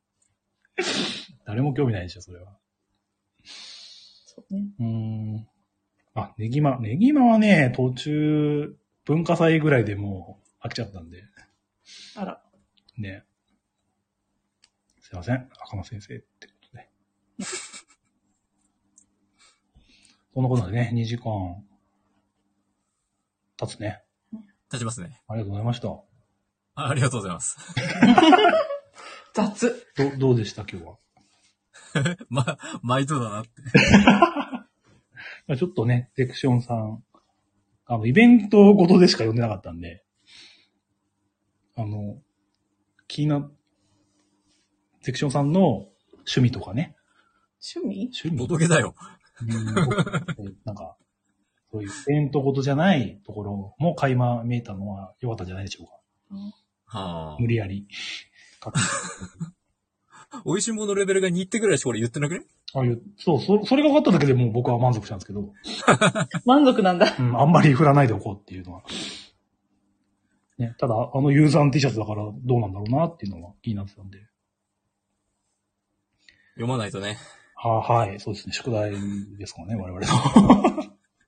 誰も興味ないでしょ、それは。 そうね。 ネギマはね、途中、文化祭ぐらいでもう飽きちゃったんで。 あら。 ね。すいません、赤間先生ってことで。そんなことでね、2時間経つね。 経ちますね。 ありがとうございました。 ありがとうございます。 雑。 どうでした今日は。 毎度だなって。 ちょっとね、セクションさん、イベントごとでしか読んでなかったんで、セクションさんの趣味とかね。 趣味ボトゲだよ。 なんか、そういうイベントごとじゃないところも垣間見えたのは良かったんじゃないでしょうか。 はあ。 無理やり。 美味しんぼのレベルが2ってぐらいしか俺言ってなくね？ そう、それが分かっただけでもう僕は満足したんですけど。 満足なんだ。 うん、あんまり振らないでおこうっていうのは。ね、ただ、ユーザーの T シャツだからどうなんだろうなっていうのは気になってたんで。 読まないとね。 はい、そうですね。宿題ですからね、我々の。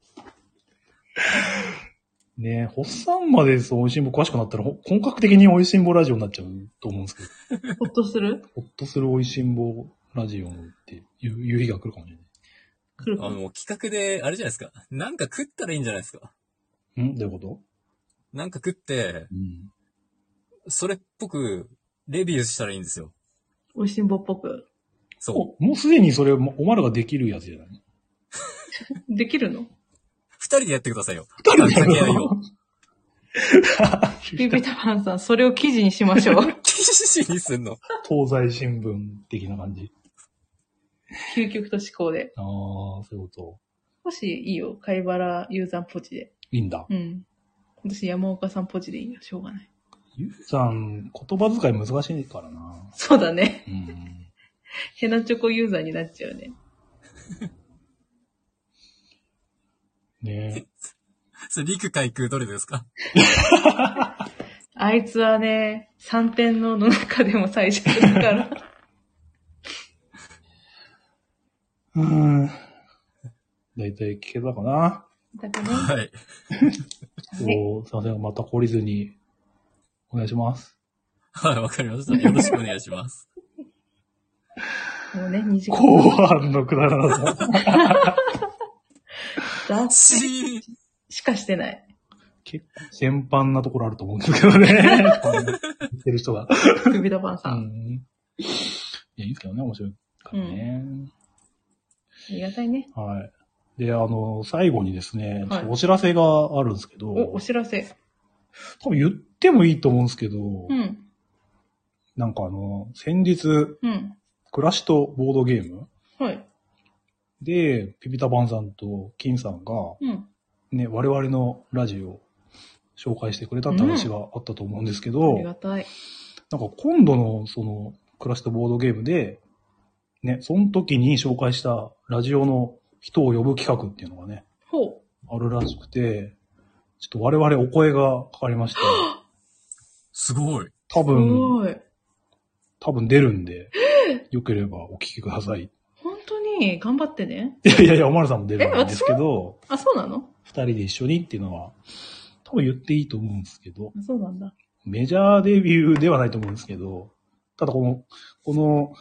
ねえ、ホッサンまでそう、美味しんぼ詳しくなったら、本格的に美味しんぼラジオになっちゃうと思うんですけど。 ほっとする美味しんぼラジオっていう日が来るかもしれない。 来るかも。企画で、あれじゃないですか。なんか食ったらいいんじゃないですか。 どういうこと？ なんか食って、それっぽく、レビューしたらいいんですよ。 美味しんぼっぽく。 そう。もうすでにそれ、お前らができるやつじゃない？ できるの？ 二人でやってくださいよ。 二人でやる掛け合いを。 ピピタパンさん、それを記事にしましょう。 記事にすんの？ 東西新聞的な感じ。 究極と思考で。 ああ、そういうこと。 もしいいよ。貝原ユーザーポチで。 いいんだ。 うん。私山岡さんポチでいいよ。しょうがない。 ユーザー言葉遣い難しいからな。 そうだね。ヘナチョコユーザーになっちゃうね。 ねえ。 それ陸海空どれですか？ あいつはね、3点の中でも最初だから。 だいたい聞けたかな。 だからね。 はい。 すいません。また懲りずに、お願いします。 はい、わかりました。よろしくお願いします。 もうね、2時間。 後半のくだらなさ。 しかしてない。 結構先般なところあると思うんですけどね。言ってる人が。 首田パンさん。 いや、いいですけどね、面白いからね。 ありがたいね。 はい。で、最後にですね、 はい、 お知らせがあるんですけど。 お知らせ。 多分言ってもいいと思うんですけど、なんか先日、暮らしとボードゲーム、で、ピピタパンさんと金さんが、ね、我々のラジオを紹介してくれたって話があったと思うんですけど、 ありがたい。 なんか今度の暮らしとボードゲームで、ね、その時に紹介したラジオの人を呼ぶ企画っていうのがね、あるらしくて、ちょっと我々お声がかかりまして。 すごい。 多分出るんで、よければお聞きください。 本当に頑張ってね。 いや、おまるさんも出るんですけど。 あ、そうなの？ 二人で一緒にっていうのは、多分言っていいと思うんですけど。 そうなんだ。 メジャーデビューではないと思うんですけど、ただこの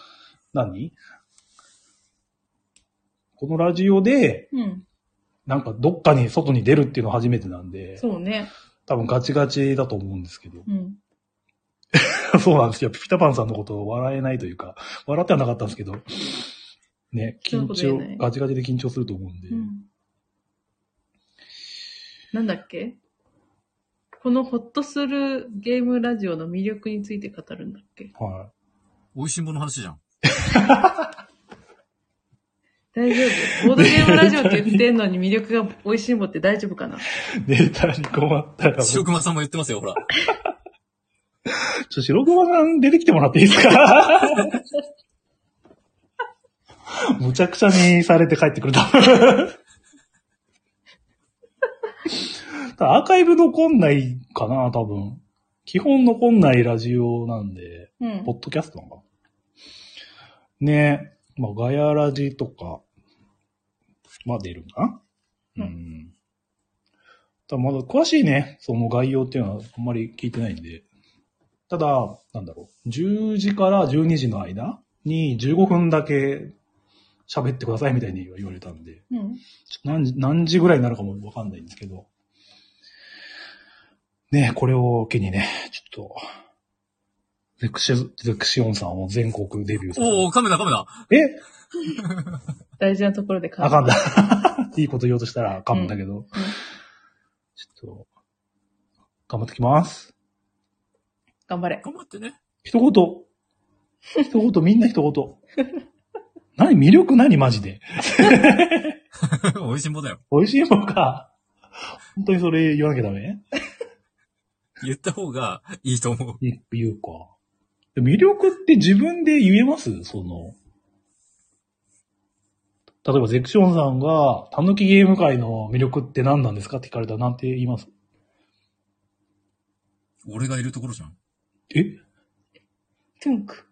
ラジオで、なんかどっかに外に出るっていうのは初めてなんで、 そうね。 多分ガチガチだと思うんですけど。そうなんですよ。ピピタパンさんのことを笑えないというか、笑ってはなかったんですけど、ね、ガチガチで緊張すると思うんで。 なんだっけ？このホッとするゲームラジオの魅力について語るんだっけ？ はい。 美味しんぼの話じゃん。 大丈夫。ボードゲームラジオって言ってんのに魅力が美味しんぼって大丈夫かな？ ネタに困ったら。 白熊さんも言ってますよ、ほら。 白熊さん出てきてもらっていいですか？むちゃくちゃにされて帰ってくると。アーカイブ残んないかな、多分。基本残んないラジオなんで、ポッドキャストなのかな。ね、まあ、ガヤラジとか、まあ出るかな。ただまだ詳しいね、その概要っていうのはあんまり聞いてないんで。ただ、10時から12時の間に15分だけ喋ってくださいみたいに言われたんで、何時ぐらいになるかもわかんないんですけど、ね、これを機にね、ちょっと、ゼクシオンさんを全国デビューさせて。 噛めだ。 大事なところで噛んだ。あかんだ。いいこと言おうとしたら噛むんだけど、ちょっと、頑張ってきます。 頑張れ。 頑張ってね。 一言、みんな一言。魅力何マジで。 美味しんぼだよ。 美味しんぼか。本当にそれ言わなきゃダメ？ 言った方がいいと思う。 言うか。魅力って自分で言えます？例えばゼクションさんが、たぬきゲーム界の魅力って何なんですかって聞かれたらなんて言います？ 俺がいるところじゃん。 トゥンク。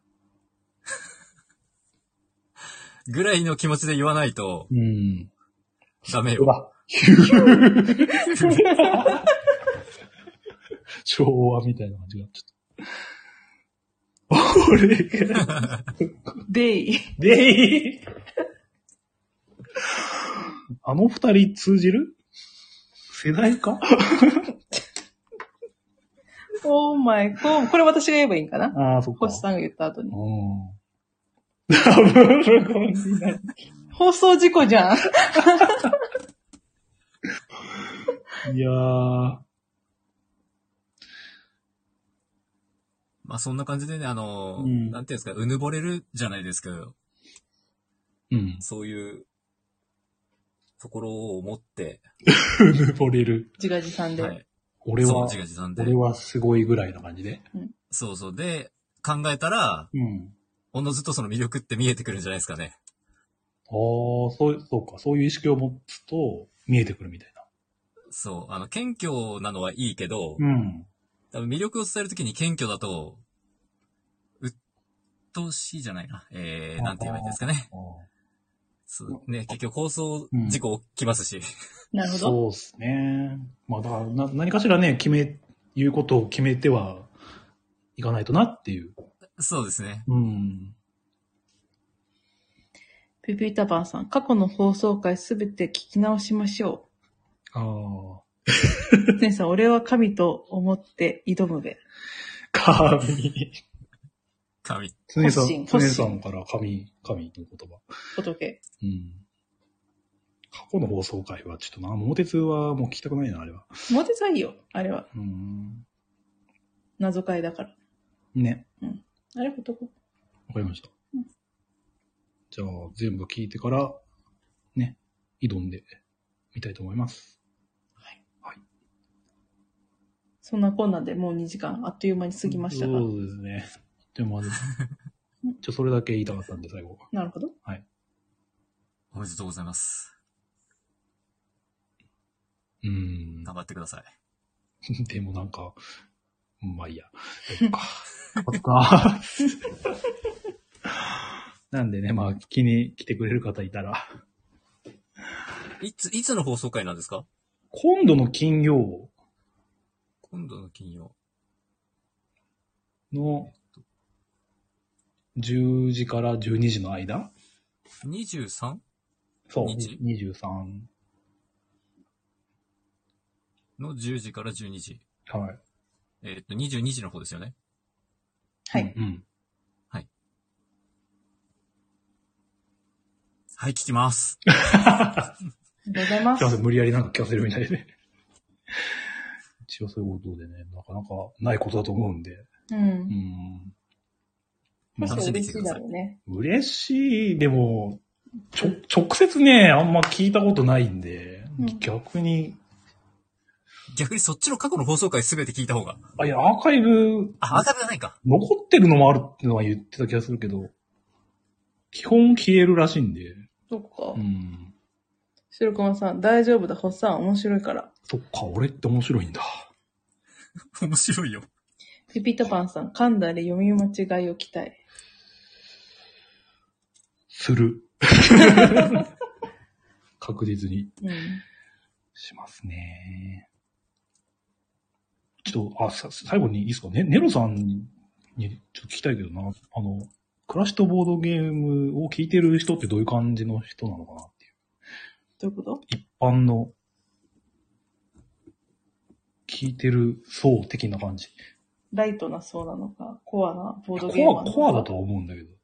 ぐらいの気持ちで言わないと、ダメよ。 昭和みたいな感じがちょっと。俺が。 デイ。 あの二人通じる？世代か？ オーマイゴー。これ私が言えばいいんかな？ ああ、そっか。 星さんが言った後に。 ダブルゴンになる。 放送事故じゃん。 いやー。 まあそんな感じでね、なんていうんですか、うぬぼれるじゃないですけど、そういうところを持って、 うぬぼれる。 自画自賛で。はい。 俺はすごいぐらいな感じで。 そうそう。で、考えたら、おのずとその魅力って見えてくるんじゃないですかね。 そうか。そういう意識を持つと見えてくるみたいな。 そう。謙虚なのはいいけど、多分魅力を伝えるときに謙虚だと、鬱陶しいじゃないな。なんて言えばいいんですかね。そうね、結局放送事故起きますし。 なるほど。 そうですね。まあだから何かしらね、言うことを決めてはいかないとなっていう。 そうですね。 ピピタパンさん、過去の放送回すべて聞き直しましょう。ねさん、俺は神と思って挑むべ。 神。常さんから神の言葉。 仏。 過去の放送回はちょっとな、桃鉄はもう聞きたくないな、あれは。 桃鉄はいいよ、あれは。謎回だから。 ね。 あれ、男。わかりました。じゃあ、全部聞いてから、ね、挑んでみたいと思います。はい。 そんなこんなでもう2時間あっという間に過ぎましたが。 そうですね。でも、それだけ言いたかったんで、最後。 なるほど。 はい。 おめでとうございます。頑張ってください。でもなんか、まあいいや。そっか。なんでね、まあ、聞きに来てくれる方いたら。 いつの放送回なんですか？ 今度の金曜の10時から12時の間 23? そう、23 の10時から12時。 はい。 22時の方ですよね。 はい。 はい。はい、聞きます。 ありがとうございます。 すいません、無理やりなんか聞かせるみたいで。一応そういうことでね、なかなかないことだと思うんで。 楽しんできてください。 嬉しい。でも、直接ね、あんま聞いたことないんで、逆にそっちの過去の放送回すべて聞いた方が。 いや、アーカイブ。 アーカイブじゃないか。 残ってるのもあるってのは言ってた気がするけど、基本消えるらしいんで。 そっか。白熊さん、大丈夫だ、ホッサン、面白いから。 そっか、俺って面白いんだ。 面白いよ。 ピピタパンさん、噛んだり読み間違いを期待。 する。確実に。しますね。ちょっと、最後にいいですかね。ネロさんにちょっと聞きたいけどな。クラシとボードゲームを聞いてる人ってどういう感じの人なのかなっていう。 どういうこと？ 一般の聞いてる層的な感じ。 ライトな層なのか、コアなボードゲームなのか。 コアだとは思うんだけど。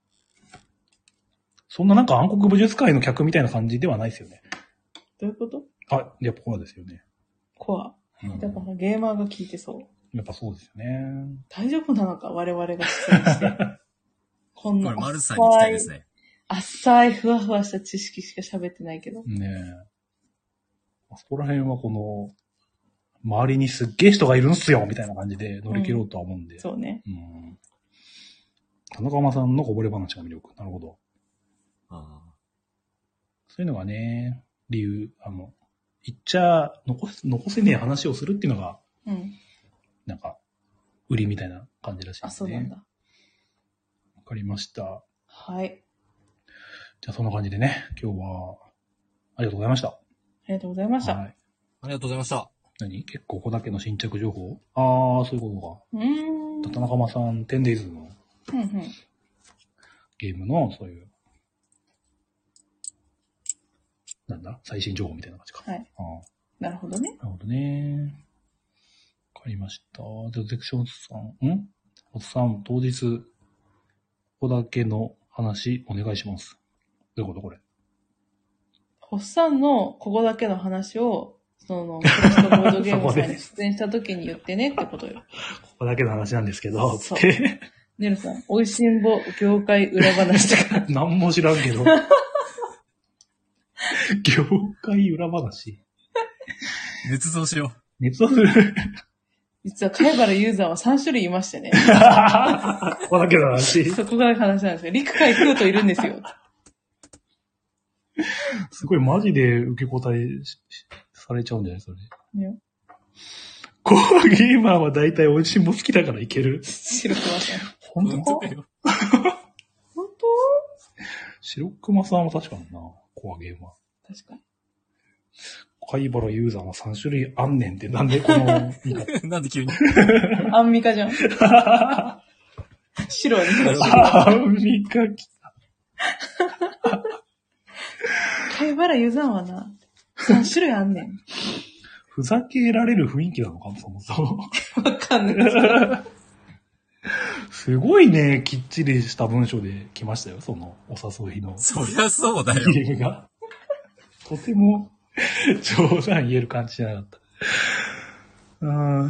そんななんか暗黒武術界の客みたいな感じではないですよね。 どういうこと？ やっぱコアですよね。 コア。だからゲーマーが聞いてそう。 やっぱそうですよね。 大丈夫なのか、我々が出演して。こんな。 これ、丸さんに期待ですね。 浅い、ふわふわした知識しか喋ってないけど。 ねえ。そこら辺はこの、 周りにすっげえ人がいるんすよみたいな感じで乗り切ろうとは思うんで。 そうね。 田中間さんのこぼれ話が魅力。なるほど。そういうのがね、理由、言っちゃ、残せねえ話をするっていうのが、なんか、売りみたいな感じらしいですね。 そうなんだ。 わかりました。 はい。 じゃあそんな感じでね、今日は、ありがとうございました。 ありがとうございました。はい。 ありがとうございました。 結構ここだけの新着情報？ああ、そういうことか。田中間さん、10days のゲームの、そういう、なんだ最新情報みたいな感じか。 はい。なるほどね。 なるほどね。わかりました。じゃあ、ゼクションさん、おっさん、当日、ここだけの話、お願いします。どういうことこれ？ ホッサンのここだけの話を、クラフトボードゲームさんに出演した時に言ってねってことよ。 ここだけの話なんですけど、 そう。ネルさん、美味しんぼ業界裏話とか。 なんも知らんけど。業界裏話。 捏造しよう。捏造する。 実は貝原ユーザーは3種類いましてね。 ここだけの話。 そこだけの話なんですよ。陸海空といるんですよ。 すごいマジで受け答えされちゃうんじゃないそれ。ね。コアゲーマーは大体美味しいも好きだからいける。 白熊さん。 本当かよ。 本当？ 白熊さんは確かにな。コアゲーマー。確かに。 貝原ユーザーは3種類あんねんってなんでこのなんで急にアンミカじゃん。白に。 アンミカ来た。 貝原ユーザーはな、3種類あんねん。 ふざけられる雰囲気なのかな、そもそも。 わかんない。 すごいね、きっちりした文章で来ましたよ、そのお誘いの。 そりゃそうだよ。 ゲームが。とても冗談言える感じじゃなかった。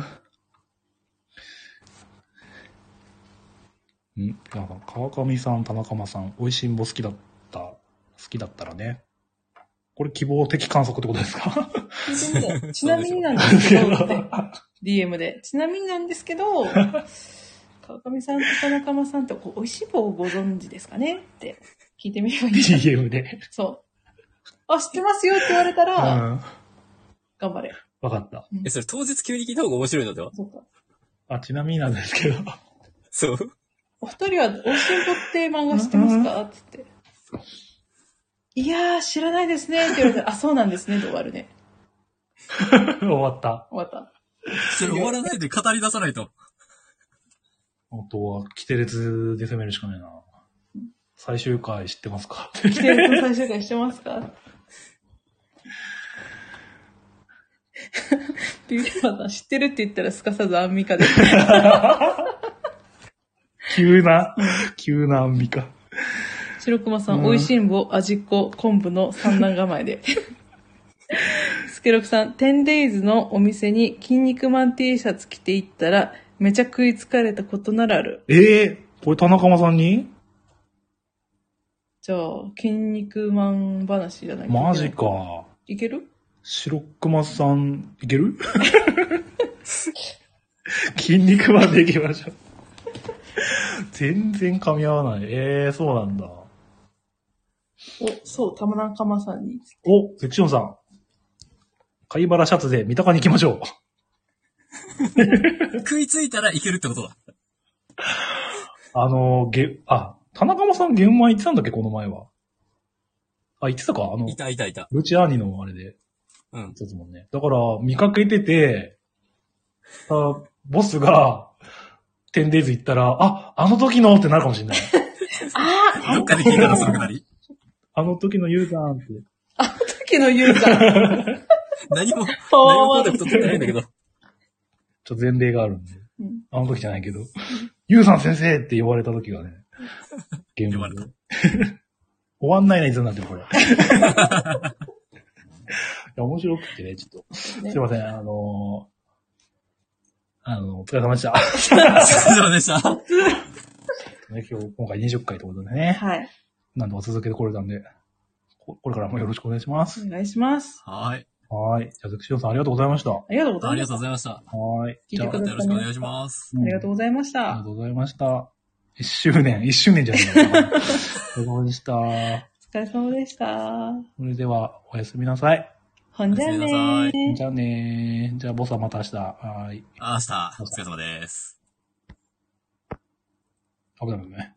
なんか川上さん、田中間さん、美味しんぼ好きだったらね。これ希望的観測ってことですか？ ちなみになんですけど、DM で。ちなみになんですけど、川上さんと田中間さんって美味しい棒をご存知ですかねって聞いてみればいい。 DM で。 そう。あ、知ってますよって言われたら、頑張れ。 わかった。 それ当日急に聞いた方が面白いのでは？ そうか。 あ、ちなみになんですけど。 そう。 お二人は美味しんぼって漫画知ってますかつって。いやー、知らないですねって言われたら、あ、そうなんですねって終わるね。 終わった。 終わった。 それ終わらないで語り出さないと。 あとは、キテレツで攻めるしかないな。最終回知ってますか？ キテレツ最終回知ってますか？ビビバさん知ってるって言ったらすかさずアンミカです。 急なアンミカ。 白熊さん、美味しんぼ、味っ子、昆布の三段構えで。スケロクさん、10days のお店に筋肉マン T シャツ着ていったら、めちゃ食いつかれたことならある。 これ田中間さんに？ じゃあ、筋肉マン話じゃないか。 マジか。 いける？ 白熊さん、いける？筋肉マンでいきましょう。全然噛み合わない。そうなんだ。 そう、田中間さんに。 セクションさん。貝原シャツで三鷹に行きましょう。 食いついたらいけるってことだ。 田中間さん現場行ってたんだっけ、この前は。行ってたかいた。 ルチアーニのあれで。 うん。 そうですもんね。だから、見かけてて、ボスが、10days行ったら、あの時のってなるかもしれない。 どっかで聞いたらそのくだり。 あの時のユーザーって。 あの時のユーザー。 何もコンタクト取ってないんだけど。 ちょっと前例があるんで。あの時じゃないけど。ユーザー先生って呼ばれた時がね。現場で。終わんないな、いつになってる、これ。いや、面白くてね、ちょっと。すいません、お疲れ様でした。 お疲れ様でした。 今回20回ってことでね。 はい。 何度か続けてこれたんで、これからもよろしくお願いします。 お願いします。 はい。 はい。じゃあ、ゼクシオンさんありがとうございました。 ありがとうございました。 ありがとうございました。 はい。 聞いてください。 よろしくお願いします。 ありがとうございました。 ありがとうございました。1周年じゃないかな。お疲れ様でした。お疲れ様でした。 それでは、おやすみなさい。 ほんじゃねー。 じゃあねー。じゃあ、ボスはまた明日。はい。 明日、お疲れ様です。 危ないね。